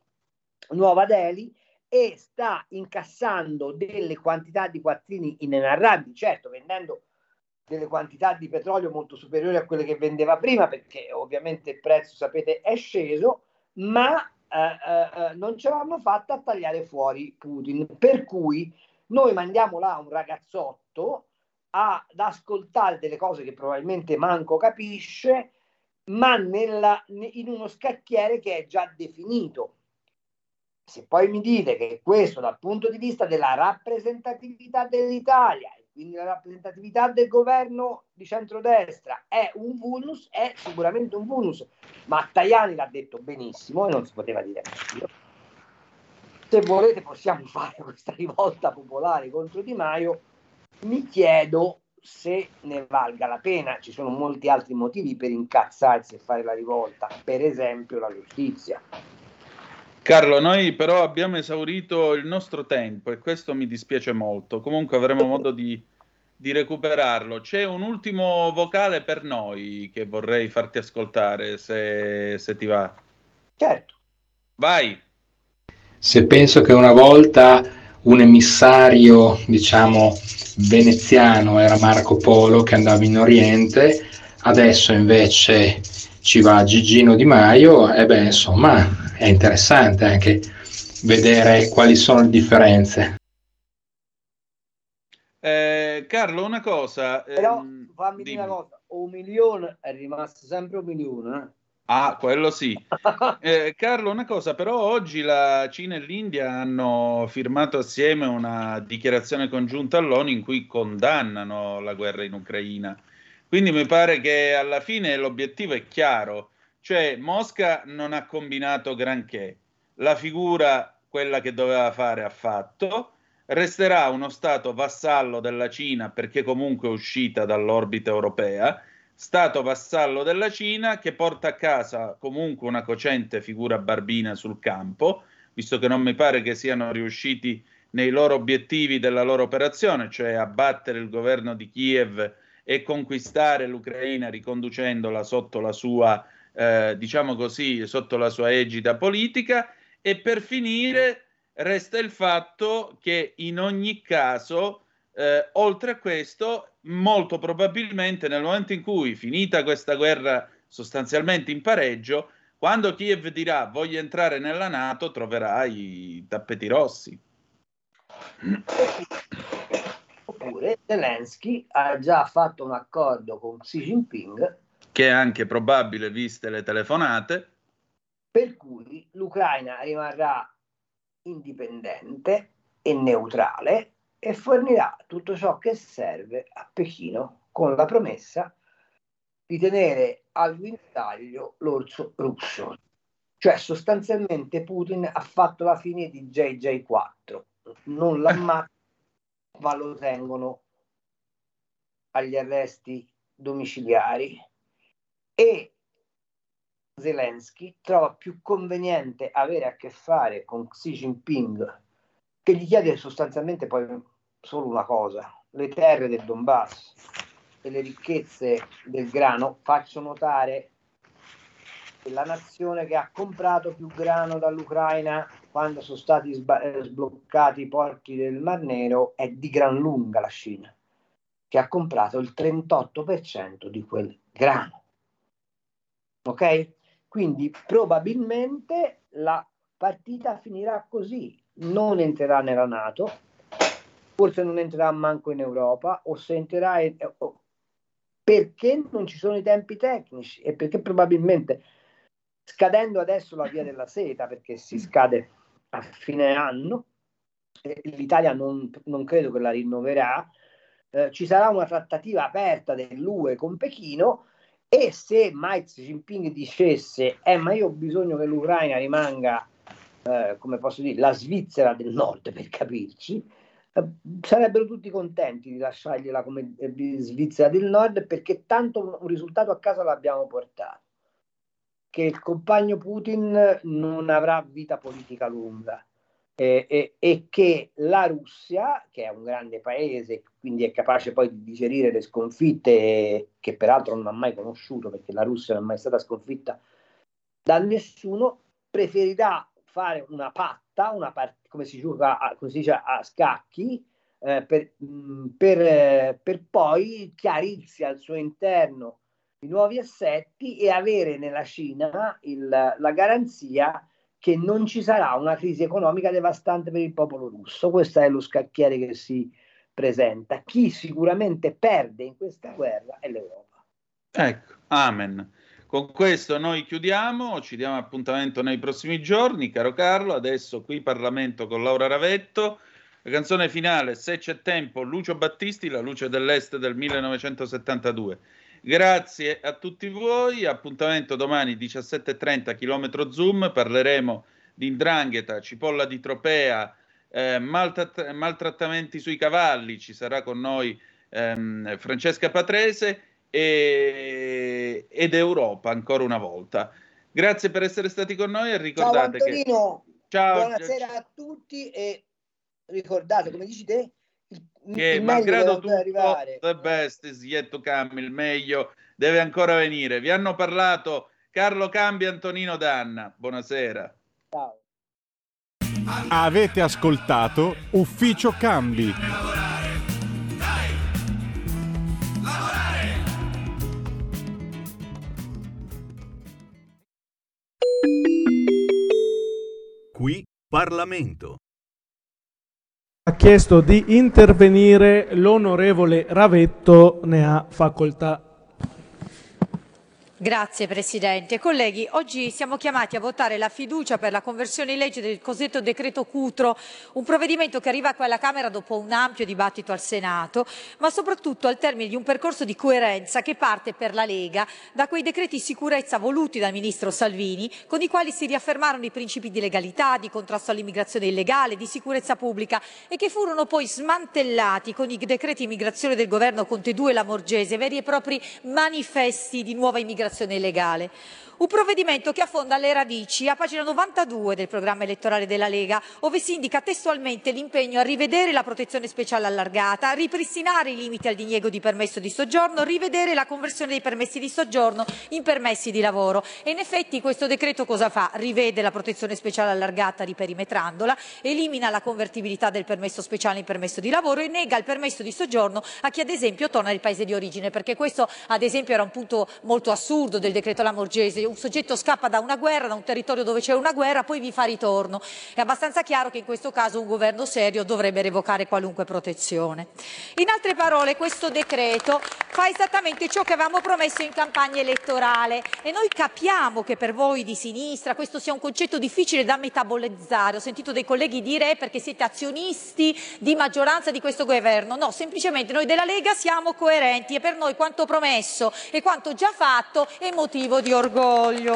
Nuova Delhi, e sta incassando delle quantità di quattrini inenarrabili, certo vendendo delle quantità di petrolio molto superiori a quelle che vendeva prima, perché ovviamente il prezzo, sapete, è sceso, ma eh, eh, non ce l'hanno fatta a tagliare fuori Putin, per cui noi mandiamo là un ragazzotto ad ascoltare delle cose che probabilmente manco capisce, ma nella, in uno scacchiere che è già definito. Se poi mi dite che questo dal punto di vista della rappresentatività dell'Italia e quindi la rappresentatività del governo di centrodestra è un vulnus, è sicuramente un vulnus, ma Tajani l'ha detto benissimo e non si poteva dire meglio. Se volete possiamo fare questa rivolta popolare contro Di Maio, mi chiedo se ne valga la pena. Ci sono molti altri motivi per incazzarsi e fare la rivolta, per esempio la giustizia.
Carlo, noi però abbiamo esaurito il nostro tempo e questo mi dispiace molto. Comunque avremo modo di, di recuperarlo. C'è un ultimo vocale per noi che vorrei farti ascoltare, se, se ti va.
Certo.
Vai.
Se penso che una volta un emissario, diciamo, veneziano era Marco Polo che andava in Oriente, adesso invece ci va Gigino Di Maio, e beh, insomma, è interessante anche vedere quali sono le differenze.
Eh, Carlo, una cosa.
Però
ehm,
fammi dire una cosa, un milione è rimasto sempre un milione. Eh?
Ah, quello sì. Eh, Carlo, una cosa, però oggi la Cina e l'India hanno firmato assieme una dichiarazione congiunta all'ONU in cui condannano la guerra in Ucraina. Quindi mi pare che alla fine l'obiettivo è chiaro, cioè Mosca non ha combinato granché, la figura, quella che doveva fare, ha fatto, resterà uno stato vassallo della Cina perché comunque è uscita dall'orbita europea, stato vassallo della Cina che porta a casa comunque una cocente figura barbina sul campo, visto che non mi pare che siano riusciti nei loro obiettivi della loro operazione, cioè abbattere il governo di Kiev e conquistare l'Ucraina riconducendola sotto la sua, eh, diciamo così, sotto la sua egida politica. E per finire resta il fatto che in ogni caso eh, oltre a questo, molto probabilmente nel momento in cui, finita questa guerra sostanzialmente in pareggio, quando Kiev dirà voglio entrare nella NATO, troverà i tappeti rossi.
Oppure Zelensky ha già fatto un accordo con Xi Jinping,
che è anche probabile viste le telefonate,
per cui l'Ucraina rimarrà indipendente e neutrale e fornirà tutto ciò che serve a Pechino, con la promessa di tenere al guinzaglio l'orso russo. Cioè sostanzialmente Putin ha fatto la fine di J J quattro, non l'ammazzano, ma lo tengono agli arresti domiciliari, e Zelensky trova più conveniente avere a che fare con Xi Jinping, che gli chiede sostanzialmente poi solo una cosa: le terre del Donbass e le ricchezze del grano. Faccio notare che la nazione che ha comprato più grano dall'Ucraina quando sono stati sba- sbloccati i porti del Mar Nero è di gran lunga la Cina, che ha comprato il trentotto per cento di quel grano. Ok? Quindi probabilmente la partita finirà così: non entrerà nella NATO, forse non entrerà manco in Europa, o se entrerà è, o, perché non ci sono i tempi tecnici, e perché probabilmente, scadendo adesso la via della seta, perché si scade a fine anno, eh, l'Italia non, non credo che la rinnoverà, eh, ci sarà una trattativa aperta dell'U E con Pechino. E se mai Xi Jinping dicesse eh, ma io ho bisogno che l'Ucraina rimanga, eh, come posso dire, la Svizzera del Nord, per capirci, eh, sarebbero tutti contenti di lasciargliela come eh, Svizzera del Nord, perché tanto un risultato a casa l'abbiamo portato, che il compagno Putin non avrà vita politica lunga, eh, eh, e che la Russia, che è un grande paese, quindi è capace poi di digerire le sconfitte, che peraltro non ha mai conosciuto, perché la Russia non è mai stata sconfitta da nessuno, preferirà fare una patta, una part- come si gioca a, come si dice, a scacchi, eh, per, mh, per, eh, per poi chiarirsi al suo interno i nuovi assetti e avere nella Cina il, la garanzia che non ci sarà una crisi economica devastante per il popolo russo. Questo è lo scacchiere che si presenta. Chi sicuramente perde in questa guerra è l'Europa.
Ecco, amen. Con questo noi chiudiamo, ci diamo appuntamento nei prossimi giorni, caro Carlo. Adesso qui Parlamento con Laura Ravetto. La canzone finale, se c'è tempo, Lucio Battisti, La luce dell'est del millenovecentosettantadue. Grazie a tutti voi, appuntamento domani diciassette e trenta, chilometro Zoom, parleremo di 'ndrangheta, cipolla di Tropea, eh, maltratt- maltrattamenti sui cavalli, ci sarà con noi ehm, Francesca Patrese, e, ed Europa ancora una volta. Grazie per essere stati con noi e ricordate
Ciao Antonino,
che... Ciao,
buonasera a tutti, e ricordate, come dici te, il,
che
il meglio
malgrado
deve
tutto,
arrivare.
the best is yet to come, il meglio deve ancora venire. Vi hanno parlato Carlo Cambi e Antonino Danna. Buonasera.
Ciao.
Avete ascoltato Ufficio Cambi.
Qui Parlamento.
Ha chiesto di intervenire l'onorevole Ravetto, ne ha facoltà.
Grazie Presidente. Colleghi, oggi siamo chiamati a votare la fiducia per la conversione in legge del cosiddetto decreto Cutro, un provvedimento che arriva qui alla Camera dopo un ampio dibattito al Senato, ma soprattutto al termine di un percorso di coerenza che parte per la Lega da quei decreti sicurezza voluti dal Ministro Salvini, con i quali si riaffermarono i principi di legalità, di contrasto all'immigrazione illegale, di sicurezza pubblica, e che furono poi smantellati con i decreti immigrazione del governo Conte due e Lamorgese, veri e propri manifesti di nuova immigrazione l'immigrazione illegale. Un provvedimento che affonda le radici a pagina novantadue del programma elettorale della Lega, dove si indica testualmente l'impegno a rivedere la protezione speciale allargata, a ripristinare i limiti al diniego di permesso di soggiorno, rivedere la conversione dei permessi di soggiorno in permessi di lavoro. E in effetti questo decreto cosa fa? Rivede la protezione speciale allargata riperimetrandola, elimina la convertibilità del permesso speciale in permesso di lavoro e nega il permesso di soggiorno a chi ad esempio torna nel paese di origine, perché questo ad esempio era un punto molto assurdo del decreto Lamorgese. Un soggetto scappa da una guerra, da un territorio dove c'è una guerra, poi vi fa ritorno. È abbastanza chiaro che in questo caso un governo serio dovrebbe revocare qualunque protezione. In altre parole, questo decreto fa esattamente ciò che avevamo promesso in campagna elettorale e noi capiamo che per voi di sinistra questo sia un concetto difficile da metabolizzare. Ho sentito dei colleghi dire eh, perché siete azionisti di maggioranza di questo governo. No, semplicemente noi della Lega siamo coerenti e per noi quanto promesso e quanto già fatto è motivo di orgoglio.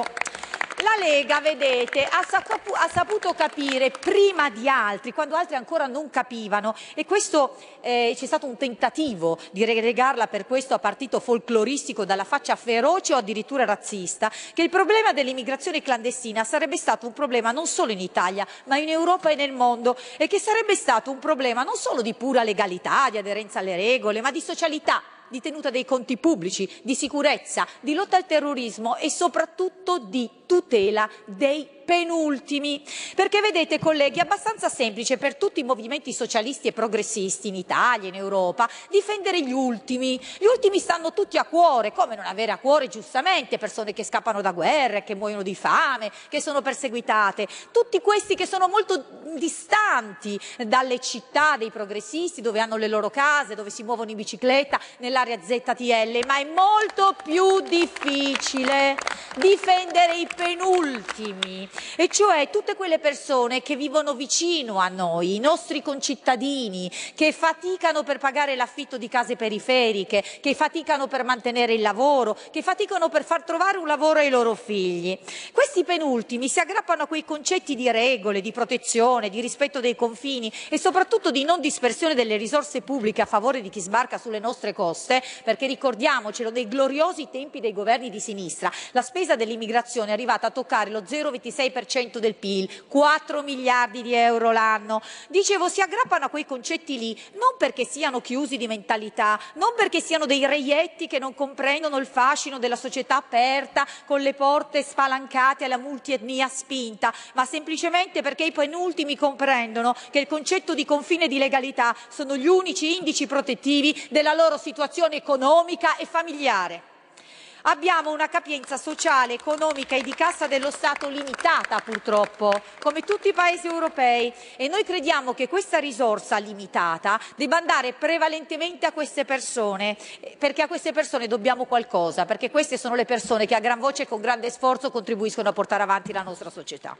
La Lega, vedete, ha, sapu- ha saputo capire prima di altri, quando altri ancora non capivano, e questo eh, c'è stato un tentativo di relegarla per questo a partito folcloristico dalla faccia feroce o addirittura razzista, che il problema dell'immigrazione clandestina sarebbe stato un problema non solo in Italia, ma in Europa e nel mondo, e che sarebbe stato un problema non solo di pura legalità, di aderenza alle regole, ma di socialità, di tenuta dei conti pubblici, di sicurezza, di lotta al terrorismo e soprattutto di tutela dei penultimi. Perché vedete colleghi, è abbastanza semplice per tutti i movimenti socialisti e progressisti in Italia, in Europa, difendere gli ultimi. Gli ultimi stanno tutti a cuore, come non avere a cuore giustamente persone che scappano da guerre, che muoiono di fame, che sono perseguitate. Tutti questi che sono molto distanti dalle città dei progressisti, dove hanno le loro case, dove si muovono in bicicletta, nell'area Z T L, ma è molto più difficile difendere i penultimi, e cioè tutte quelle persone che vivono vicino a noi, i nostri concittadini, che faticano per pagare l'affitto di case periferiche, che faticano per mantenere il lavoro, che faticano per far trovare un lavoro ai loro figli. Questi penultimi si aggrappano a quei concetti di regole, di protezione, di rispetto dei confini e soprattutto di non dispersione delle risorse pubbliche a favore di chi sbarca sulle nostre coste, perché ricordiamocelo, nei gloriosi tempi dei governi di sinistra la spesa dell'immigrazione è arrivata a toccare lo zero virgola ventisei per cento del P I L, quattro miliardi di euro l'anno. Dicevo, si aggrappano a quei concetti lì non perché siano chiusi di mentalità, non perché siano dei reietti che non comprendono il fascino della società aperta con le porte spalancate alla multietnia spinta, ma semplicemente perché i penultimi comprendono che il concetto di confine e di legalità sono gli unici indici protettivi della loro situazione economica e familiare. Abbiamo una capienza sociale, economica e di cassa dello Stato limitata, purtroppo, come tutti i paesi europei, e noi crediamo che questa risorsa limitata debba andare prevalentemente a queste persone, perché a queste persone dobbiamo qualcosa, perché queste sono le persone che a gran voce e con grande sforzo contribuiscono a portare avanti la nostra società.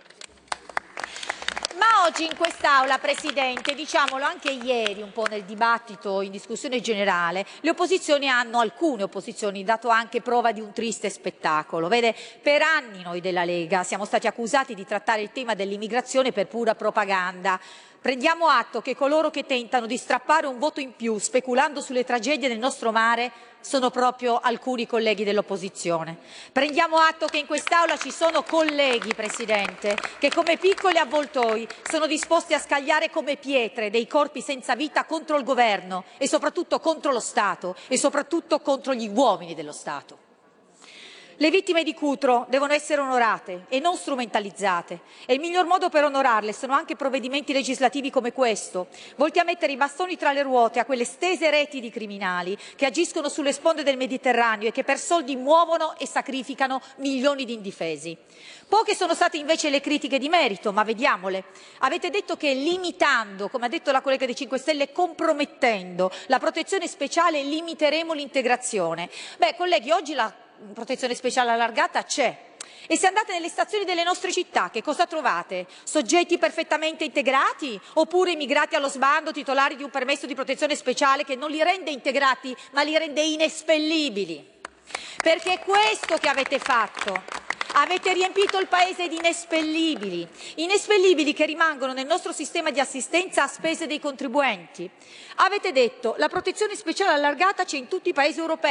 Ma oggi in quest'Aula, Presidente, diciamolo anche ieri un po' nel dibattito in discussione generale, le opposizioni hanno, alcune opposizioni, dato anche prova di un triste spettacolo. Vede, per anni noi della Lega siamo stati accusati di trattare il tema dell'immigrazione per pura propaganda. Prendiamo atto che coloro che tentano di strappare un voto in più speculando sulle tragedie del nostro mare sono proprio alcuni colleghi dell'opposizione. Prendiamo atto che in quest'Aula ci sono colleghi, Presidente, che come piccoli avvoltoi sono disposti a scagliare come pietre dei corpi senza vita contro il governo e soprattutto contro lo Stato e soprattutto contro gli uomini dello Stato. Le vittime di Cutro devono essere onorate e non strumentalizzate, e il miglior modo per onorarle sono anche provvedimenti legislativi come questo, volti a mettere i bastoni tra le ruote a quelle stese reti di criminali che agiscono sulle sponde del Mediterraneo e che per soldi muovono e sacrificano milioni di indifesi. Poche sono state invece le critiche di merito, ma vediamole. Avete detto che limitando, come ha detto la collega dei cinque Stelle, compromettendo la protezione speciale limiteremo l'integrazione. Beh, colleghi, oggi la protezione speciale allargata c'è. E se andate nelle stazioni delle nostre città, che cosa trovate? Soggetti perfettamente integrati oppure immigrati allo sbando titolari di un permesso di protezione speciale che non li rende integrati ma li rende inespellibili? Perché è questo che avete fatto. Avete riempito il Paese di inespellibili, inespellibili che rimangono nel nostro sistema di assistenza a spese dei contribuenti. Avete detto la protezione speciale allargata c'è in tutti i Paesi europei.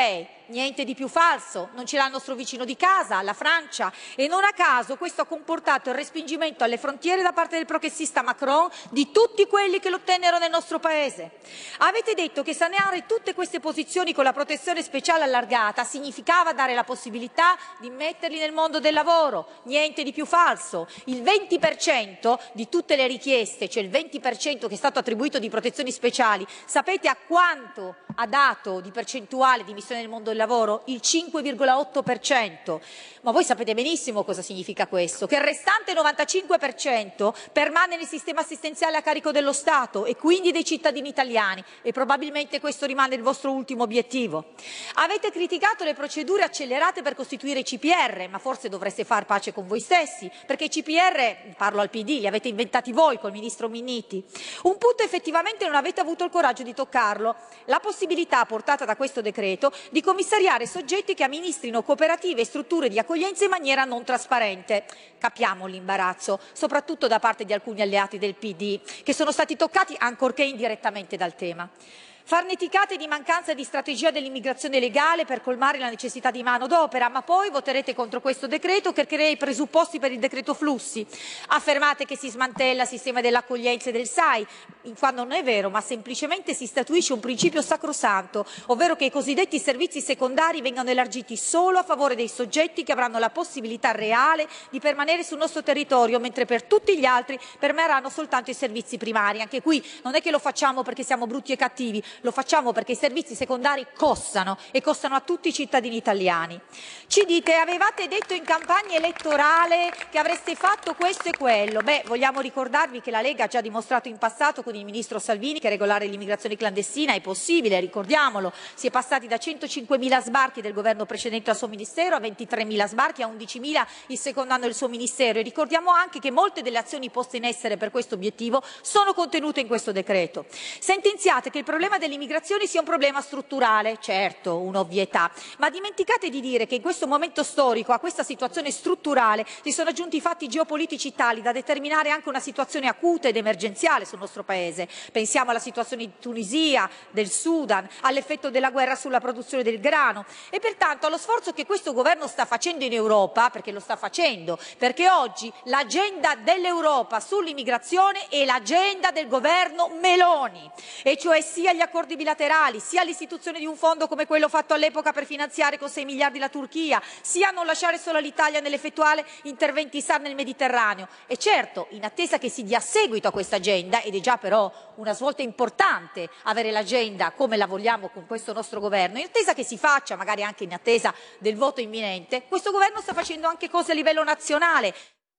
Niente di più falso, non ce l'ha il nostro vicino di casa, la Francia, e non a caso questo ha comportato il respingimento alle frontiere da parte del progressista Macron di tutti quelli che lo ottennero nel nostro paese. Avete detto che saneare tutte queste posizioni con la protezione speciale allargata significava dare la possibilità di metterli nel mondo del lavoro. Niente di più falso. Il venti per cento di tutte le richieste, cioè il venti per cento che è stato attribuito di protezioni speciali, sapete a quanto ha dato di percentuale di missione nel mondo del lavoro? Il cinque virgola otto per cento. Ma voi sapete benissimo cosa significa questo, che il restante novantacinque per cento permane nel sistema assistenziale a carico dello Stato e quindi dei cittadini italiani, e probabilmente questo rimane il vostro ultimo obiettivo. Avete criticato le procedure accelerate per costituire i C P R, ma forse dovreste far pace con voi stessi, perché i C P R, parlo al P D, li avete inventati voi col ministro Minniti. Un punto effettivamente non avete avuto il coraggio di toccarlo, la possibilità portata da questo decreto di commissariare soggetti che amministrino cooperative e strutture di accoglienza in maniera non trasparente. Capiamo l'imbarazzo, soprattutto da parte di alcuni alleati del P D, che sono stati toccati ancorché indirettamente dal tema. Farneticate di mancanza di strategia dell'immigrazione legale per colmare la necessità di manodopera, ma poi voterete contro questo decreto che crea i presupposti per il decreto flussi. Affermate che si smantella il sistema dell'accoglienza e del S A I, quando non è vero, ma semplicemente si statuisce un principio sacrosanto, ovvero che i cosiddetti servizi secondari vengano elargiti solo a favore dei soggetti che avranno la possibilità reale di permanere sul nostro territorio, mentre per tutti gli altri permarranno soltanto i servizi primari. Anche qui non è che lo facciamo perché siamo brutti e cattivi, lo facciamo perché i servizi secondari costano e costano a tutti i cittadini italiani. Ci dite, avevate detto in campagna elettorale che avreste fatto questo e quello. Beh, vogliamo ricordarvi che la Lega ha già dimostrato in passato con il ministro Salvini che regolare l'immigrazione clandestina è possibile, ricordiamolo. Si è passati da centocinquemila sbarchi del governo precedente al suo ministero a ventitremila sbarchi, a undicimila il secondo anno del suo ministero, e ricordiamo anche che molte delle azioni poste in essere per questo obiettivo sono contenute in questo decreto. Sentenziate che il problema dell'immigrazione sia un problema strutturale, certo, un'ovvietà, ma dimenticate di dire che in questo momento storico a questa situazione strutturale si sono aggiunti fatti geopolitici tali da determinare anche una situazione acuta ed emergenziale sul nostro Paese. Pensiamo alla situazione di Tunisia, del Sudan, all'effetto della guerra sulla produzione del grano e pertanto allo sforzo che questo governo sta facendo in Europa, perché lo sta facendo, perché oggi l'agenda dell'Europa sull'immigrazione è l'agenda del governo Meloni, e cioè sia gli accordi bilaterali, sia l'istituzione di un fondo come quello fatto all'epoca per finanziare con sei miliardi la Turchia, sia non lasciare solo l'Italia nell'effettuare interventi S A R nel Mediterraneo. E certo, in attesa che si dia seguito a questa agenda, ed è già però una svolta importante avere l'agenda come la vogliamo con questo nostro governo, in attesa che si faccia, magari anche in attesa del voto imminente, questo governo sta facendo anche cose a livello nazionale.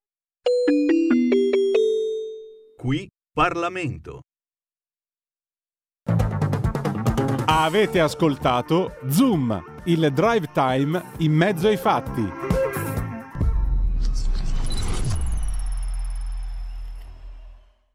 Qui Parlamento.
Avete ascoltato Zoom, il drive time in mezzo ai fatti.